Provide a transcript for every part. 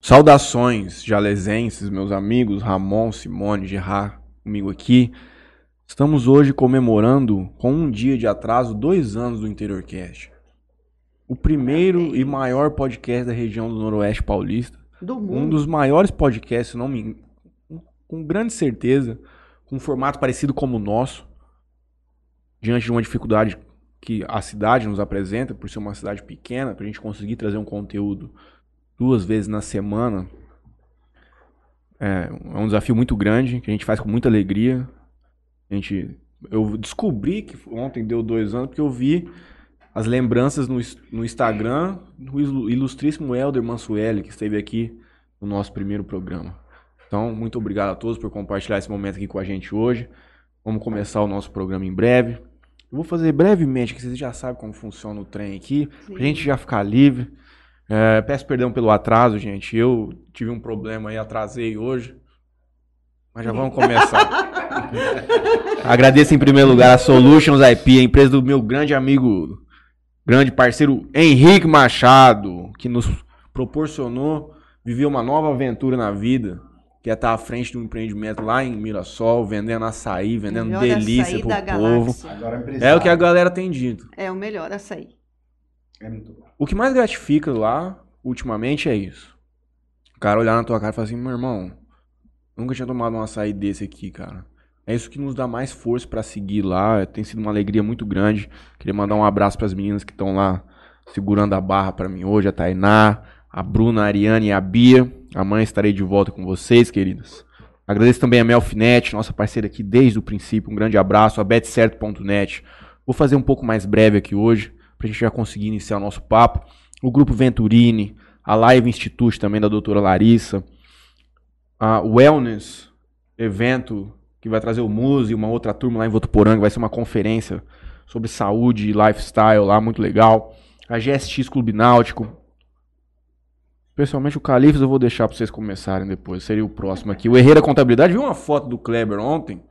Saudações jalesenses, meus amigos Ramon, Simone, Gerard, comigo aqui. Estamos hoje comemorando, com um dia de atraso, 2 anos do Interiorcast. O primeiro e maior podcast da região do Noroeste Paulista. Do mundo. Um dos maiores podcasts, com grande certeza, com um formato parecido como o nosso, diante de uma dificuldade que a cidade nos apresenta, por ser uma cidade pequena, para a gente conseguir trazer um conteúdo 2 vezes na semana. É um desafio muito grande, que a gente faz com muita alegria. Eu descobri que ontem deu 2 anos, porque eu vi as lembranças no Instagram do ilustríssimo Helder Mansueli, que esteve aqui no nosso primeiro programa. Então, muito obrigado a todos por compartilhar esse momento aqui com a gente hoje. Vamos começar o nosso programa em breve. Eu vou fazer brevemente, que vocês já sabem como funciona o trem aqui, pra gente já ficar livre. Peço perdão pelo atraso, gente. Eu tive um problema aí, atrasei hoje. Mas já vamos começar. Agradeço em primeiro lugar a Solutions IP, a empresa do meu grande amigo, grande parceiro Henrique Machado, que nos proporcionou viver uma nova aventura na vida, que é estar à frente de um empreendimento lá em Mirassol, vendendo açaí, vendendo melhor delícia açaí pro povo. Galáxia. É o que a galera tem dito. É o melhor açaí. É muito bom. O que mais gratifica lá, ultimamente, é isso. O cara olhar na tua cara e falar assim, meu irmão, nunca tinha tomado um açaí desse aqui, cara. É isso que nos dá mais força pra seguir lá. Tem sido uma alegria muito grande. Queria mandar um abraço pras meninas que estão lá segurando a barra pra mim hoje. A Tainá, a Bruna, a Ariane e a Bia. Amanhã estarei de volta com vocês, queridas. Agradeço também a Melfinet, nossa parceira aqui desde o princípio. Um grande abraço. A betcerto.net. Vou fazer um pouco mais breve aqui hoje, pra gente já conseguir iniciar o nosso papo. O Grupo Venturini, a Live Institute também da doutora Larissa, a Wellness, evento que vai trazer o Muse e uma outra turma lá em Votuporanga, vai ser uma conferência sobre saúde e lifestyle lá, muito legal. A GSX Clube Náutico, pessoalmente o Califas eu vou deixar pra vocês começarem depois, seria o próximo aqui. O Herrera Contabilidade, viu uma foto do Kleber ontem?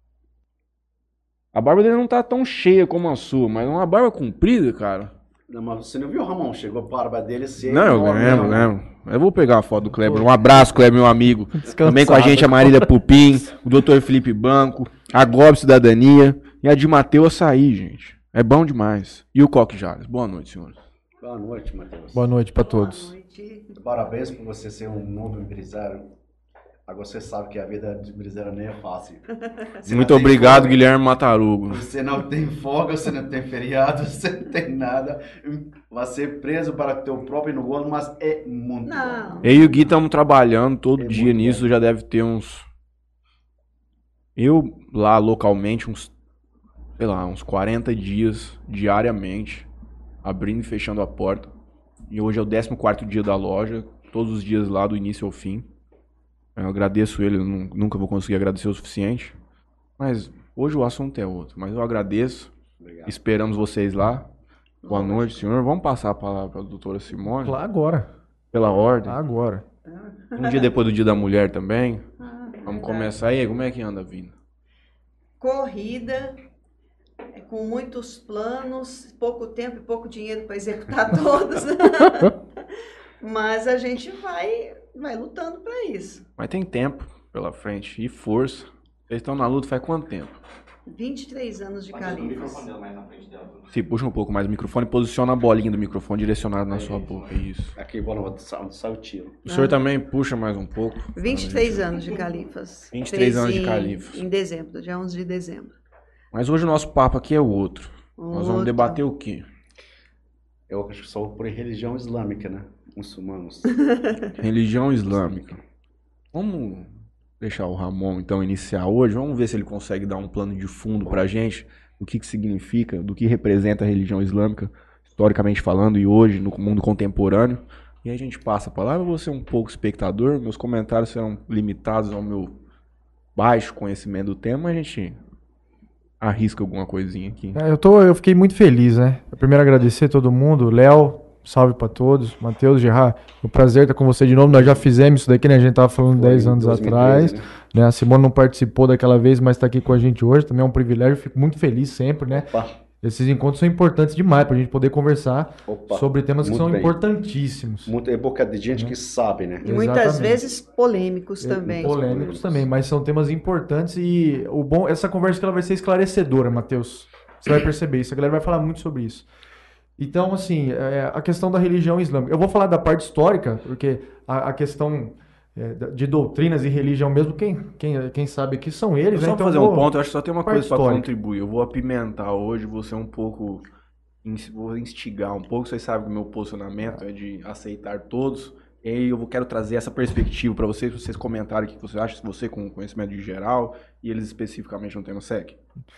A barba dele não tá tão cheia como a sua, mas é uma barba comprida, cara. Não, mas você não viu, Ramon? Chegou a barba dele ser. Não, eu lembro. Eu vou pegar a foto do Kleber. Um abraço, Kleber, meu amigo. Também com a gente a Marília Pupim, o Dr. Felipe Banco, a Gob Cidadania e a de Mateu Açaí, gente. É bom demais. E o Coque Jales. Boa noite, senhores. Boa noite, Matheus. Boa noite pra todos. Boa noite. Parabéns por você ser um novo empresário. Agora você sabe que a vida de empresário nem é fácil. Muito obrigado, Guilherme Matarugo. Você não tem folga, você não tem feriado, você não tem nada. Vai ser preso para o teu próprio negócio, mas é muito bom. Eu e o Gui estamos trabalhando todo dia nisso, bom. Já deve ter uns... Eu lá localmente, uns 40 dias diariamente, abrindo e fechando a porta. E hoje é o 14º dia da loja, todos os dias lá do início ao fim. Eu agradeço ele, eu nunca vou conseguir agradecer o suficiente. Mas hoje o assunto é outro. Mas eu agradeço. Obrigado. Esperamos vocês lá. Boa noite, senhor. Vamos passar a palavra para a doutora Simone? Lá agora. Pela ordem. Agora. Um dia depois do Dia da Mulher também. Vamos começar aí. Como é que anda a vida? Corrida, com muitos planos, pouco tempo e pouco dinheiro para executar todos. Mas a gente vai lutando para isso. Mas tem tempo pela frente e força. Vocês estão na luta faz quanto tempo? 23 anos de Califas. Se puxa um pouco mais o microfone, posiciona a bolinha do microfone direcionada na sua boca. Isso. Aqui, bola, sai o tiro. O senhor também puxa mais um pouco. 23 anos de Califas. 23 anos de Califas. Em dezembro, dia 11 de dezembro. Mas hoje o nosso papo aqui é outro. Nós vamos debater o quê? Eu acho que só por religião islâmica, né? Muçulmanos. Religião islâmica. Vamos deixar o Ramon, então, iniciar hoje. Vamos ver se ele consegue dar um plano de fundo pra gente, do que significa, do que representa a religião islâmica, historicamente falando, e hoje, no mundo contemporâneo. E aí a gente passa a palavra. Eu vou ser um pouco espectador, meus comentários serão limitados ao meu baixo conhecimento do tema, mas a gente arrisca alguma coisinha aqui. Eu fiquei muito feliz, né? Primeiro agradecer a todo mundo, Léo, salve pra todos, Matheus, Gerard, o prazer estar com você de novo. Nós já fizemos isso daqui, né? A gente tava falando 10 anos 2013, atrás, né? A Simone não participou daquela vez, mas tá aqui com a gente hoje, também é um privilégio, fico muito feliz sempre, né? Opa. Esses encontros são importantes demais para a gente poder conversar Opa, sobre temas que muito são bem. importantíssimos. Muito, é boca de gente que sabe, né? E muitas Exatamente. vezes polêmicos também. Polêmicos também, mas são temas importantes e o bom, essa conversa que ela vai ser esclarecedora, Matheus. Você vai perceber isso, a galera vai falar muito sobre isso. Então, assim, a questão da religião islâmica. Eu vou falar da parte histórica, porque a questão de doutrinas e religião mesmo, quem sabe aqui são eles, né? Só Então, fazer um ponto, eu acho que só tem uma parte coisa para histórica. contribuir. Eu vou apimentar hoje, vou ser um pouco. Vou instigar um pouco. Vocês sabem que o meu posicionamento é de aceitar todos. E aí eu quero trazer essa perspectiva para vocês comentarem o que você acha, se você com conhecimento de geral e eles especificamente no tema SEC.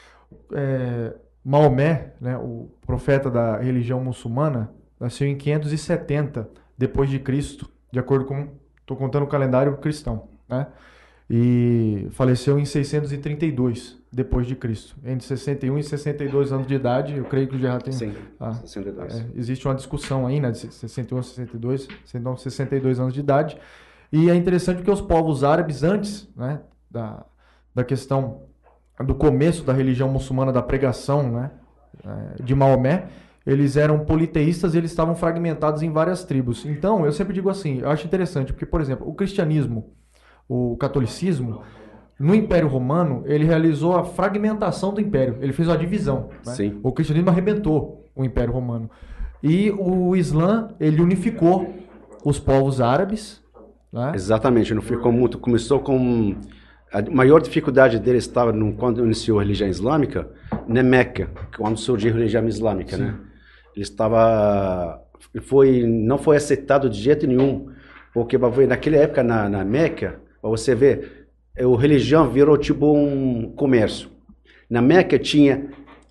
Maomé, né, o profeta da religião muçulmana, nasceu em 570 depois de Cristo, de acordo com, estou contando o calendário cristão, né? E faleceu em 632 depois de Cristo, entre 61 e 62 anos de idade. Eu creio que o Gerard tem. Sim, 62. Existe uma discussão aí, né, de 61 a 62, então 62 anos de idade. E é interessante porque os povos árabes, antes, né, da questão do começo da religião muçulmana, da pregação, né, de Maomé, eles eram politeístas e eles estavam fragmentados em várias tribos. Então, eu sempre digo assim, eu acho interessante, porque, por exemplo, o cristianismo, o catolicismo, no Império Romano, ele realizou a fragmentação do Império. Ele fez uma divisão. Né? Sim. O cristianismo arrebentou o Império Romano. E o Islã, ele unificou os povos árabes. Né? Exatamente, não ficou muito. Começou com... A maior dificuldade dele estava quando iniciou a religião islâmica, na Meca, quando surgiu a religião islâmica, né? Ele estava... não foi aceitado de jeito nenhum, porque naquela época na Meca, para você ver, a religião virou tipo um comércio. Na Meca tinha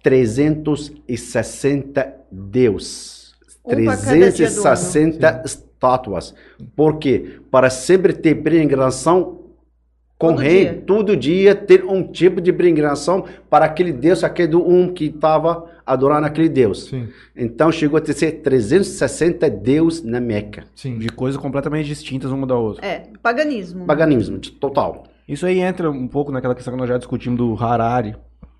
360 deuses, Um pra cada dia do 360 estátuas. Por quê? Para sempre ter peregrinação com rei, todo dia ter um tipo de peregrinação para aquele deus, aquele que estava adorando aquele deus. Sim. Então chegou a ter 360 deuses na Meca. Sim. De coisas completamente distintas uma da outra. Paganismo. Paganismo, total. Isso aí entra um pouco naquela questão que nós já discutimos do Harari,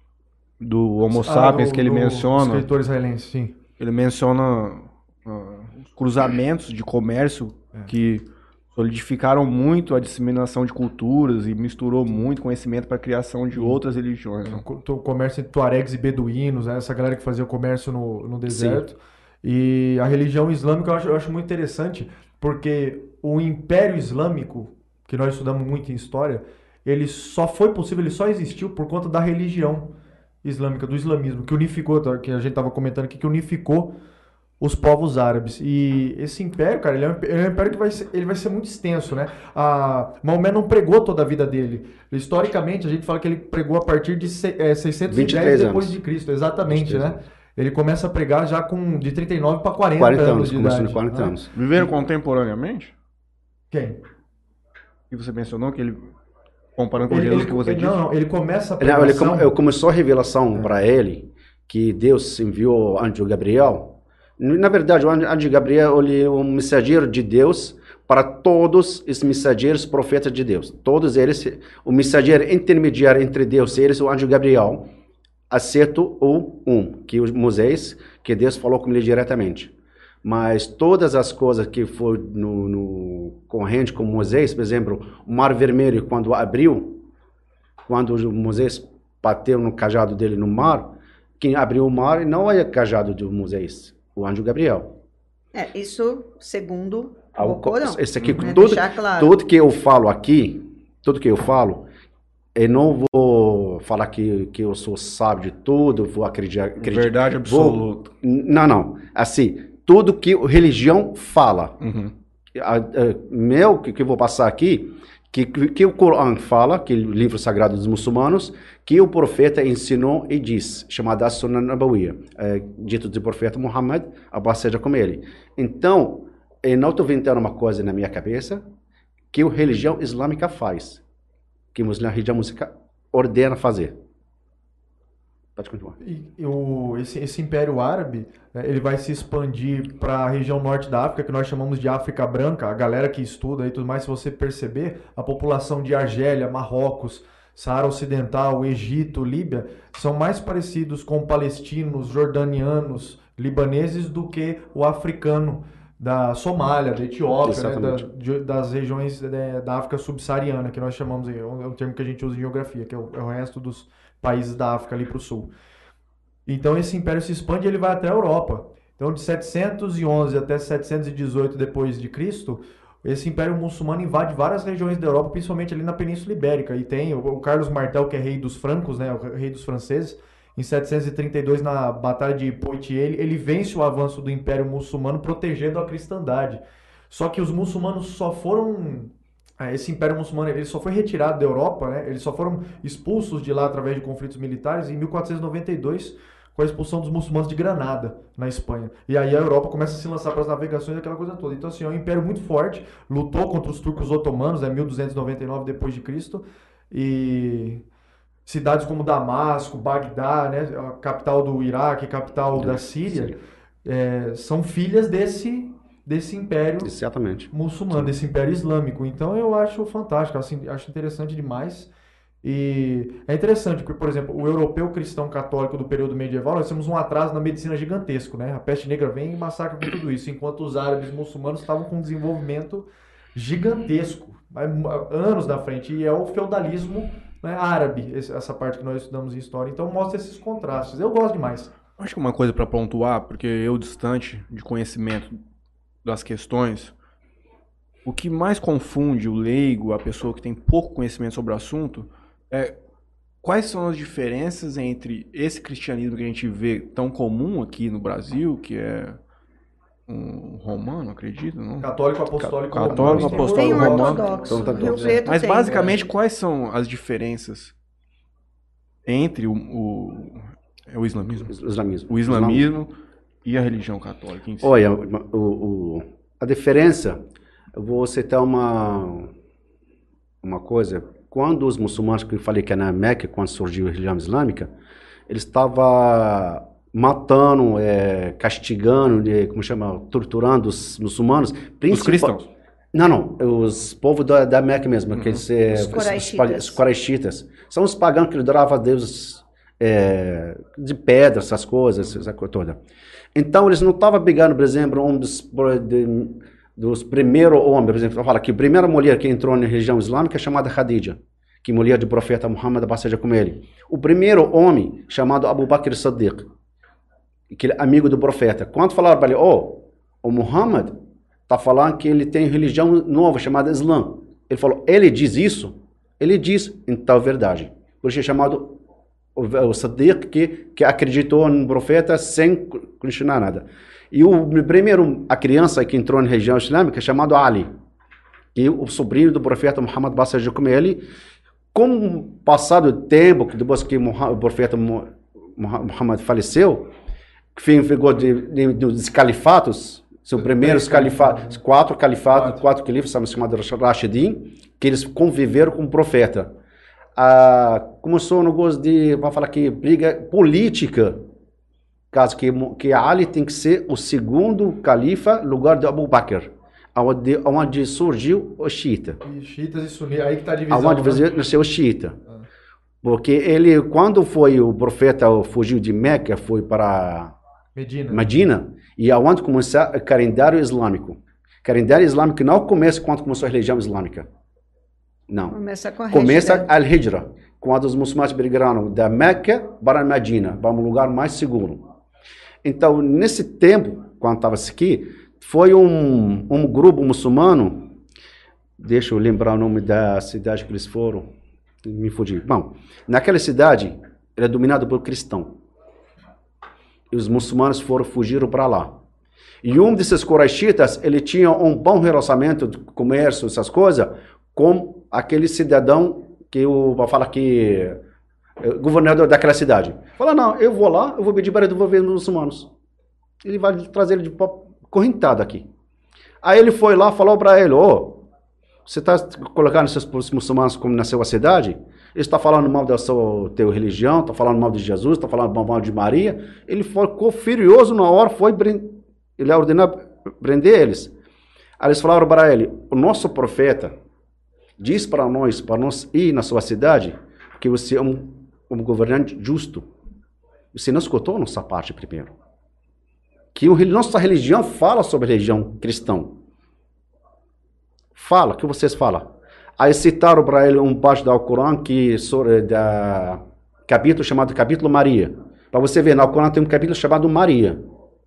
do Homo sapiens, que ele menciona. Escritor israelense, sim. Ele menciona cruzamentos de comércio que solidificaram muito a disseminação de culturas e misturou muito conhecimento para a criação de outras religiões. Né? O comércio entre tuaregs e beduínos, né? Essa galera que fazia o comércio no deserto. Sim. E a religião islâmica eu acho muito interessante, porque o Império Islâmico, que nós estudamos muito em história, ele só foi possível, ele só existiu por conta da religião islâmica, do islamismo, que unificou, que a gente estava comentando aqui, que unificou os povos árabes. E esse império, cara, ele é um império que vai ser muito extenso, né? Maomé não pregou toda a vida dele. Historicamente, a gente fala que ele pregou a partir de 610 depois de Cristo, exatamente, né? Ele começa a pregar já de 39 para 40 anos de idade. 40 anos. Viveram contemporaneamente? Quem? E você mencionou que ele, comparando com Jesus que você disse? Não, ele começa a pregação... Ele começou a revelação para ele, que Deus enviou o anjo Gabriel. Na verdade, o anjo Gabriel é um mensageiro de Deus para todos os mensageiros profetas de Deus. Todos eles, o mensageiro intermediário entre Deus e eles, o anjo Gabriel, exceto que o Moisés, que Deus falou com ele diretamente. Mas todas as coisas que foi no corrente com Moisés, por exemplo, o Mar Vermelho, quando abriu, quando Moisés bateu no cajado dele no mar, quem abriu o mar não é o cajado de Moisés, o anjo Gabriel. Isso segundo o Corão. Isso aqui, claro. tudo que eu falo aqui, eu não vou falar que eu sou sábio de tudo, vou acreditar. Verdade absoluta. Não. Assim, tudo que a religião fala. Uhum. Que eu vou passar aqui, que o Corão fala, que é o livro sagrado dos muçulmanos, que o profeta ensinou e diz, chamada Sunnah Nabawiyya, dito do profeta Muhammad, a paz seja com ele. Então, eu não estou inventando uma coisa na minha cabeça que a religião islâmica faz, que a religião música ordena fazer. Pode continuar. Esse Império Árabe, né, ele vai se expandir para a região norte da África, que nós chamamos de África Branca. A galera que estuda e tudo mais, se você perceber, a população de Argélia, Marrocos, Saara Ocidental, Egito, Líbia, são mais parecidos com palestinos, jordanianos, libaneses do que o africano da Somália, da Etiópia, né, Exatamente. das regiões da África subsaariana, que nós chamamos, é um termo que a gente usa em geografia, que é o resto dos países da África ali para o sul. Então esse império se expande e ele vai até a Europa. Então de 711 até 718 depois de Cristo, esse império muçulmano invade várias regiões da Europa, principalmente ali na Península Ibérica. E tem o Carlos Martel, que é rei dos francos, né, o rei dos franceses. Em 732, na Batalha de Poitiers, ele vence o avanço do Império Muçulmano, protegendo a cristandade. Só que os muçulmanos só foram... Esse Império Muçulmano ele só foi retirado da Europa, né? Eles só foram expulsos de lá através de conflitos militares em 1492, com a expulsão dos muçulmanos de Granada, na Espanha. E aí a Europa começa a se lançar para as navegações, aquela coisa toda. Então, assim, é um império muito forte, lutou contra os turcos otomanos, 1299 depois de Cristo, e cidades como Damasco, Bagdá, né, a capital do Iraque, capital da Síria, são filhas desse império Exatamente. muçulmano, desse império islâmico. Então eu acho fantástico, assim, acho interessante demais. E é interessante porque, por exemplo, o europeu cristão católico do período medieval, nós temos um atraso na medicina gigantesco, né? A peste negra vem e massacra com tudo isso, enquanto os árabes muçulmanos estavam com um desenvolvimento gigantesco, anos na frente, e é o feudalismo, né, árabe, essa parte que nós estudamos em história. Então mostra esses contrastes. Eu gosto demais. Acho que uma coisa para pontuar, porque eu distante de conhecimento das questões, o que mais confunde o leigo, a pessoa que tem pouco conhecimento sobre o assunto, é quais são as diferenças entre esse cristianismo que a gente vê tão comum aqui no Brasil, que é um romano, acredito, não? Católico apostólico Católico romano. apostólico Tem um romano. ortodoxo. Então, Rio Preto Mas tem. basicamente quais são as diferenças entre o islamismo? Islamismo. O islamismo e a religião católica em si? Olha, a diferença, eu vou citar uma coisa. Quando os muçulmanos, que eu falei que é na Meca, quando surgiu a religião islâmica, eles estavam matando, castigando, como chama, torturando os muçulmanos. Os cristãos. Não, os povos da Meca mesmo, que Os Quraishitas. São os pagãos que adoravam a deuses de pedra, essas coisas, essa coisa toda. Então, eles não estavam pegando, por exemplo, um dos primeiros homens, por exemplo, fala que a primeira mulher que entrou na religião islâmica é chamada Khadija, que é mulher do profeta Muhammad, paz seja com ele. O primeiro homem, chamado Abu Bakr Siddiq, que é amigo do profeta. Quando falaram para ele, o Muhammad está falando que ele tem religião nova, chamada Islã. Ele falou, ele diz isso? Ele diz, então é verdade. Por isso é chamado o Siddiq, que acreditou no profeta sem questionar nada. E o primeiro, a criança que entrou na religião islâmica, é chamado Ali, que é o sobrinho do profeta Muhammad, paz seja com ele. Com o passado tempo, depois que o profeta Muhammad faleceu, que ficou dos califatos, seus primeiros califatos, quatro califas, chamados Rashidin, que eles conviveram com o profeta. Começou um negócio de, vamos falar aqui, briga política, caso que Ali tem que ser o segundo califa, no lugar de Abu Bakr, onde surgiu o xiita. Xiitas e sunitas, aí que está a divisão. Onde nasceu o xiita. Porque ele, quando foi o profeta fugiu de Meca, foi para Medina, e aonde começou o calendário islâmico. O calendário islâmico não começa quando começou a religião islâmica. Não. Começa a Hijra, quando os muçulmanos migraram da Meca para Medina, para um lugar mais seguro. Então, nesse tempo, quando estava aqui, foi um grupo muçulmano, deixa eu lembrar o nome da cidade que eles foram, me fugi. Bom, naquela cidade, era dominada por cristão. E os muçulmanos fugiram para lá. E um desses Quraishitas, ele tinha um bom relacionamento de comércio, essas coisas, com aquele cidadão que eu vou falar que governador daquela cidade. Fala, não, eu vou lá, eu vou pedir para devolver os muçulmanos. Ele vai trazer ele de correntado aqui. Aí ele foi lá, falou para ele, você está colocando esses muçulmanos como na sua cidade? Ele está falando mal da sua religião, está falando mal de Jesus, está falando mal de Maria. Ele ficou furioso na hora, ele ordenou prender eles. Aí eles falaram para ele, o nosso profeta diz para nós ir na sua cidade, porque você é um governante justo. Você não escutou a nossa parte primeiro. Que nossa religião fala sobre a religião cristã. Fala, o que vocês falam? Aí citaram para ele um parte do Alcorão capítulo chamado Capítulo Maria. Para você ver, no Alcorão tem um capítulo chamado Maria.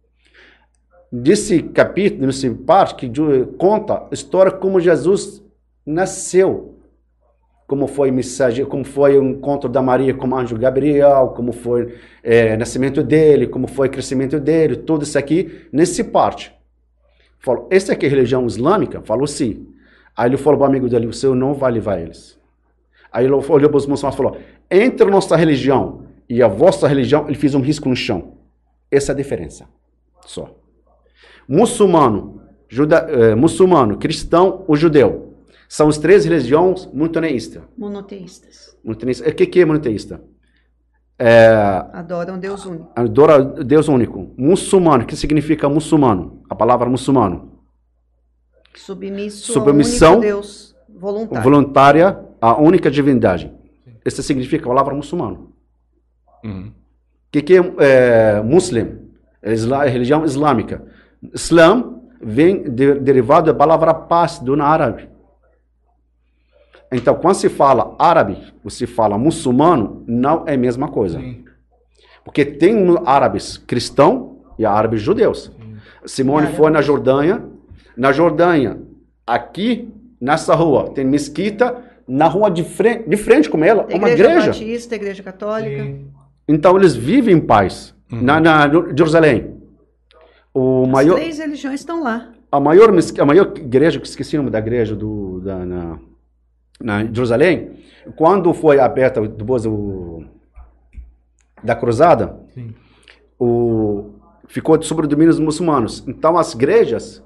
Desse capítulo, nessa parte, que conta a história como Jesus nasceu. Como foi como foi o encontro da Maria com o anjo Gabriel, como foi o nascimento dele, como foi o crescimento dele, tudo isso aqui, nessa parte. Falou, essa aqui é a religião islâmica? Falou sim. Aí ele falou para o amigo dele, você não vai levar eles. Aí ele olhou para os muçulmanos e falou, entre a nossa religião e a vossa religião, ele fez um risco no chão. Essa é a diferença. Só. Muçulmano, cristão ou judeu. São as três religiões monoteístas. Monoteístas. O que é monoteísta? Adoram Deus único. Adora Deus único. Muçulmano, o que significa muçulmano? A palavra muçulmano. Submissão ao único Deus voluntária à única divindade. Isso significa a palavra muçulmano. Uhum. O que é muslim? É religião islâmica. Islam vem derivado da palavra paz do árabe. Então, quando se fala árabe, ou se fala muçulmano, não é a mesma coisa. Sim. Porque tem árabes cristãos e árabes judeus. Sim. Simone foi na Jordânia. Na Jordânia, aqui, nessa rua, tem mesquita. Na rua de frente com ela, uma igreja. Igreja Batista, Igreja Católica. Sim. Então, eles vivem em paz. Na Jerusalém. As três religiões estão lá. A maior igreja, que esqueci o nome da igreja na Jerusalém, quando foi aberta depois da cruzada, ficou sob o domínio dos muçulmanos. Então as igrejas,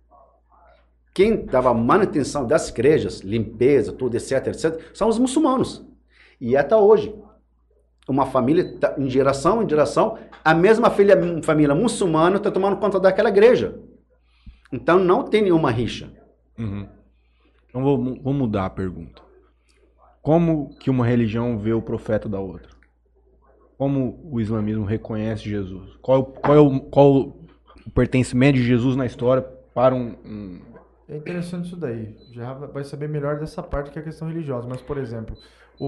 quem dava manutenção das igrejas, limpeza, tudo, etc, são os muçulmanos. E até hoje, uma família, em geração, a mesma família muçulmana está tomando conta daquela igreja. Então não tem nenhuma rixa. Uhum. Então vou mudar a pergunta. Como que uma religião vê o profeta da outra? Como o islamismo reconhece Jesus? Qual o pertencimento de Jesus na história para É interessante isso daí. Já vai saber melhor dessa parte que é a questão religiosa. Mas, por exemplo,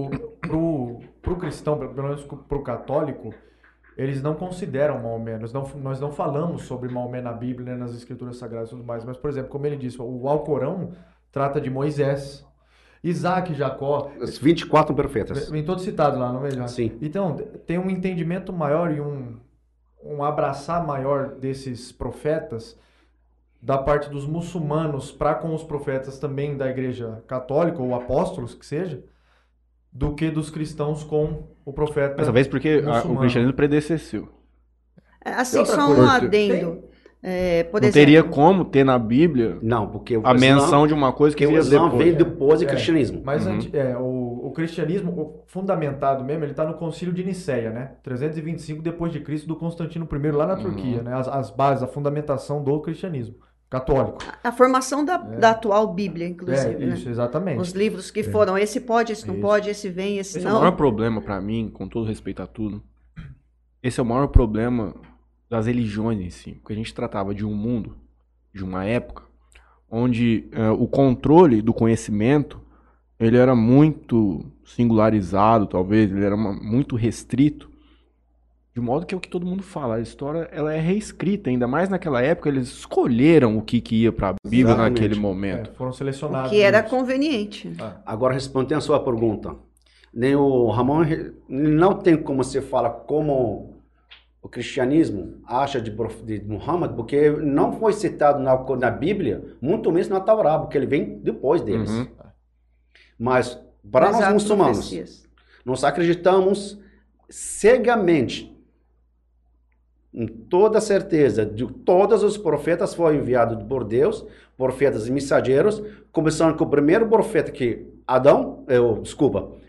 pro cristão, pelo menos pro católico, eles não consideram Maomé. Nós não falamos sobre Maomé na Bíblia, nas Escrituras Sagradas e tudo mais. Mas, por exemplo, como ele disse, o Alcorão trata de Moisés, Isaac, Jacó. Os 24 profetas. Vem todos citados lá, não é? Sim. Então, tem um entendimento maior e um abraçar maior desses profetas da parte dos muçulmanos para com os profetas também da igreja católica, ou apóstolos, que seja, do que dos cristãos com o profeta. Dessa vez porque o cristianismo predecesseu. Assim, só um adendo. Por não exemplo, teria como ter na Bíblia porque a menção de uma coisa que o Islã veio depois do cristianismo. Mas o cristianismo fundamentado mesmo, ele está no Concílio de Nicéia, né? 325 depois de Cristo, do Constantino I lá na Turquia, né? As bases, a fundamentação do cristianismo católico. A formação da atual Bíblia, inclusive. Isso, né? Exatamente. Os livros que foram, esse pode, esse não pode, esse vem, esse não. É o maior problema para mim, com todo respeito a tudo. Esse é o maior problema das religiões em si. Porque a gente tratava de um mundo, de uma época, onde o controle do conhecimento ele era muito singularizado, talvez, ele era muito restrito, de modo que é o que todo mundo fala, a história ela é reescrita, ainda mais naquela época eles escolheram o que ia para a Bíblia naquele momento. Foram selecionados. O que era conveniente. Agora, respondendo a sua pergunta, nem o Ramon não tem como você falar como o cristianismo acha de Muhammad, porque não foi citado na Bíblia, muito menos na Torá, porque ele vem depois deles. Uhum. Mas, para nós muçulmanos, nós acreditamos cegamente, com toda certeza, de todos os profetas foram enviados por Deus, profetas e mensageiros, começando com o primeiro profeta que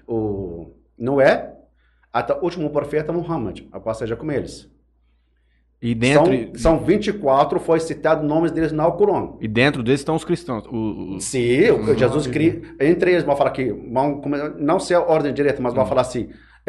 o Noé, até o último profeta Muhammad, a paz seja com eles. E dentro, São 24, foi citado nomes deles no Alcorão. e dentro desses estão os cristãos. Sim, o Jesus Cristo, entre eles, vão falar aqui, não sei a ordem direta, mas vão falar assim,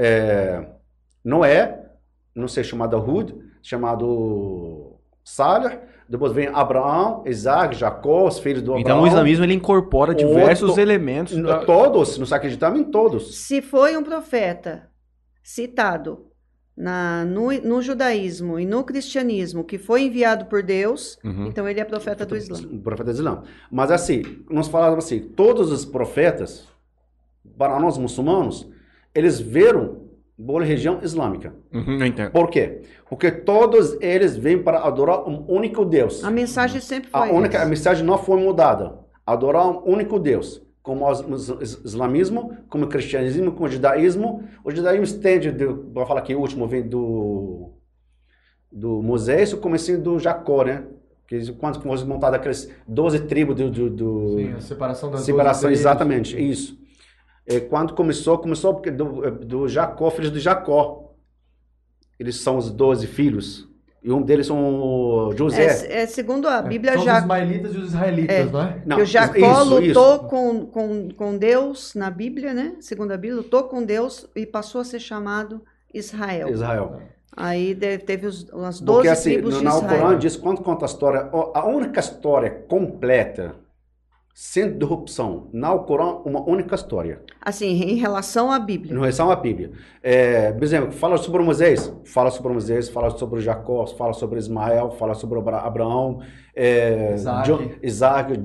Noé, não sei, chamado Hud, chamado Salih, depois vem Abraão, Isaac, Jacó, os filhos do Abraão. Então o islamismo ele incorpora diversos elementos. Todos, nós acreditamos em todos. Se foi um profeta citado no judaísmo e no cristianismo que foi enviado por Deus, então ele é profeta do Islã. Profeta do Islã. Mas assim, nós falamos assim, todos os profetas, para nós muçulmanos, eles viram boa religião islâmica. Eu entendo. Por quê? Porque todos eles vêm para adorar um único Deus. A mensagem sempre foi A mensagem não foi mudada. Adorar um único Deus. Como o islamismo, como o cristianismo, como o judaísmo. O judaísmo estende, vou falar aqui o último, vem do Moisés, o comecinho do Jacó, né? Quando foi montado aqueles 12 tribos Sim, a separação das separação, 12 exatamente, tribos. isso. Quando começou porque do Jacó, filhos de Jacó. Eles são os 12 filhos. E um deles são o José. Segundo a Bíblia, São os ismaelitas e os israelitas, não é? Não, que o Jacó lutou isso. com Deus na Bíblia, né? Segundo a Bíblia, lutou com Deus e passou a ser chamado Israel. Aí teve as 12 porque, assim, tribos de no Israel. Alcorão diz, quando conta a história, a única história completa, sem interrupção, no Alcorão, uma única história. Assim, em relação à Bíblia. Em relação à Bíblia. Por exemplo, fala sobre Moisés, fala sobre Jacó, fala sobre Ismael, fala sobre Abraão, Isaac,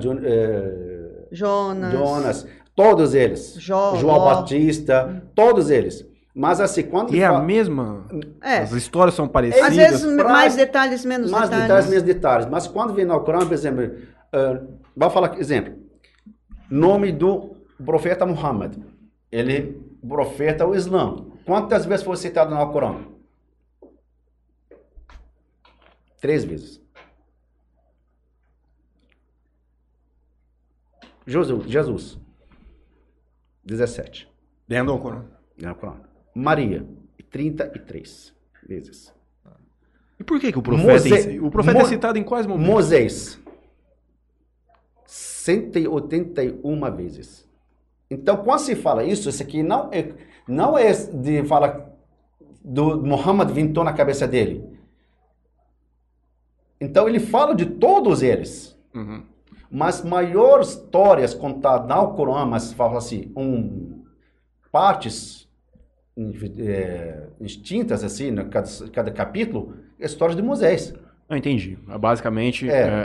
Jonas, todos eles. João Batista, todos eles. Mas assim, quando E é a mesma? As histórias são parecidas? Às vezes mais detalhes, menos detalhes. Mas quando vem no Alcorão, por exemplo, vamos falar, exemplo, nome do profeta Muhammad. Ele, profeta do Islã. Quantas vezes foi citado no Alcorão? 3 vezes. Jesus. 17. Dentro do Alcorão. Maria, 33 vezes. E por que o profeta é citado em quais momentos? Moisés, 181 vezes. Então, quando se fala isso aqui não é de falar do Muhammad vintou na cabeça dele. Então, ele fala de todos eles. Mas maiores histórias contadas no Alcorão, mas fala assim, partes distintas, assim, cada capítulo, é a história de Moisés. Eu entendi. Basicamente,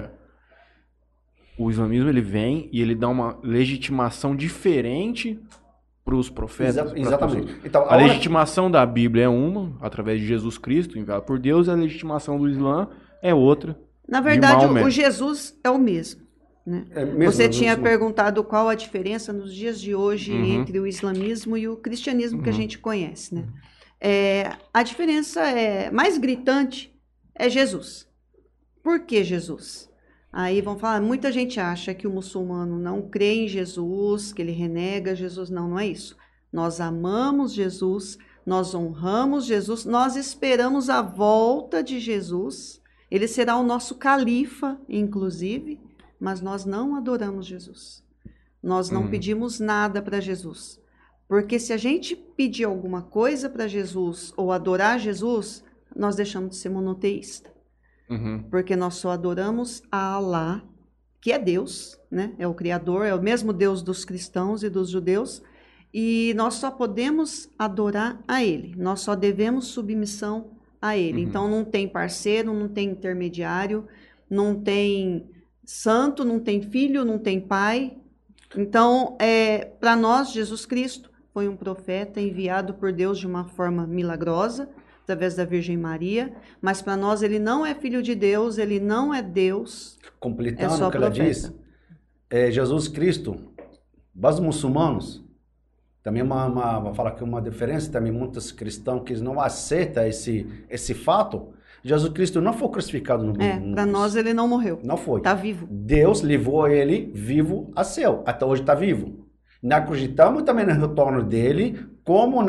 o islamismo ele vem e ele dá uma legitimação diferente para os profetas. Exatamente. Então, a legitimação da Bíblia é uma, através de Jesus Cristo, enviado por Deus, e a legitimação do Islã é outra. Na verdade, o Jesus é o mesmo. Né? Mesmo, você tinha perguntado qual a diferença nos dias de hoje entre o islamismo e o cristianismo que a gente conhece. Né? A diferença mais gritante é Jesus. Por que Jesus? Aí vão falar, muita gente acha que o muçulmano não crê em Jesus, que ele renega Jesus. Não, não é isso. Nós amamos Jesus, nós honramos Jesus, nós esperamos a volta de Jesus. Ele será o nosso califa, inclusive, mas nós não adoramos Jesus. Nós não pedimos nada para Jesus. Porque se a gente pedir alguma coisa para Jesus ou adorar Jesus, nós deixamos de ser monoteísta. Porque nós só adoramos a Alá, que é Deus, né? É o Criador, é o mesmo Deus dos cristãos e dos judeus, e nós só podemos adorar a Ele. Nós só devemos submissão a Ele. Então não tem parceiro, não tem intermediário, não tem santo, não tem filho, não tem pai. Então, para nós, Jesus Cristo foi um profeta enviado por Deus de uma forma milagrosa, através da Virgem Maria, mas para nós ele não é filho de Deus, ele não é Deus. Completando o que ela diz, Jesus Cristo, para os muçulmanos, também fala que uma diferença, também muitos cristãos que não aceitam esse fato. Jesus Cristo não foi crucificado no mundo. Para nós ele não morreu. Não foi. Está vivo. Deus levou ele vivo a céu. Até hoje está vivo. Nós acreditamos também no retorno dele, como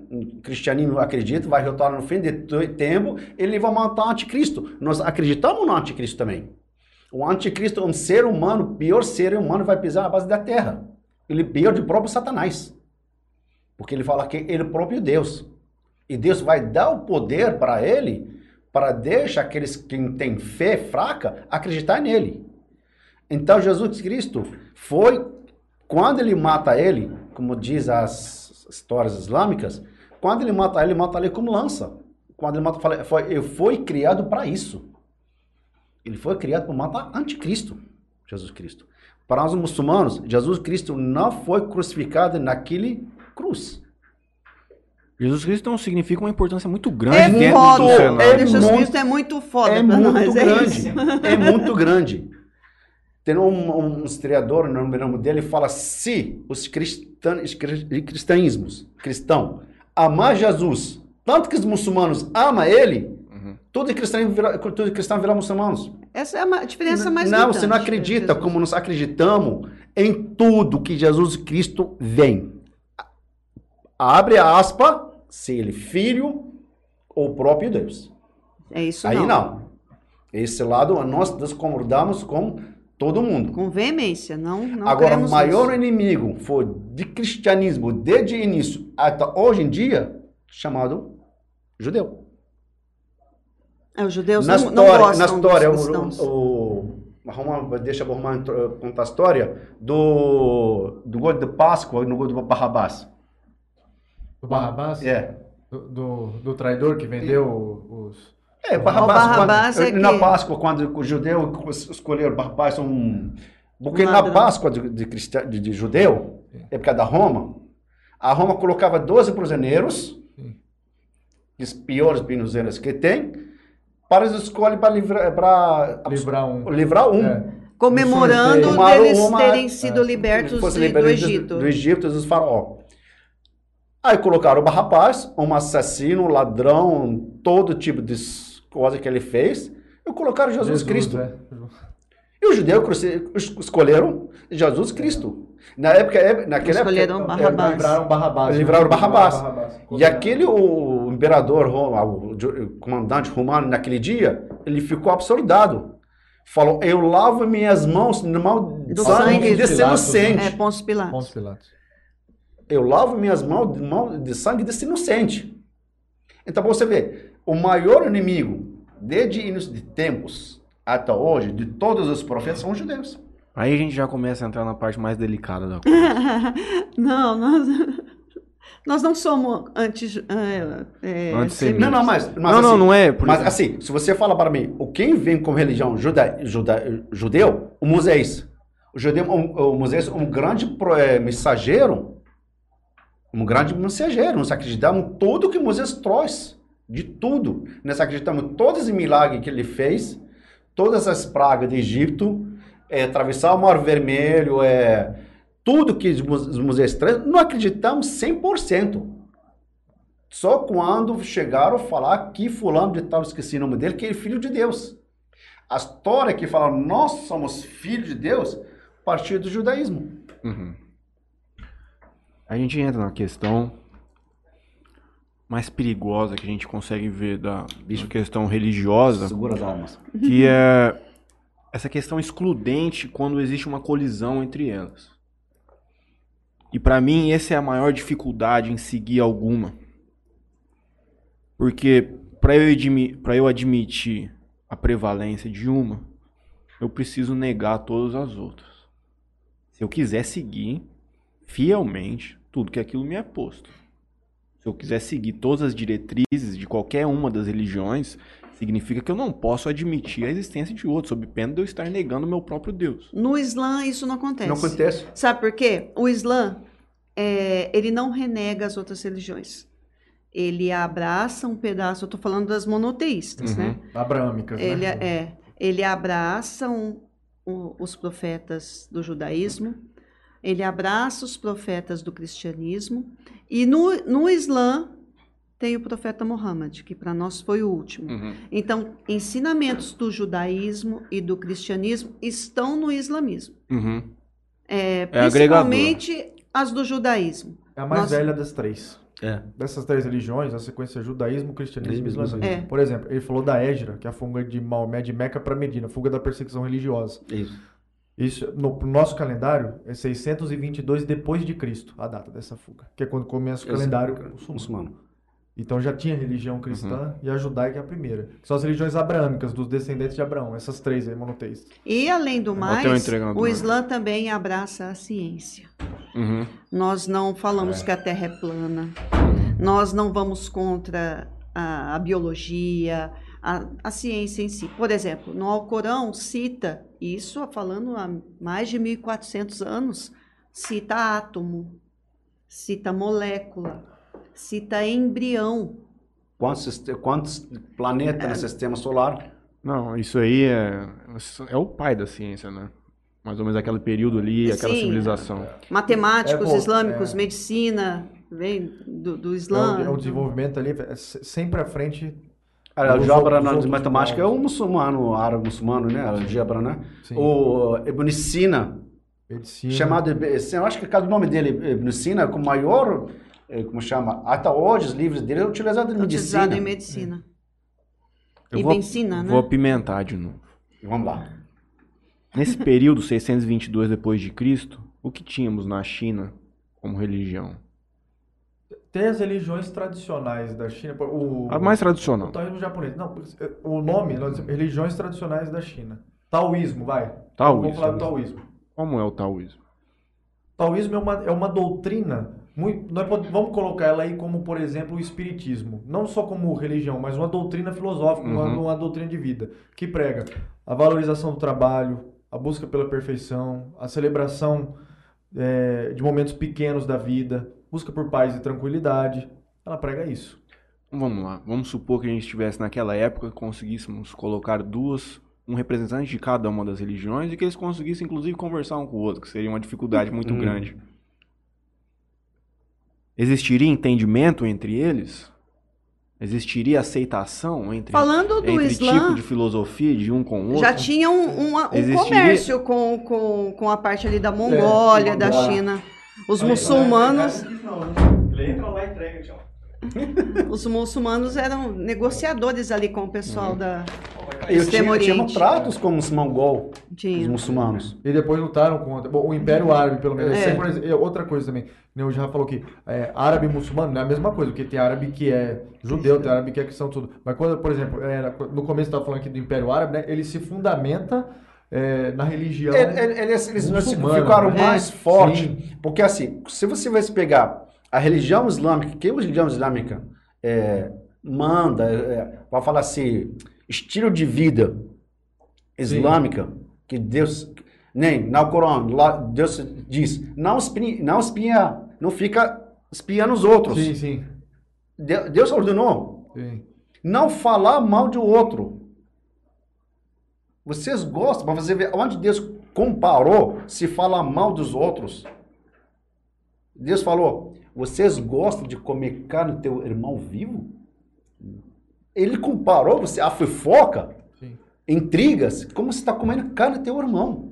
o cristianismo acredita, vai retornar no fim de tempo, ele vai matar o anticristo. Nós acreditamos no anticristo também. O anticristo é um ser humano, pior ser humano, vai pisar na base da terra. Ele é pior do próprio Satanás. Porque ele fala que ele é o próprio Deus. E Deus vai dar o poder para ele, para deixar aqueles que têm fé fraca acreditar nele. Então Jesus Cristo foi, quando ele mata ele, como diz as histórias islâmicas, quando ele mata ele como lança. Quando ele mata, ele foi criado para isso. Ele foi criado para matar anticristo, Jesus Cristo. Para os muçulmanos, Jesus Cristo não foi crucificado naquele cruz. Jesus Cristo não significa uma importância muito grande É dentro foda. do cenário. Jesus Cristo é muito foda É pra muito nós. grande. É É muito grande. Tem um historiador, o nome dele, fala: se os cristãos amar Jesus, tanto que os muçulmanos amam ele, todo cristão vira muçulmanos. Essa é a diferença mais Não, gritante. você não acredita como nós acreditamos em tudo que Jesus Cristo vem. Abre aspas, se ele é filho ou próprio Deus. É isso Aí não. Esse lado nós discordamos com todo mundo. Com veemência, não Agora, o queremos maior isso. inimigo foi de cristianismo desde o início até hoje em dia, chamado judeu. Os judeus Na não história, gostam dos cristãos. deixa eu contar a história do gol de Páscoa no gol do Barrabás. Do Barrabás? É. Do traidor que vendeu os... Barrabás é na que- Páscoa, quando o judeu escolheram Barrabás, porque na Ladrão. Páscoa de judeu, época da Roma, a Roma colocava 12 prisioneiros, os piores prisioneiros que tem, para eles escolherem para livrar um. É. Comemorando Tomaram deles uma- terem sido libertos Fosse do liberado Egito. do Egito, dos faraó. Aí colocaram o Barrabás, um assassino, um ladrão, todo tipo de coisa que ele fez, e colocaram Jesus Cristo. é. E os judeus escolheram Jesus Cristo. Naquela Escolheram época, Barrabás. Livraram Barrabás. Livraram Barrabás. E Colocaram. aquele, o imperador, o comandante romano, naquele dia, ele ficou absurdado. Falou: eu lavo minhas mãos no mão Do sangue sangue. desse inocente. É, Pôncio Pilatos. Pôncio Pilatos. Eu lavo minhas mãos de sangue desse inocente. Então, você vê, o maior inimigo, desde o início de tempos até hoje, de todos os profetas, são os judeus. Aí a gente já começa a entrar na parte mais delicada da coisa. Não, nós não somos Antissemitas. Não, mas Não, assim, não é. Mas assim, se você fala para mim, quem vem com religião judeu, o Moisés. O Moisés é um grande mensageiro. Um grande mensageiro. Nós acreditamos em tudo que Moisés trouxe. De tudo. Nós acreditamos em todos os milagres que ele fez. Todas as pragas do Egito. Atravessar o Mar Vermelho. Tudo que Moisés traz. Não acreditamos 100%. Só quando chegaram a falar que fulano de tal, esqueci o nome dele, que é filho de Deus. A história que fala nós somos filhos de Deus, partiu do judaísmo. Uhum. A gente entra na questão mais perigosa que a gente consegue ver da questão religiosa, Segura as almas. que é essa questão excludente quando existe uma colisão entre elas. E para mim essa é a maior dificuldade em seguir alguma. Porque para eu admitir a prevalência de uma, eu preciso negar todas as outras. Se eu quiser seguir fielmente tudo que aquilo me é posto. Se eu quiser seguir todas as diretrizes de qualquer uma das religiões, significa que eu não posso admitir a existência de outro, sob pena de eu estar negando o meu próprio Deus. No Islã, isso não acontece. Não acontece. Sabe por quê? O Islã, ele não renega as outras religiões. Ele abraça um pedaço, eu estou falando das monoteístas, né? Abrâmicas, né? Ele abraça os profetas do judaísmo, ele abraça os profetas do cristianismo, e no Islã tem o profeta Muhammad, que para nós foi o último. Uhum. Então, ensinamentos do judaísmo e do cristianismo estão no islamismo. Uhum. Principalmente agregador. as do judaísmo. É a mais Nós- velha das três. Dessas 3 religiões, a sequência judaísmo, cristianismo e islamismo. É. Por exemplo, ele falou da Hégira, que é a fuga de Maomé de Meca para Medina, fuga da perseguição religiosa. Isso, no nosso calendário, é 622 depois de Cristo, a data dessa fuga, que é quando começa o calendário muçulmano. Então já tinha religião cristã e a judaica é a primeira. Que são as religiões abraâmicas, dos descendentes de Abraão, essas 3 aí, monoteístas. E, além do mais, o Islã também abraça a ciência. Nós não falamos que a Terra é plana. Nós não vamos contra a biologia, a ciência em si. Por exemplo, no Alcorão cita, isso falando há mais de 1.400 anos, cita átomo, cita molécula, cita embrião. Quantos planetas no sistema solar? Não, isso aí é o pai da ciência, né? Mais ou menos aquele período ali, aquela civilização. Matemáticos, islâmicos, medicina, vem do Islã. É o desenvolvimento ali, sempre à frente. A álgebra na matemática é um muçulmano, árabe muçulmano, né? A álgebra, né? Sim. O Ibn Sina, chamado, eu acho que cada nome dele, Ibn Sina, com maior, como chama, até hoje os livros dele é utilizado em medicina. Utilizado em medicina. Vou apimentar de novo. Vamos lá. Nesse período, 622 depois de Cristo, o que tínhamos na China como religião? Tem as religiões tradicionais da China. A mais tradicional. O taoísmo japonês. Não, o nome, religiões tradicionais da China. Taoísmo, vai. Taoísmo. Vamos falar do taoísmo. Como é o taoísmo? Taoísmo é uma doutrina, vamos colocar ela aí como, por exemplo, o espiritismo. Não só como religião, mas uma doutrina filosófica, uma doutrina de vida, que prega a valorização do trabalho, a busca pela perfeição, a celebração de momentos pequenos da vida, busca por paz e tranquilidade. Ela prega isso. Vamos lá. Vamos supor que a gente estivesse naquela época, conseguíssemos colocar um representante de cada uma das religiões e que eles conseguissem, inclusive, conversar um com o outro, que seria uma dificuldade muito grande. Existiria entendimento entre eles? Existiria aceitação entre Islã, tipo de filosofia de um com o outro? Já tinha um comércio com a parte ali da Mongólia, da China. Os muçulmanos... Ele entra lá e entrega, tchau. Os muçulmanos eram negociadores ali com o pessoal da Extremo Oriente. Tinham tratos com os mongol, os muçulmanos. E depois lutaram contra o Império Árabe, pelo menos. Outra coisa também, eu já falou que árabe e muçulmano não é a mesma coisa, porque tem árabe que é judeu, tem árabe que é cristão, tudo. Mas quando, por exemplo, no começo você estava falando aqui do Império Árabe, né, ele se fundamenta na religião eles ficaram mais fortes, porque assim, se você vai pegar a religião islâmica, que a religião islâmica manda, vai falar assim, estilo de vida islâmica, que Deus, nem no Corão, lá Deus diz, não fica espiando os outros. Sim, sim. Deus ordenou, não falar mal de outro. Vocês gostam, para você ver onde Deus comparou se falar mal dos outros. Deus falou, vocês gostam de comer carne do teu irmão vivo? Ele comparou você a fofoca, intrigas, como você está comendo carne do teu irmão.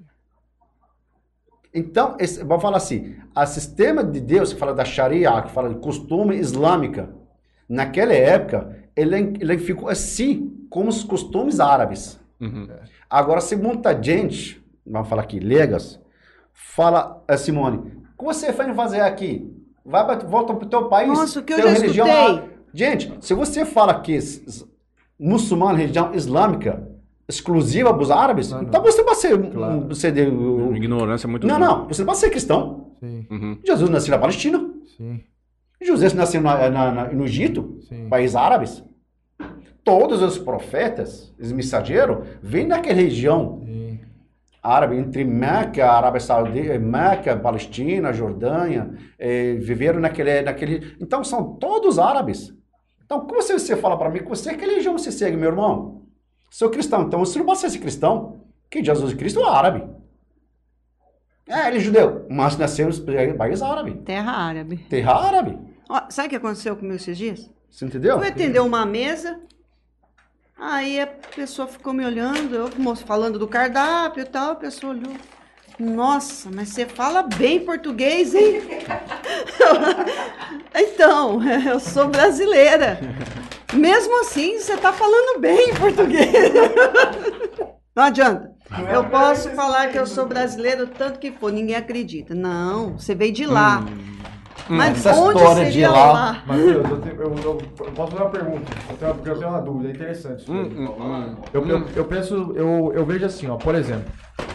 Então, vamos falar assim, o sistema de Deus, que fala da Sharia, que fala de costume islâmica, naquela época, ele ficou assim, como os costumes árabes. Agora, se muita gente, vamos falar aqui, legas, fala, Simone, o que você vai fazer aqui? Volta para o teu país. Nossa, o que eu já escutei. Gente, se você fala que muçulmano, religião islâmica, exclusiva dos árabes, então você vai ser... Claro. Ignorância muito grande. Não, você vai ser cristão. Sim. Jesus nasceu na Palestina. Sim. José nasceu no Egito, países árabes. Todos os profetas, os mensageiros, vêm daquela região árabe, entre Meca, Arábia Saudita, Meca, Palestina, Jordânia, viveram naquele... Então, são todos árabes. Então, como você fala para mim, que que religião você segue, meu irmão? Sou cristão, então você não pode ser cristão. Que Jesus Cristo é árabe. Ele é judeu, mas nasceu no país árabe. Terra árabe. Terra árabe. Ó, sabe o que aconteceu comigo esses dias? Você entendeu? Fui atender uma mesa... Aí a pessoa ficou me olhando, eu falando do cardápio e tal, a pessoa olhou. Nossa, mas você fala bem português, hein? Então, eu sou brasileira. Mesmo assim, você está falando bem português. Não adianta. Eu posso falar que eu sou brasileiro tanto que for, ninguém acredita. Não, você veio de lá. Mas Essa onde história seria de lá- lá? Matheus, eu posso fazer uma pergunta? Porque eu tenho uma dúvida, é interessante. Isso aí. Eu penso, eu vejo assim, ó, por exemplo,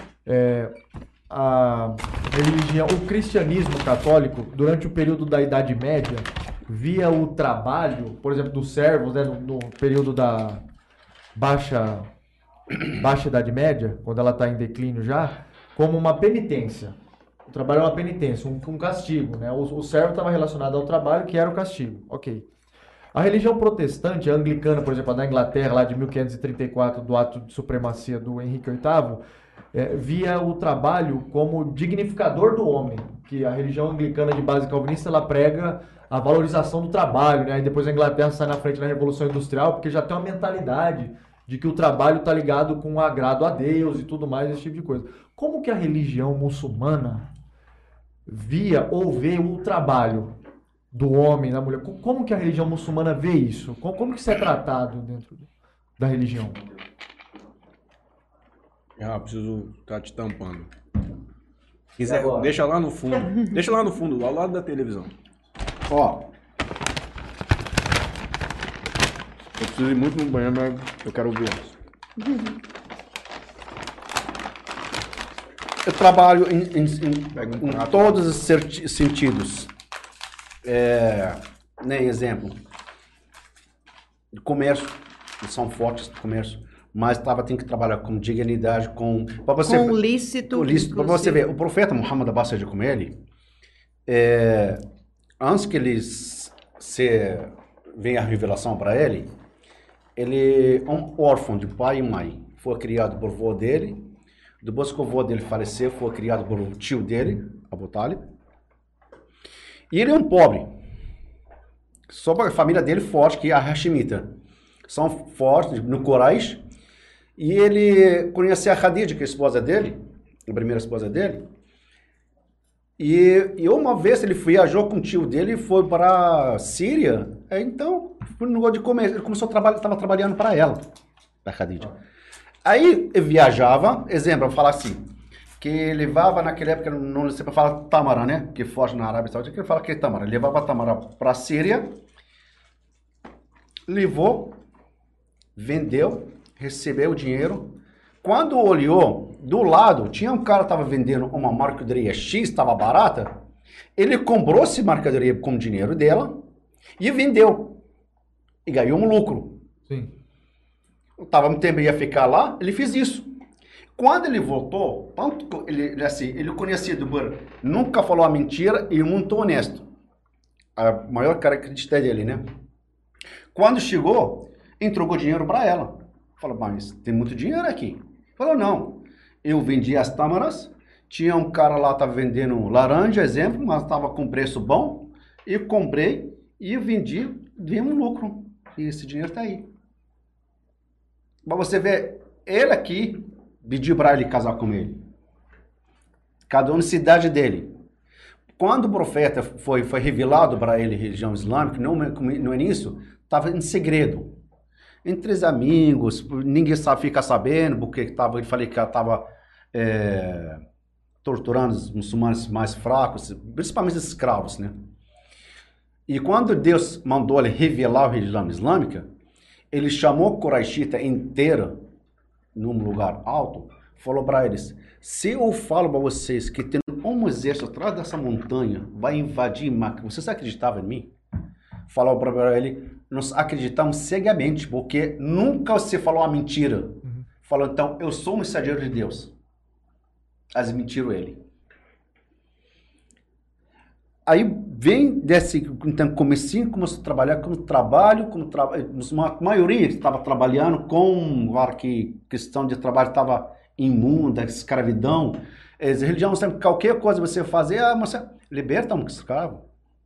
a religião, o cristianismo católico, durante o período da Idade Média, via o trabalho, por exemplo, dos servos, né, no período da baixa Idade Média, quando ela está em declínio já, como uma penitência. O trabalho é uma penitência, um castigo, né? O servo estava relacionado ao trabalho, que era o castigo. Ok. A religião protestante, a anglicana, por exemplo, a da Inglaterra, lá de 1534, do ato de supremacia do Henrique VIII, via o trabalho como dignificador do homem, que a religião anglicana de base calvinista, ela prega a valorização do trabalho, né? E depois a Inglaterra sai na frente na Revolução Industrial, porque já tem uma mentalidade de que o trabalho está ligado com o agrado a Deus e tudo mais, esse tipo de coisa. Como que a religião muçulmana via ou vê o trabalho do homem, da mulher? Como que a religião muçulmana vê isso? Como que isso é tratado dentro da religião? Preciso estar te tampando. Quiser, deixa lá no fundo. Deixa lá no fundo, ao lado da televisão. Ó, Eu preciso ir muito no banheiro, mas eu quero ouvir antes. eu trabalho em todos os sentidos. Nem exemplo, de comércio, são fortes de comércio, mas tem que trabalhar com dignidade, com Com lícito. Para você ver, o profeta Muhammad Abbas com ele, antes que venha a revelação para ele um órfão de pai e mãe, foi criado por avô dele. Depois que o avô dele faleceu, foi criado por um tio dele, Abu Talib. E ele é um pobre. Só para a família dele forte, que é a Hashimita. São fortes no Quraysh. E ele conhecia a Khadija, que é a esposa dele, a primeira esposa dele. E uma vez ele viajou com o tio dele e foi para a Síria. Então, no negócio de comer, ele começou a trabalhar, estava trabalhando para ela, para a Khadija. Aí ele viajava, exemplo, eu vou falar assim, que levava naquela época, não sei para falar Tamara, né? Que foge na Arábia Saudita, que ele fala que é Tamara. Ele levava a Tamara para a Síria, levou, vendeu, recebeu o dinheiro. Quando olhou, do lado, tinha um cara que estava vendendo uma mercadoria X, estava barata. Ele comprou essa mercadoria com o dinheiro dela e vendeu. E ganhou um lucro. Sim. Estava muito tempo, ia ficar lá, ele fez isso. Quando ele voltou, tanto ele conhecido por nunca falou a mentira e muito honesto. A maior característica dele, né? Quando chegou, entregou dinheiro para ela. Falou, mas tem muito dinheiro aqui. Falou, não. Eu vendi as tâmaras, tinha um cara lá que estava vendendo laranja, exemplo, mas estava com preço bom. E comprei e vendi, dei um lucro. E esse dinheiro está aí. Mas você vê, ele aqui pediu para ele casar com ele. Cada um na cidade dele. Quando o profeta foi revelado para ele a religião islâmica, no início, estava em segredo. Entre os amigos, ninguém fica sabendo, porque ele falei que estava torturando os muçulmanos mais fracos, principalmente os escravos, né? E quando Deus mandou ele revelar a religião islâmica, ele chamou a Quraishita inteira num lugar alto, falou para eles, se eu falo para vocês que tem um exército atrás dessa montanha, vai invadir Meca, vocês acreditavam em mim? Falou para ele, nós acreditamos cegamente, porque nunca você falou uma mentira. Uhum. Falou, então, eu sou um mensageiro de Deus. Mas mentiram ele. Aí vem então, começou a trabalhar a maioria estava trabalhando com, claro que questão de trabalho estava imunda, escravidão, religião, qualquer coisa você fazer, você liberta um escravo,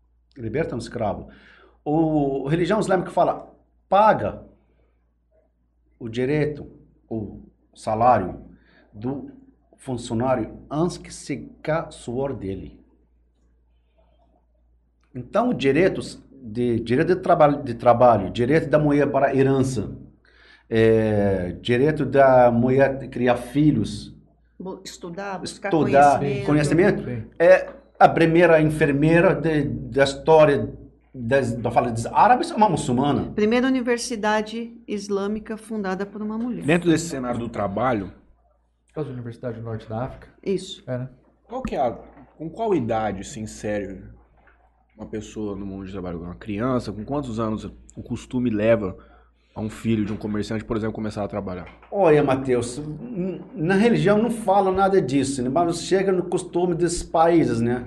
O religião islâmica fala, paga o direito, o salário do funcionário antes que secar o suor dele. Então, direito de trabalho, direito da mulher para herança, direito da mulher criar filhos, Estudar, buscar estudar, conhecimento. conhecimento, Sim. é a primeira enfermeira da história dos árabes, é uma muçulmana. Primeira universidade islâmica fundada por uma mulher. Dentro desse cenário do trabalho, As universidades do Norte da África. Isso. É, né? com qual idade se insere uma pessoa no mundo de trabalho? Uma criança, com quantos anos o costume leva a um filho de um comerciante, por exemplo, começar a trabalhar? Olha, Mateus, na religião não fala nada disso, né? Mas chega no costume desses países, né?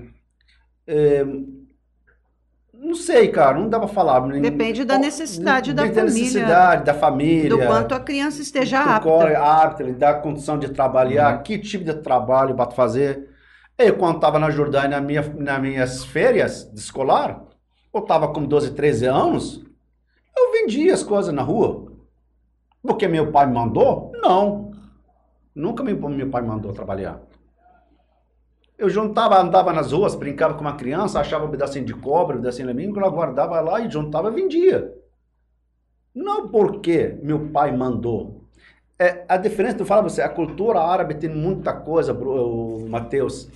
Não sei, cara, não dá pra falar. Depende da necessidade da Depende família. necessidade da família. Do quanto a criança esteja apta, da condição de trabalhar, que tipo de trabalho para fazer. Eu, quando estava na Jordânia, nas minhas férias de escolar, eu estava com 12, 13 anos, eu vendia as coisas na rua. Porque meu pai me mandou? Não. Nunca meu pai me mandou trabalhar. Eu andava nas ruas, brincava com uma criança, achava um pedacinho de cobre, um pedacinho de alumínio, eu guardava lá e juntava e vendia. Não porque meu pai mandou. A diferença, eu falo pra você, a cultura árabe tem muita coisa, Mateus.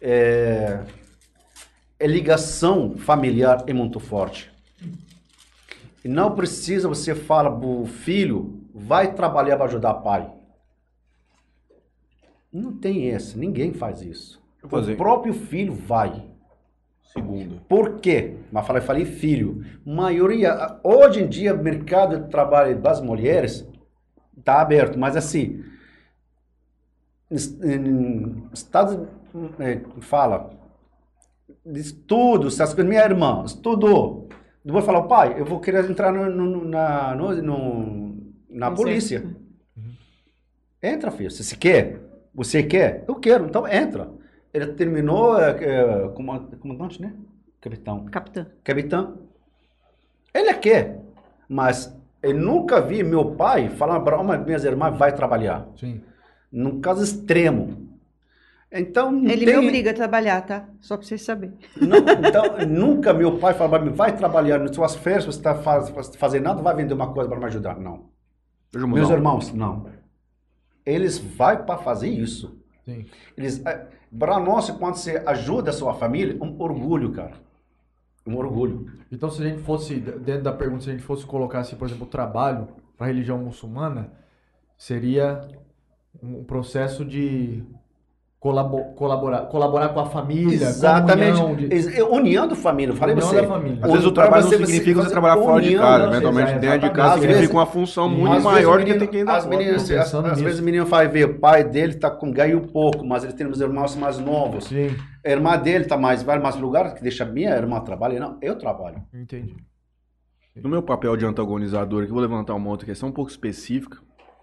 Ligação familiar é muito forte. E não precisa você falar pro filho, vai trabalhar para ajudar o pai. Não tem essa, ninguém faz isso. O próprio filho vai. Segundo. Por quê? Mas eu falei filho. Maioria, hoje em dia, o mercado de trabalho das mulheres está aberto, mas assim, Estados fala, estudo, essas coisas. Minha irmã estudou. Depois fala, pai, eu vou querer entrar na polícia. Entra, filho. Se você quer? Você quer? Eu quero, então entra. Ele terminou comandante, né? Capitão. Ele quer, mas eu nunca vi meu pai falar para uma das minhas irmãs vai trabalhar. Sim. Num caso extremo. Então ele me obriga a trabalhar, tá? Só para vocês saberem. Então, nunca meu pai falou para mim, vai trabalhar nas suas férias, você está fazendo nada, vai vender uma coisa para me ajudar. Não. Meus irmãos, não. Eles vão para fazer isso. Sim. Para nós, quando você ajuda a sua família, um orgulho, cara. Um orgulho. Então, se a gente fosse, dentro da pergunta, se a gente fosse colocar, assim, por exemplo, o trabalho para a religião muçulmana, seria um processo de colaborar com a família. Exatamente. União, união da família. Falei união você. da família. Às vezes o trabalho não significa você trabalhar fora de casa. Eventualmente, dentro de casa significa uma função muito maior do que ter que ir na fora. Às vezes o menino vai ver, o pai dele ganhou pouco, mas ele tem uns irmãos mais novos. Sim. A irmã dele vai mais lugar, que deixa minha irmã trabalhar. Não, eu trabalho. Entendi. No meu papel de antagonizador, que eu vou levantar uma outra questão um pouco específica.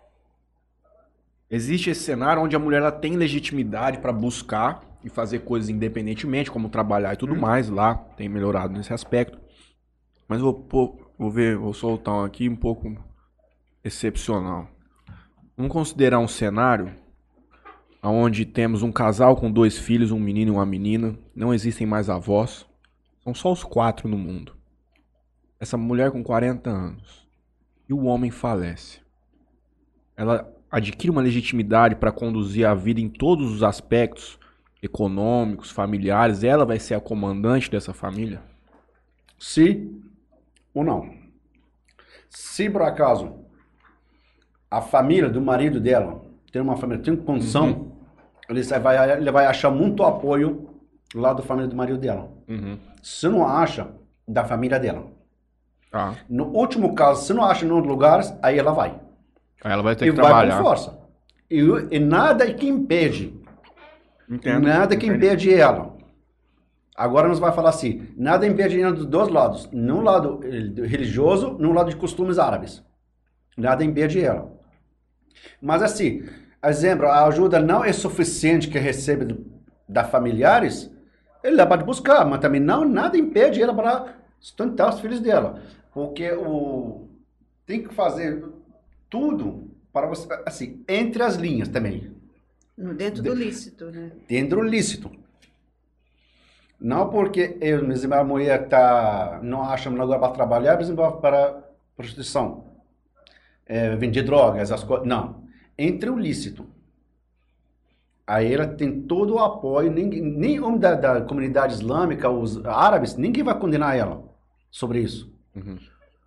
Existe esse cenário onde a mulher ela tem legitimidade para buscar e fazer coisas independentemente, como trabalhar e tudo mais lá, tem melhorado nesse aspecto. Mas vou soltar um aqui um pouco excepcional. Vamos considerar um cenário onde temos um casal com 2 filhos, um menino e uma menina, não existem mais avós, são só os 4 no mundo. Essa mulher com 40 anos e o homem falece. Ela adquire uma legitimidade para conduzir a vida em todos os aspectos econômicos, familiares. Ela vai ser a comandante dessa família? Sim ou não? Se por acaso a família do marido dela tem uma família, tem condição, ele vai achar muito apoio lá da família do marido dela. Se não acha, da família dela. No último caso, se não acha em outros lugares, aí ela vai. Aí ela vai ter que trabalhar. Vai com força. E nada que impede. Entendo. Nada que impede ela. Agora nós vamos falar assim, nada impede ela dos dois lados. Num lado religioso, num lado de costumes árabes. Nada impede ela. Mas assim, exemplo, a ajuda não é suficiente que recebe da familiares, ele pode buscar, mas também nada impede ela para sustentar os filhos dela. Porque tem que fazer tudo para você, assim, entre as linhas também. Dentro do lícito, né? Dentro do lícito. Não porque eu, a mulher não acha um lugar para trabalhar, por exemplo, para prostituição, vender drogas, essas coisas. Não. Entre o lícito. Aí ela tem todo o apoio, nem homem da comunidade islâmica, os árabes, ninguém vai condenar ela sobre isso. Uhum.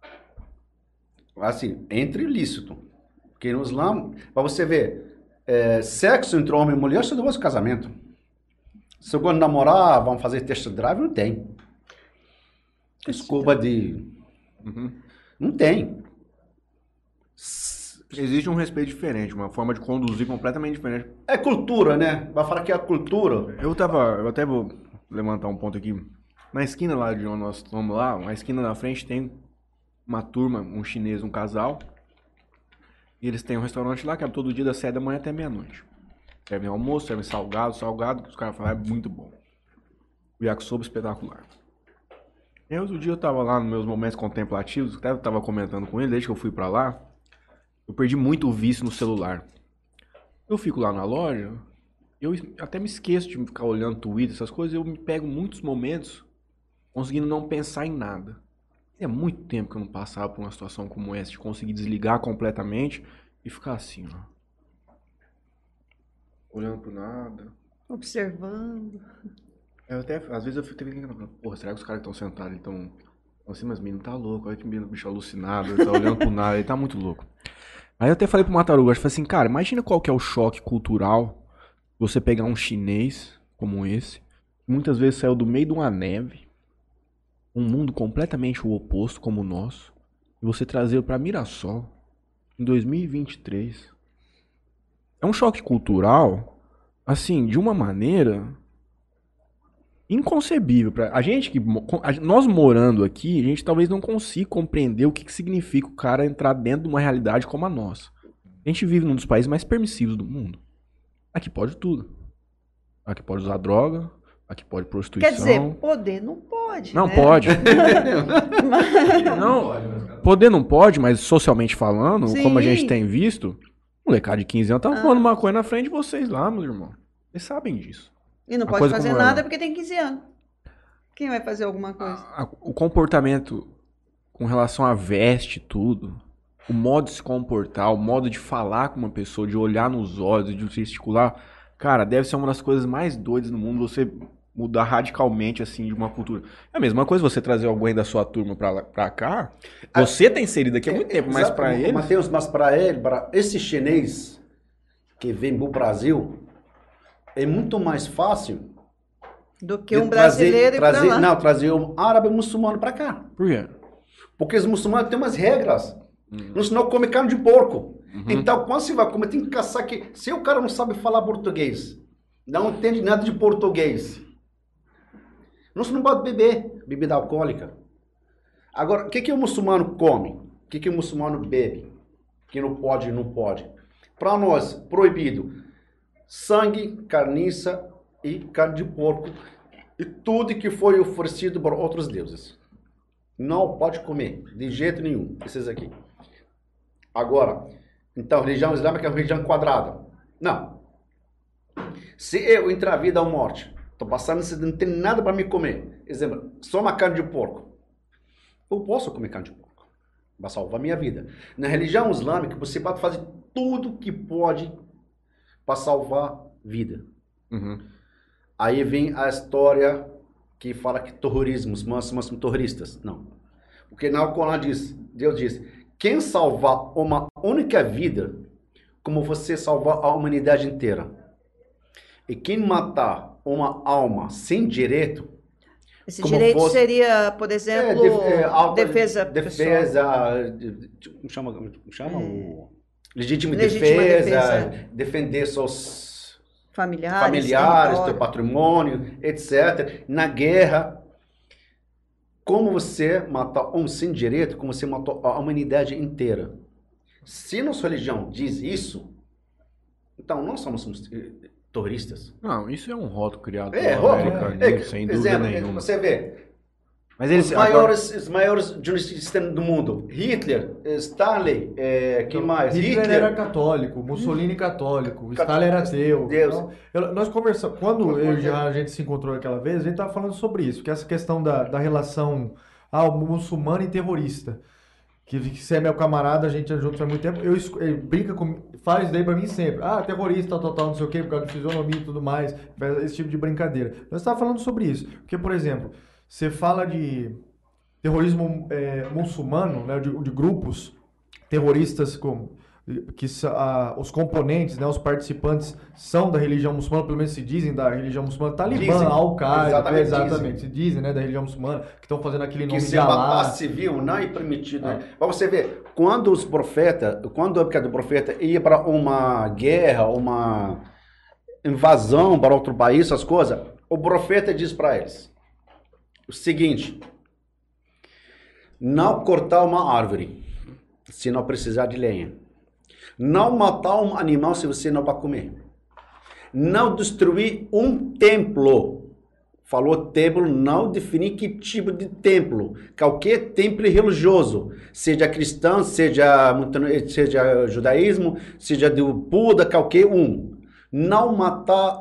Assim, entre o lícito. Porque no Islã, para você ver, sexo entre homem e mulher só depois do casamento. Se eu quando namorar, vão fazer test drive, não tem. Desculpa de... Uhum. Não tem. Existe um respeito diferente, uma forma de conduzir completamente diferente. É cultura, né? Vai falar que é cultura. Eu até vou levantar um ponto aqui. Na esquina lá de onde nós estamos lá, na esquina da frente tem uma turma, um chinês, um casal. E eles têm um restaurante lá que é todo dia das 7 da manhã até meia-noite. Servem almoço, servem salgado, que os caras falam, é muito bom. O yakisoba espetacular. E aí, outro dia eu tava lá nos meus momentos contemplativos, até eu tava comentando com ele, desde que eu fui pra lá, eu perdi muito o vício no celular. Eu fico lá na loja, eu até me esqueço de ficar olhando Twitter, essas coisas, eu me pego muitos momentos conseguindo não pensar em nada. É muito tempo que eu não passava por uma situação como essa, de conseguir desligar completamente e ficar assim, ó. Olhando pro nada. Observando. Às vezes eu fico pensando, porra, será que os caras que estão sentados estão assim, mas o menino tá louco, olha que menino bicho alucinado, ele tá olhando pro nada, ele tá muito louco. Aí eu até falei pro Mataruga, eu falei assim, cara, imagina qual que é o choque cultural você pegar um chinês como esse, que muitas vezes saiu do meio de uma neve, um mundo completamente o oposto como o nosso, e você trazê-lo pra Mirassol em 2023. É um choque cultural, assim, de uma maneira inconcebível. A gente nós morando aqui, a gente talvez não consiga compreender o que significa o cara entrar dentro de uma realidade como a nossa. A gente vive num dos países mais permissivos do mundo. Aqui pode tudo. Aqui pode usar droga, aqui pode prostituição. Quer dizer, poder não pode, não né? pode. Não, poder não pode, mas socialmente falando, Sim. como a gente tem visto, molecada de 15 anos tá fumando maconha na frente de vocês lá, meus irmãos. Vocês sabem disso. E não A pode coisa fazer como ela. nada porque tem 15 anos. Quem vai fazer alguma coisa? O comportamento com relação à veste, tudo, o modo de se comportar, o modo de falar com uma pessoa, de olhar nos olhos, de gesticular, cara, deve ser uma das coisas mais doidas no mundo, você mudar radicalmente, assim, de uma cultura. É a mesma coisa você trazer alguém da sua turma pra cá, você tá inserido aqui há muito tempo, mas pra eles... Mateus, mas para ele, para esse chinês que vem pro Brasil, é muito mais fácil Do que um brasileiro ir pra lá. Não, trazer um árabe muçulmano para cá. Por quê? Porque os muçulmanos têm umas regras. Não come carne de porco. Então, quando você vai comer, tem que caçar que... Se o cara não sabe falar português, não entende nada de português, não pode beber bebida alcoólica. Agora, o que o muçulmano come? O que o muçulmano bebe? Que não pode, não pode. Para nós, proibido. Sangue, carniça e carne de porco. E tudo que foi oferecido por outros deuses. Não pode comer, de jeito nenhum. Esses aqui. Agora, então, religião islâmica é uma religião quadrada. Não. Se eu entrar a vida ou morte, estou passando, não tem nada para me comer. Exemplo, só uma carne de porco. Eu posso comer carne de porco. Vai salvar a minha vida. Na religião islâmica, você pode fazer tudo que pode para salvar vida. Aí vem a história que fala que terrorismo, os muçulmanos são terroristas. Não. Porque na Alcorão diz, Deus diz, quem salvar uma única vida, como você salvar a humanidade inteira. E quem matar uma alma sem direito... Esse direito seria, por exemplo, defesa como chama? Legítima defesa, defender seus familiares, teu patrimônio, etc. Na guerra, como você matar um sem direito, como você matou a humanidade inteira. Se nossa religião diz isso, então nós somos terroristas. Não, isso é um rótulo criado rótulo. americanismo, sem dúvida nenhuma. Você vê, Mas eles os maiores jornalistas do mundo. Hitler, Stalin, quem mais? Hitler era católico, Mussolini católico, Stalin era ateu. Então, nós conversamos, quando a gente se encontrou aquela vez, a gente estava falando sobre isso, que essa questão da relação muçulmano e terrorista. Que você é meu camarada, a gente é junto há muito tempo. Ele brinca faz isso daí pra mim sempre. Terrorista, tal, não sei o quê, por causa de fisionomia e tudo mais. Esse tipo de brincadeira. Nós estávamos falando sobre isso. Porque, por exemplo, você fala de terrorismo muçulmano, né, de grupos terroristas os componentes, né, os participantes são da religião muçulmana, pelo menos se dizem da religião muçulmana, Talibã, Al-Qaeda, exatamente, se dizem, né, da religião muçulmana, que estão fazendo aquele nome de Allah. Que paz civil não é permitido. Para você ver, quando o profeta ia para uma guerra, uma invasão para outro país, essas coisas, o profeta diz para eles o seguinte: não cortar uma árvore se não precisar de lenha. Não matar um animal se você não vai comer. Não destruir um templo. Falou templo, não definir que tipo de templo. Qualquer templo religioso. Seja cristão, seja judaísmo, seja do Buda, qualquer um. Não matar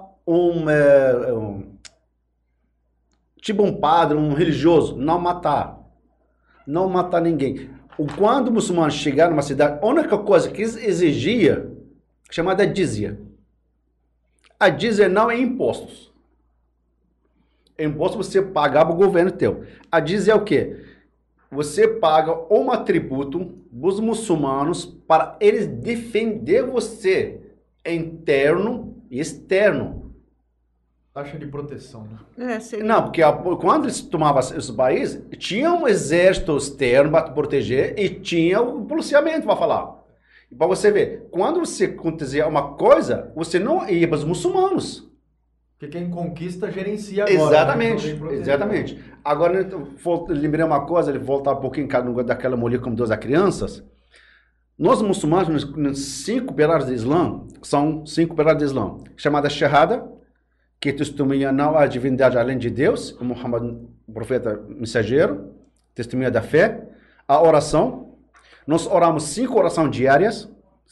tipo um padre, um religioso. Não matar. Não matar ninguém. Quando o muçulmano chegar numa cidade, a única coisa que exigia, chamada dizia. A dizia não é impostos. Imposto você pagar para o governo teu. A dizia é o quê? Você paga um tributo dos muçulmanos para eles defender você, interno e externo. Taxa de proteção, né? Não, porque quando eles tomavam esse país, tinha um exército externo para te proteger e tinha o policiamento para falar. E para você ver, quando você acontecia uma coisa, você não ia para os muçulmanos. Porque quem conquista gerencia agora. Exatamente, né? Exatamente. Agora, lembrei uma coisa, ele voltar um pouquinho daquela mulher como Deus a crianças. Nós muçulmanos, nos 5 pilares do Islã, são 5 pilares do Islã, chamada Shahada, que testemunha não há divindade além de Deus, o Muhammad, o profeta mensageiro, testemunha da fé, a oração. Nós oramos 5 orações diárias,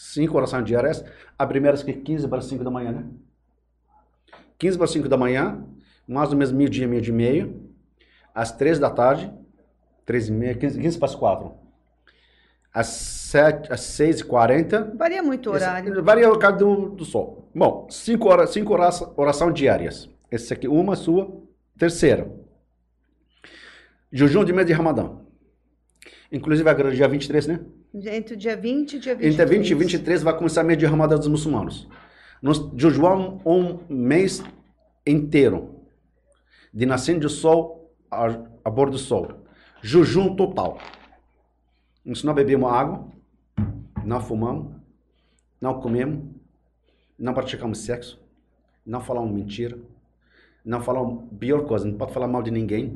a primeira é 15 para 5 da manhã, né? 15 para 5 da manhã, mais ou menos meio-dia, meio-dia e meio, às 3 da tarde, 3h30, 15 para as 4. Às 6h40. Varia muito o horário. Varia o caso do sol. Bom, 5 orações diárias. Essa aqui, uma sua, terceira. Jejum de mês de Ramadã. Inclusive agora dia 23, né? Entre o dia 20 e dia 23. Entre 20 e 23 vai começar o mês de Ramadã dos muçulmanos. Nós jejuamos um mês inteiro. De nascente do sol a pôr do sol. Jejum total. Nós não bebemos água, não fumamos, não comemos, não praticamos sexo, não falamos mentira, não falamos pior coisa, não pode falar mal de ninguém.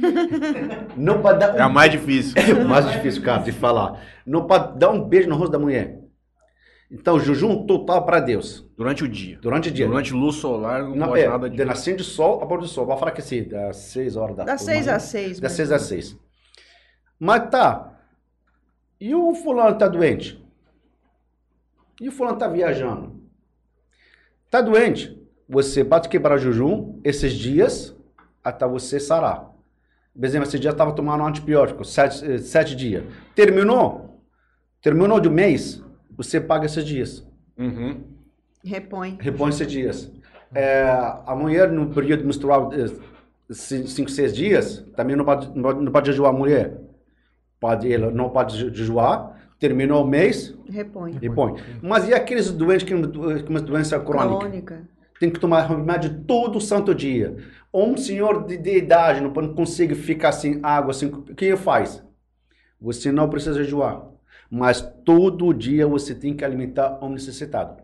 Não pode dar é a mais difícil. É o mais difícil, cara, de falar. Não pode dar um beijo no rosto da mulher. Então, jejum total para Deus. Durante o dia. Durante o dia. Durante luz solar, não pode nada de nascente do sol a pôr do sol. Vai falar que assim, das 6 horas da tarde. Das 6 às 6. Das 6 às 6. Mas tá. E o fulano tá doente? E o fulano tá viajando? Tá doente? Você pode quebrar jejum esses dias até você sarar. Por exemplo, esse dia estava tomando um antibiótico, 7 dias. Terminou de um mês, você paga esses dias. Uhum. Repõe esses dias. A mulher, no período menstrual, 5, 6 dias, também não pode jejuar a mulher. Ela não pode jejuar, terminou o mês, repõe. Mas e aqueles doentes que têm uma doença crônica? Tem que tomar remédio todo santo dia. Um senhor de idade não consegue ficar sem água, o que faz? Você não precisa jejuar, mas todo dia você tem que alimentar um necessitado.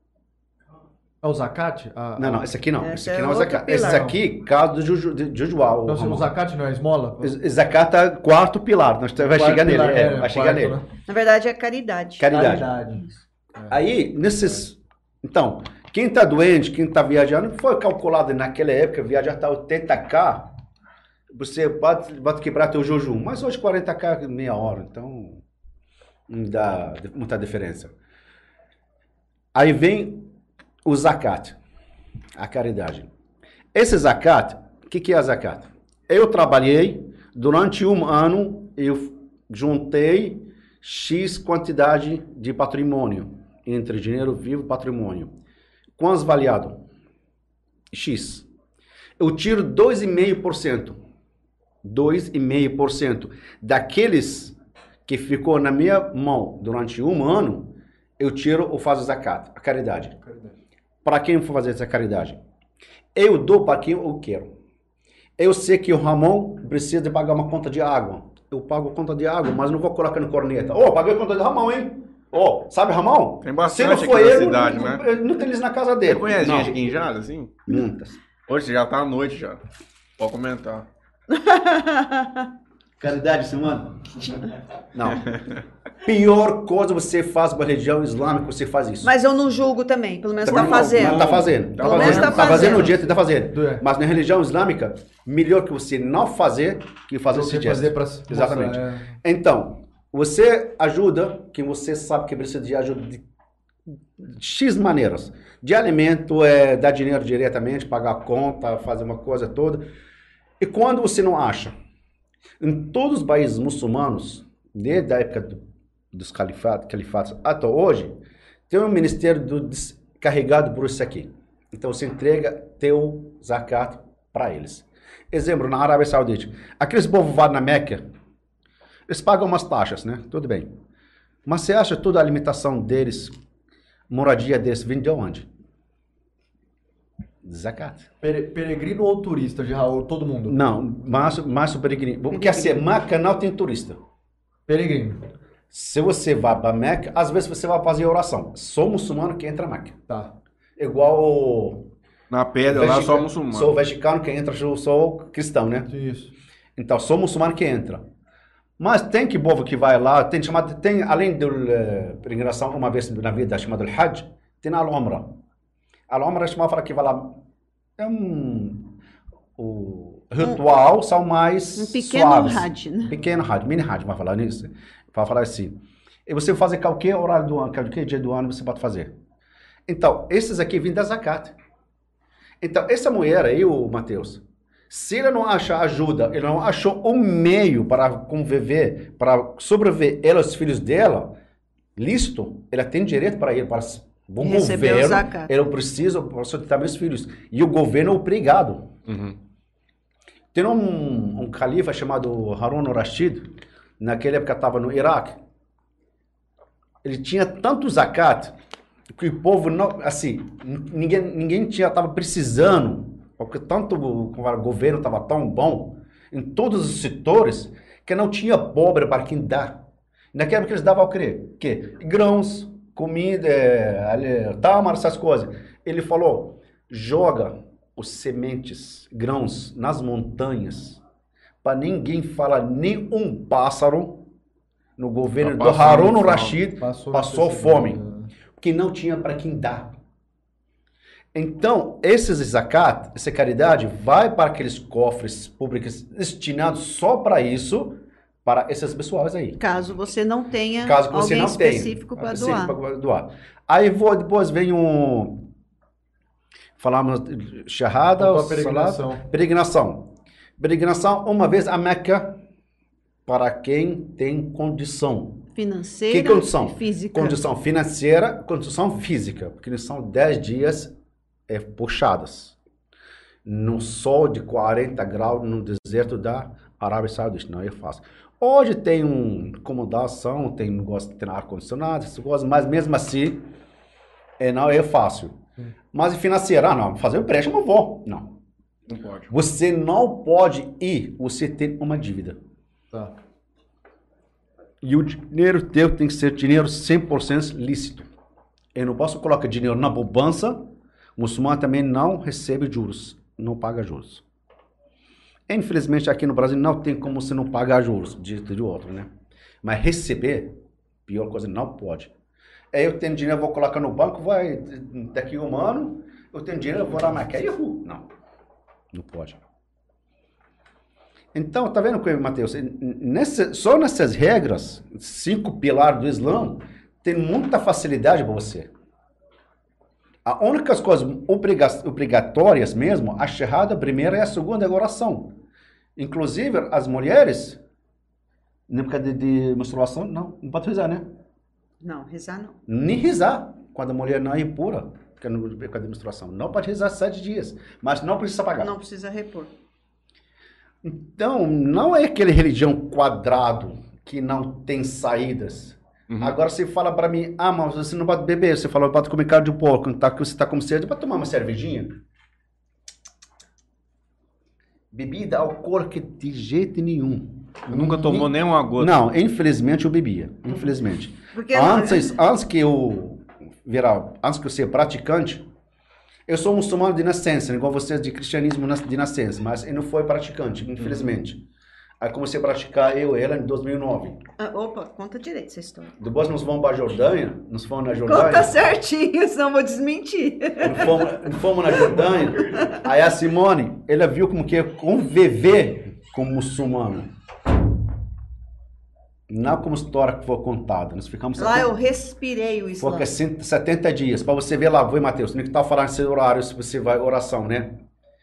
É o zakat? Não, esse aqui não. Esse aqui não é o zakat. Esse aqui, caso de jejuar. Então, o zakat não é esmola? Zakat é 4º pilar. Nós vai chegar nele. Vai chegar nele. Né? Na verdade, é caridade. Caridade. Aí, então, quem está doente, quem está viajando, foi calculado naquela época, viajar está 80k. você pode quebrar teu jejum. Mas hoje 40k meia hora, então não dá muita diferença. Aí vem o zakat, a caridade. Esse zakat, o que é a zakat? Eu trabalhei durante um ano, eu juntei X quantidade de patrimônio, entre dinheiro vivo e patrimônio. Quantos avaliado? X. Eu tiro 2,5%. 2,5% daqueles que ficou na minha mão durante um ano, eu tiro ou faço zakat, a caridade. Para quem eu vou fazer essa caridade? Eu dou para quem eu quero. Eu sei que o Ramon precisa de pagar uma conta de água. Eu pago a conta de água, mas não vou colocar no corneta. Paguei a conta de Ramon, hein? Sabe Ramon? Tem bastante Se não foi aqui na ele, cidade, né? Não tem eles na casa dele. Você conhece Não. gente aqui em Jales, assim? Muitas. Hoje já tá à noite já. Pode comentar. Caridade, semana? Não. Pior coisa você faz para a religião islâmica, você faz isso. Mas eu não julgo também, pelo menos Também está fazendo. Tá fazendo. Pelo menos tá Tá fazendo fazendo. o jeito que tá fazendo. É. Mas na religião islâmica, melhor que você não fazer que fazer esse gesto. fazer pra Exatamente. mostrar, Então, você ajuda quem você sabe que precisa de ajuda de X maneiras. De alimento, dar dinheiro diretamente, pagar a conta, fazer uma coisa toda. E quando você não acha? Em todos os países muçulmanos, desde a época dos califatos até hoje, tem um ministério carregado por isso aqui. Então você entrega teu zakat para eles. Exemplo, na Arábia Saudita. Aqueles povos vão na Meca, eles pagam umas taxas, né? Tudo bem. Mas você acha toda a alimentação deles, moradia deles, vem de onde? Zakat. Peregrino ou turista, já, ou todo mundo? Não, mais o peregrino. Porque assim, Meca não tem turista. Peregrino. Se você vai para Meca, às vezes você vai fazer oração. Sou muçulmano que entra Meca. Tá. Igual Na pedra lá só muçulmano. Sou mexicano que entra, sou cristão, né? Isso. Então, sou muçulmano que entra. Mas tem que povo que vai lá, tem além da peregrinação uma vez na vida, chamado Hajj, tem a Al-Umrah. A Al-Umrah fala que vai lá, o ritual são mais Um pequeno suaves. Hajj, né? Pequeno Hajj, mini Hajj, vai falar nisso. Vai falar assim. E você fazer qualquer horário do ano, qualquer dia do ano, você pode fazer. Então, esses aqui vêm da zakat. Então, essa mulher aí, o Mateus, se ele não achar ajuda, ele não achou um meio para conviver, para sobreviver ela e os filhos dela, listo, ela tem direito para ir para o Receber o governo, zakat. eu preciso para sustentar meus filhos. E o governo é obrigado. Uhum. Tem um califa chamado Harun al-Rashid, naquela época estava no Iraque. Ele tinha tanto zakat que o povo não, assim, ninguém estava precisando, porque tanto o governo estava tão bom em todos os setores que não tinha pobre para quem dá. Naquela época eles davam o quê? Grãos, comida, tâmara, essas coisas. Ele falou: joga os sementes, grãos nas montanhas, para ninguém falar, nem um pássaro no governo do Harun al-Rashid passou fome, porque não tinha para quem dar. Então, esses zakat, essa caridade, vai para aqueles cofres públicos destinados só para isso, para essas pessoas aí. Caso você não tenha Caso você alguém não específico para doar. Aí depois vem falamos shahada, peregrinação. Peregrinação. Peregrinação uma vez a Meca para quem tem condição. Financeira Que condição? e física. Condição financeira, condição física, porque são 10 dias puxadas. No sol de 40 graus no deserto da Arábia Saudita, não é fácil. Hoje tem acomodação, tem negócio, tem ar-condicionado, essas coisas, mas mesmo assim não é fácil. Mas financeira, não, fazer o empréstimo eu vou. Não. Não pode. Você não pode ir, você tem uma dívida. Tá. E o dinheiro teu tem que ser dinheiro 100% lícito. Eu não posso colocar dinheiro na poupança. O muçulmano também não recebe juros, não paga juros. Infelizmente aqui no Brasil não tem como você não pagar juros de outro, né? Mas receber, pior coisa, não pode. Eu tenho dinheiro, vou colocar no banco, daqui um ano, eu tenho dinheiro, eu vou lá na Meca. Não pode. Então, tá vendo, Mateus? Só nessas regras, 5 pilares do Islã, tem muita facilidade para você. As únicas coisas obrigatórias mesmo, a shahada, a primeira e a segunda é a oração. Inclusive, as mulheres, na época de menstruação, não pode rezar, né? Não, rezar não. Nem rezar, quando a mulher não é impura, porque na época de menstruação. Não pode rezar 7 dias, mas não precisa pagar. Não precisa repor. Então, não é aquele religião quadrado que não tem saídas. Agora você fala para mim, mas você não pode beber, você fala, pode comer carne de porco, que você está com sede, pode tomar uma cervejinha. Bebida alcoólica de jeito nenhum. Nunca tomou nem uma gota? Não, infelizmente eu bebia, infelizmente. Porque antes que eu ser praticante, eu sou muçulmano de nascença, igual vocês de cristianismo de nascença, mas eu não fui praticante, infelizmente. Aí comecei a praticar eu e ela em 2009. Opa, conta direito essa história. Depois nós fomos para a Jordânia, nós fomos na Jordânia. Conta certinho, senão eu vou desmentir. Nós fomos na Jordânia, aí a Simone, ela viu como que é conviver com muçulmano. Não como história que foi contada. Nós ficamos... Lá eu respirei o Islã. Foi 70 dias. Para você ver lá, foi, Mateus, nem que tá falando esse horário, se você vai oração, né?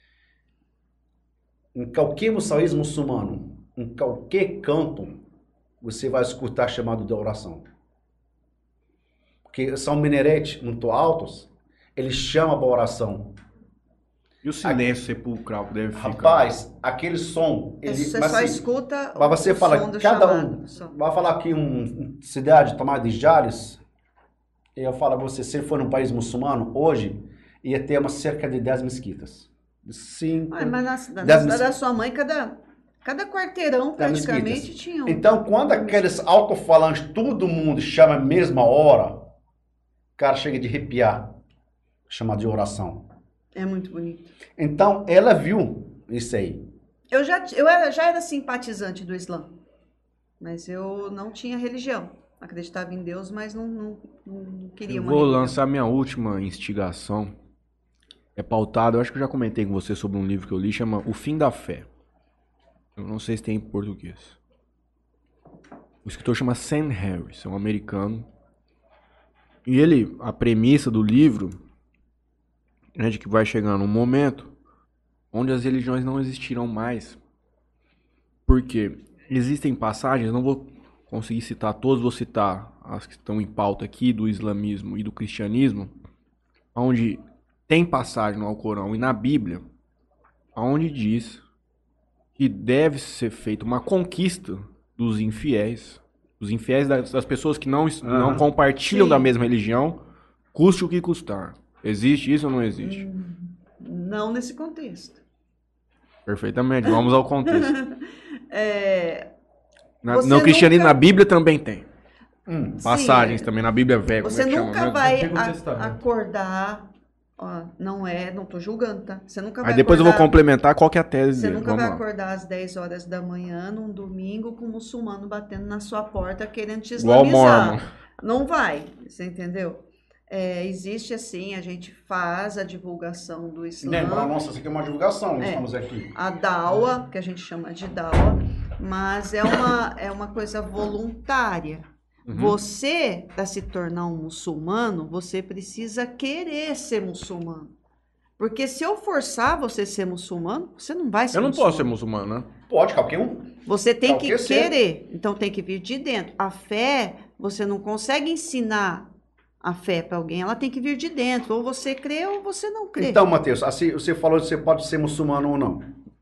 Em qualquer país muçulmano, em qualquer canto, você vai escutar chamado de oração. Porque são minaretes muito altos, eles chamam para oração. E o silêncio sepulcral que deve ficar? Rapaz, aquele som... Você só escuta o você fala, som do cada chamado. Vai falar aqui uma cidade tomada de Jales, e eu falo a você, se ele for num país muçulmano, hoje, ia ter cerca de 10 mesquitas. 5... Mas na cidade da sua mãe, cada quarteirão praticamente tinha um. Então, quando aqueles alto-falantes, todo mundo chama a mesma hora, o cara chega de arrepiar, chamado de oração. É muito bonito. Então, ela viu isso aí. Eu já era simpatizante do Islã, mas eu não tinha religião. Acreditava em Deus, mas não queria uma religião. Vou religião. lançar minha última instigação. É pautado, eu acho que eu já comentei com você sobre um livro que eu li, chama O Fim da Fé. Eu não sei se tem em português. O escritor chama Sam Harris, é um americano. E a premissa do livro é de que vai chegando um momento onde as religiões não existirão mais. Porque existem passagens, não vou conseguir citar todas, vou citar as que estão em pauta aqui, do islamismo e do cristianismo, onde tem passagem no Alcorão e na Bíblia, onde diz que deve ser feita uma conquista dos infiéis das pessoas que não compartilham da mesma religião, custe o que custar. Existe isso ou não existe? Não nesse contexto. Perfeitamente, vamos ao contexto. No cristianismo, na Bíblia também tem. Passagens sim, também, na Bíblia velha. Você nunca vai acordar... não tô julgando, tá? Você nunca vai depois acordar, eu vou complementar qual que é a tese Você dele. nunca vai acordar às 10 horas da manhã, num domingo, com um muçulmano batendo na sua porta, querendo te islamizar. Igual Mormon. Não vai, você entendeu? Existe assim, a gente faz a divulgação do Islã. Nossa, isso aqui é uma divulgação, nós estamos aqui. A dawa, que a gente chama de dawa, mas é uma coisa voluntária. Você, para se tornar um muçulmano, você precisa querer ser muçulmano. Porque se eu forçar você a ser muçulmano, você não vai ser muçulmano. Eu não posso ser muçulmano, né? Pode, qualquer um. Você tem que querer. Então tem que vir de dentro. A fé, você não consegue ensinar a fé para alguém. Ela tem que vir de dentro. Ou você crê ou você não crê. Então, Mateus, assim, você falou que você pode ser muçulmano ou não.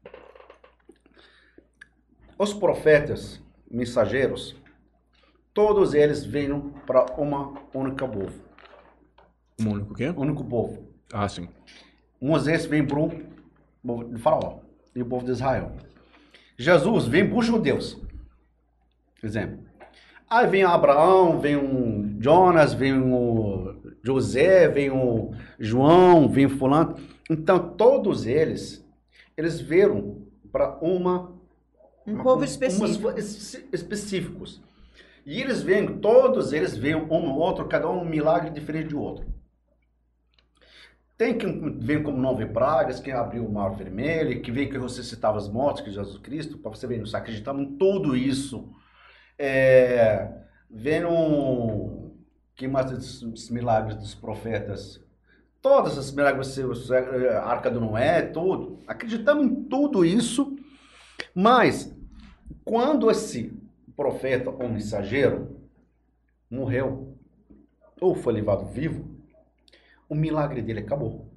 Os profetas, mensageiros... Todos eles vêm para uma única povo. Um único quê? Único povo. Ah, sim. Moisés vem para o povo de Faraó e o povo de Israel. Jesus vem para os judeus. Exemplo. Aí vem Abraão, vem o Jonas, vem o José, vem o João, vem o fulano. Então, todos eles viram para um povo específico. Específicos. E todos eles veem um ou outro, cada um milagre diferente do outro. Tem que vem como 9 pragas, que abriu o mar vermelho, que veio que ressuscitava os mortos, que Jesus Cristo, para você ver, nós acreditamos em tudo isso. Vendo que mais dos milagres dos profetas, todos esses milagres, a Arca do Noé, tudo. Acreditamos em tudo isso, mas quando esse profeta ou mensageiro morreu, ou foi levado vivo, o milagre dele acabou.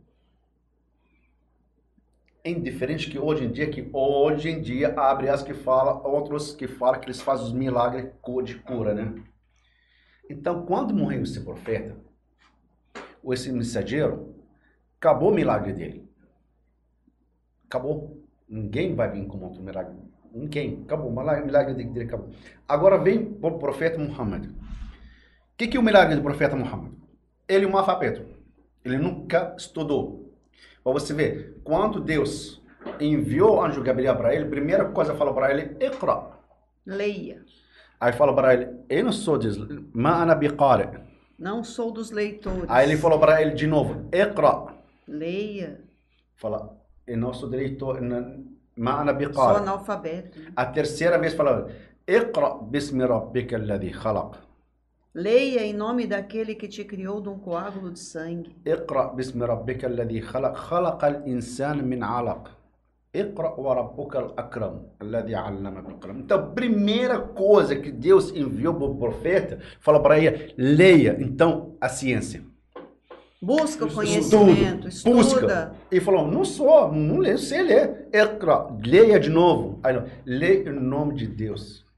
É indiferente que hoje em dia abre as que fala, outros que falam que eles fazem os milagres de cura, né? Então, quando morreu esse profeta, ou esse mensageiro, acabou o milagre dele. Acabou. Ninguém vai vir com outro milagre. Ninguém. Acabou. O milagre dele acabou. Agora vem o profeta Muhammad. O que é o milagre do profeta Muhammad? Ele é um alfabeto. Ele nunca estudou. Para você ver, quando Deus enviou o anjo Gabriel para ele, a primeira coisa falou para ele, Iqra. Leia. Aí falou para ele, eu não sou ma ana biqari. Não sou dos leitores. Aí ele falou para ele de novo, Iqra. Leia. Fala, eu não sou leitor, ma ana biqari. Sou analfabeto. A terceira vez falou, Iqra bismi rabbika alladhi khalaq. Leia em nome daquele que te criou de um coágulo de sangue. Iqra bismi rabbika alladhi khalaq. Khalaqa al-insana min 'alaq. Iqra wa rabbuka al-akram alladhi 'allama bil qalam. Então, a primeira coisa que Deus enviou para o profeta, fala para ele, leia. Então, a ciência. Busca o conhecimento, estuda. Busca. E falou, não leio, sei ler. Iqra, leia de novo. Aí, leia em nome de Deus.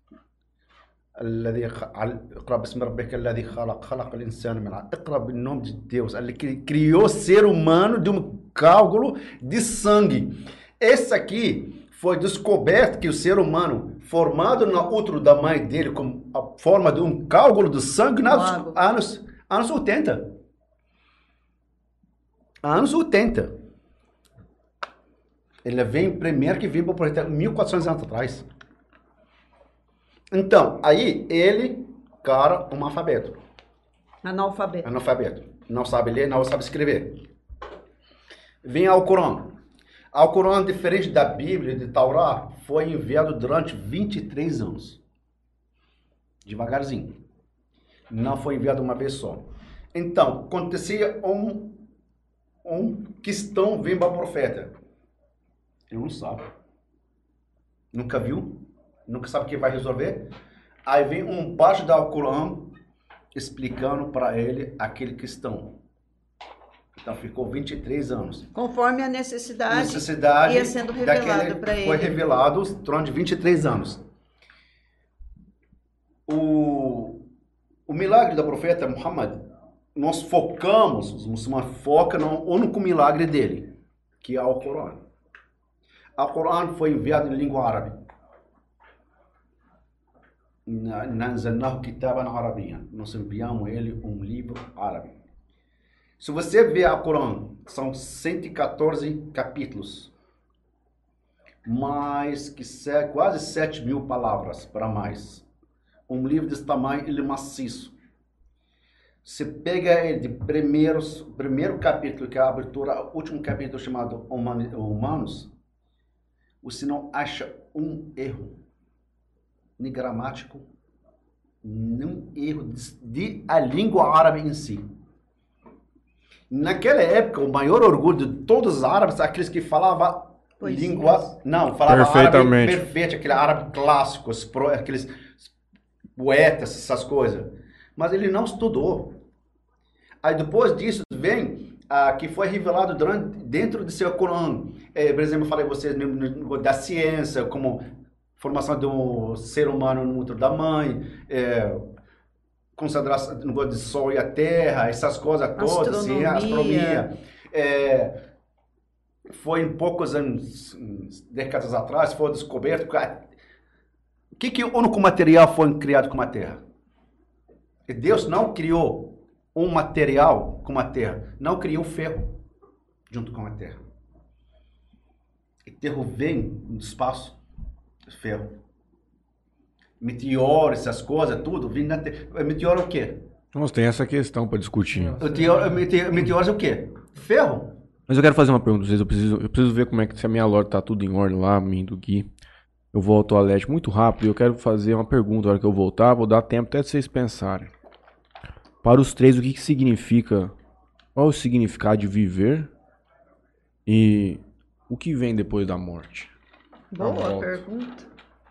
Iqra bismi rabbika alladhi khalaq. Khalaqa al-insana min 'alaq. Iqra em nome de Deus. Ele criou o ser humano de um cálculo de sangue. Esse aqui foi descoberto que o ser humano, formado no útero da mãe dele, com a forma de um cálculo de sangue, nos anos 80. Anos 80. Ele vem primeiro que veio para 1400 anos atrás. Então, aí ele, cara, um alfabeto. Analfabeto. Não sabe ler, não sabe escrever. Vem ao Corão. Ao Corão, diferente da Bíblia e de Taurá, foi enviado durante 23 anos. Devagarzinho. Não foi enviado uma vez só. Então, acontecia questão vem para o profeta. Ele não sabe. Nunca viu. Nunca sabe o que vai resolver. Aí vem um parte do Alcorão explicando para ele aquele questão. Então ficou 23 anos. Conforme a necessidade ia sendo revelada para ele. Foi revelado durante 23 anos. O milagre do profeta Muhammad, nós focamos, os muçulmanos focam no único milagre dele, que é o Corão. O Corão foi enviado em língua árabe. Nós enviamos ele um livro árabe. Se você ver o Corão, são 114 capítulos, mais que quase 7.000 palavras para mais. Um livro desse tamanho, ele é maciço. Você pega ele de primeiro capítulo, que é a abertura, o último capítulo chamado Humanos, você não acha um erro, nem gramático, nem erro de a língua árabe em si. Naquela época, o maior orgulho de todos os árabes, aqueles que falavam língua, falavam árabe perfeito, aquele árabe clássico, aqueles poetas, essas coisas. Mas ele não estudou. Aí depois disso vem que foi revelado dentro do seu Corão. Por exemplo, eu falei a vocês da ciência, como formação do ser humano no útero da mãe, consideração de sol e a terra, essas coisas todas, astronomia. Foi em poucos anos, décadas atrás, foi descoberto que o único material foi criado com a terra. E Deus não criou um material com a terra, não criou ferro junto com a terra. O ferro vem do espaço, ferro. Meteoro, essas coisas, tudo, vem na terra. Meteoro é o quê? Nós tem essa questão para discutir. Meteoro é o quê? Ferro. Mas eu quero fazer uma pergunta pra vocês. Eu preciso ver como é que se a minha lore tá tudo em ordem lá, mim do Gui. Eu vou ao toalete muito rápido e eu quero fazer uma pergunta. Na hora que eu voltar, vou dar tempo até de vocês pensarem. Para os três, o que que significa? Qual é o significado de viver? E o que vem depois da morte? Boa pergunta.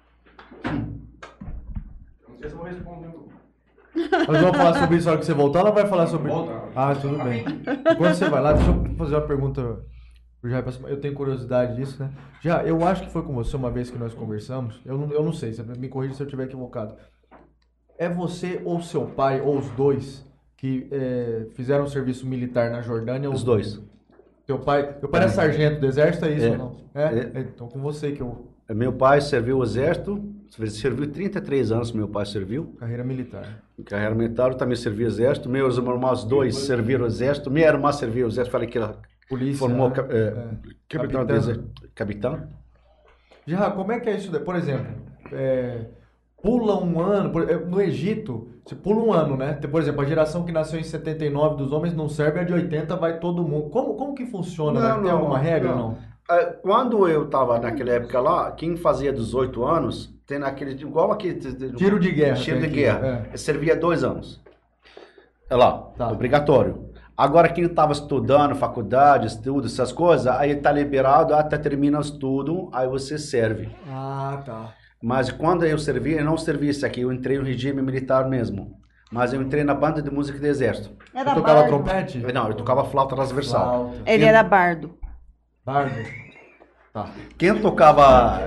Não sei se eu vou responder. Nós vamos falar sobre isso na hora que você voltar ou ela vai falar sobre... Volta. Ah, tudo bem. Enquanto você vai lá, deixa eu fazer uma pergunta. Eu tenho curiosidade disso, né? Já, eu acho que foi com você uma vez que nós conversamos. Eu não sei, você me corrija se eu estiver equivocado. É você ou seu pai, ou os dois, que fizeram serviço militar na Jordânia? Os dois. Teu pai é sargento do exército, é isso É. ou não? Então com você que eu... Meu pai serviu o exército, serviu 33 anos, meu pai serviu. Carreira militar. Carreira militar, eu também servi o exército. Meus irmãos dois serviram o exército. Minha irmã serviu o exército, falei que ela Polícia, formou né? capitão do exército. Capitão? Já, como é que é isso? Por exemplo, pula um ano, no Egito, você pula um ano, né? Por exemplo, a geração que nasceu em 79 dos homens não serve, a de 80 vai todo mundo. Como que funciona? Tem alguma regra ou não? Quando eu estava naquela época lá, quem fazia 18 anos, tem naquele, igual aqui... Tiro de guerra. Tiro de aqui, guerra. Servia 2 anos. É lá, Tá. obrigatório. Agora, quem estava estudando, faculdade, estudo, essas coisas, aí está liberado até termina o estudo, aí você serve. Ah, tá. Mas quando eu servi, eu não servi isso aqui, eu entrei no regime militar mesmo. Mas eu entrei na banda de música do exército. Era Eu tocava bardo. trompete? Não, eu tocava flauta transversal. Flauta. Ele era bardo. Bardo. Tá. Quem tocava